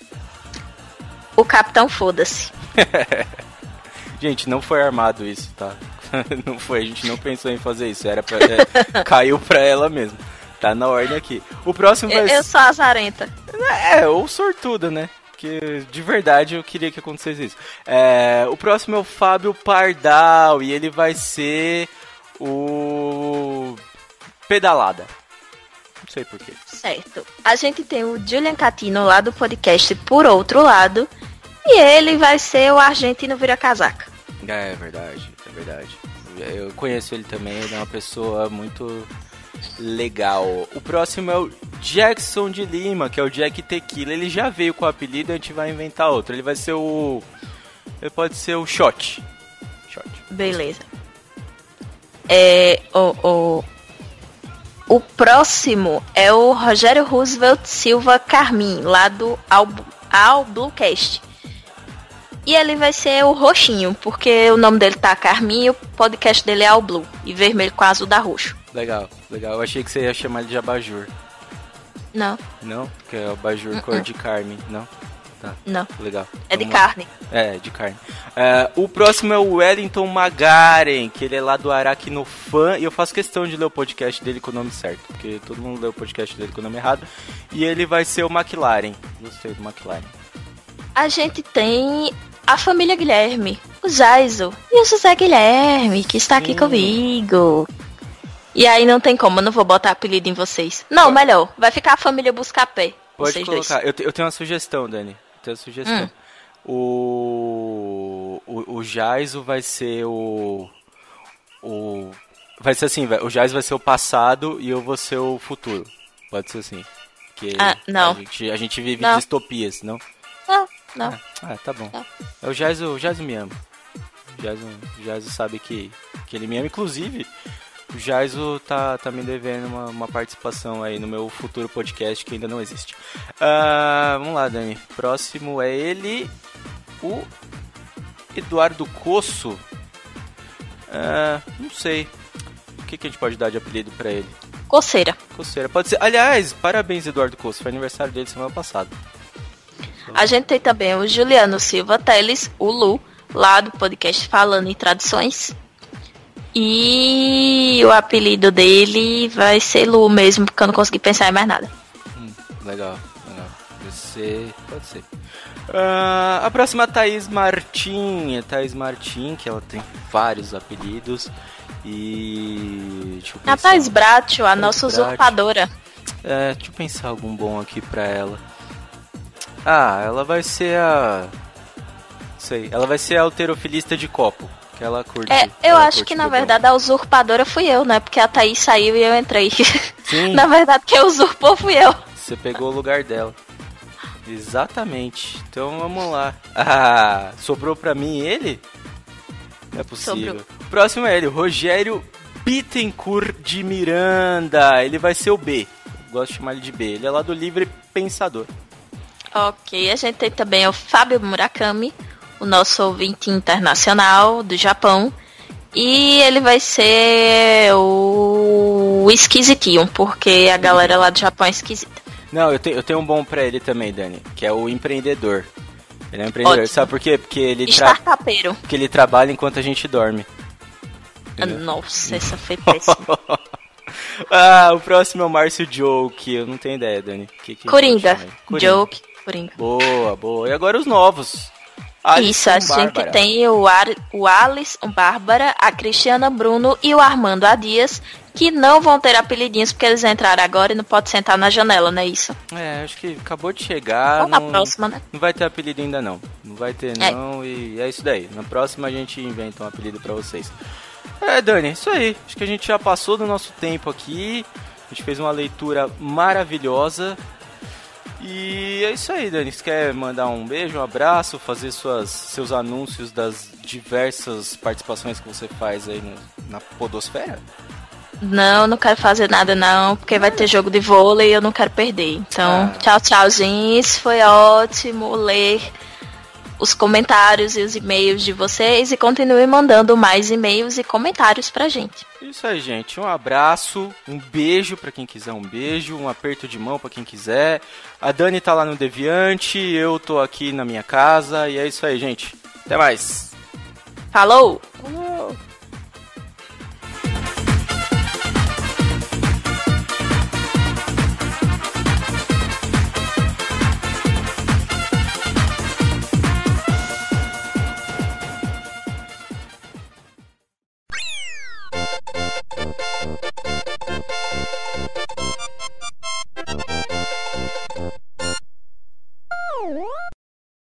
o Capitão Foda-se. Gente, não foi armado isso, tá? Não foi, a gente não pensou em fazer isso. Caiu pra ela mesmo. Tá na ordem aqui. O próximo vai ser... Eu sou azarenta. Ou sortuda, né? Porque de verdade eu queria que acontecesse isso. O próximo é o Fábio Pardal. E ele vai ser o Pedalada. Não sei porquê. Certo. A gente tem o Julian Catino lá do podcast Por Outro Lado. E ele vai ser o Argentino Vira Casaca. É verdade. Eu conheço ele também, ele é uma pessoa muito legal. O próximo é o Jackson de Lima, que é o Jack Tequila. Ele já veio com o apelido, a gente vai inventar outro. Ele vai ser o... Ele pode ser o Shot. Beleza. O próximo é o Rogério Roosevelt Silva Carmin, lá do All Bluecast. E ele vai ser o roxinho, porque o nome dele tá Carmin e o podcast dele é All Blue. E vermelho com azul da roxo. Legal. Eu achei que você ia chamar ele de abajur. Não. Não? Porque é o abajur cor de carne, não? Tá. Não. Legal. É de carne. De carne. O próximo é o Wellington Magaren, que ele é lá do Aracnofan. E eu faço questão de ler o podcast dele com o nome certo, porque todo mundo lê o podcast dele com o nome errado. E ele vai ser o McLaren. Gostei do McLaren. A gente tem a família Guilherme, o Jaiso e o José Guilherme, que está aqui comigo. E aí não tem como, eu não vou botar apelido em vocês. Não, melhor, vai ficar a família Buscapé. Pode colocar. Eu tenho uma sugestão, Dani. O Jaiso vai ser vai ser assim, o Jaiso vai ser o passado e eu vou ser o futuro. Pode ser assim. Porque não. A gente vive distopias, não? Não. Tá bom. O Jaiso me ama. O Jaiso sabe que ele me ama. Inclusive, o Jaiso tá me devendo uma participação aí no meu futuro podcast que ainda não existe. Vamos lá, Dani. Próximo é ele, o Eduardo Cosso. Não sei. O que a gente pode dar de apelido pra ele? Coceira. Pode ser. Aliás, parabéns, Eduardo Cosso. Foi aniversário dele semana passada. A gente tem também o Juliano Silva Teles, o Lu, lá do podcast Falando em Tradições. E o apelido dele vai ser Lu mesmo, porque eu não consegui pensar em mais nada. Legal. Pode ser. A próxima é a Thaís Martin. Thaís Martin, que ela tem vários apelidos. E... deixa eu pensar. A Thaís Bracho, a nossa usurpadora. Deixa eu pensar algum bom aqui pra ela. Ela vai ser a... sei, ela vai ser a alterofilista de copo. Que ela curte. Eu acho que na verdade a usurpadora fui eu, né? Porque a Thaís saiu e eu entrei. Sim. Na verdade quem usurpou fui eu. Você pegou o lugar dela. Exatamente. Então vamos lá. Sobrou pra mim ele? Não é possível. Sobrou. Próximo é ele, Rogério Bittencourt de Miranda. Ele vai ser o B. Eu gosto de chamar ele de B. Ele é lá do Livre Pensador. Ok, a gente tem também o Fábio Murakami, o nosso ouvinte internacional do Japão. E ele vai ser o esquisitinho, porque a galera lá do Japão é esquisita. Não, eu tenho um bom pra ele também, Dani, que é o empreendedor. Ele é um empreendedor. Ótimo. Sabe por quê? Porque ele startupeiro. Porque ele trabalha enquanto a gente dorme. Entendeu? Nossa, essa foi péssima. O próximo é o Márcio Joke. Eu não tenho ideia, Dani. Coringa. Joke, Coringa. Boa. E agora os novos. Isso, a gente tem o Alice, o Bárbara, a Cristiana Bruno e o Armando Adias, que não vão ter apelidinhos porque eles entraram agora e não pode sentar na janela, não é isso? Acho que acabou de chegar. Na próxima, né? Não vai ter apelido ainda não. Não vai ter não, e é isso daí. Na próxima a gente inventa um apelido pra vocês. Dani, isso aí. Acho que a gente já passou do nosso tempo aqui. A gente fez uma leitura maravilhosa. E é isso aí, Dani. Você quer mandar um beijo, um abraço, fazer seus anúncios das diversas participações que você faz aí na podosfera? Não quero fazer nada não, porque vai ter jogo de vôlei e eu não quero perder. Então, tchau, gente. Foi ótimo ler os comentários e os e-mails de vocês e continue mandando mais e-mails e comentários pra gente. Isso aí, gente. Um abraço, um beijo pra quem quiser um beijo, um aperto de mão pra quem quiser. A Dani tá lá no Deviante, eu tô aqui na minha casa e é isso aí, gente. Até mais. Falou!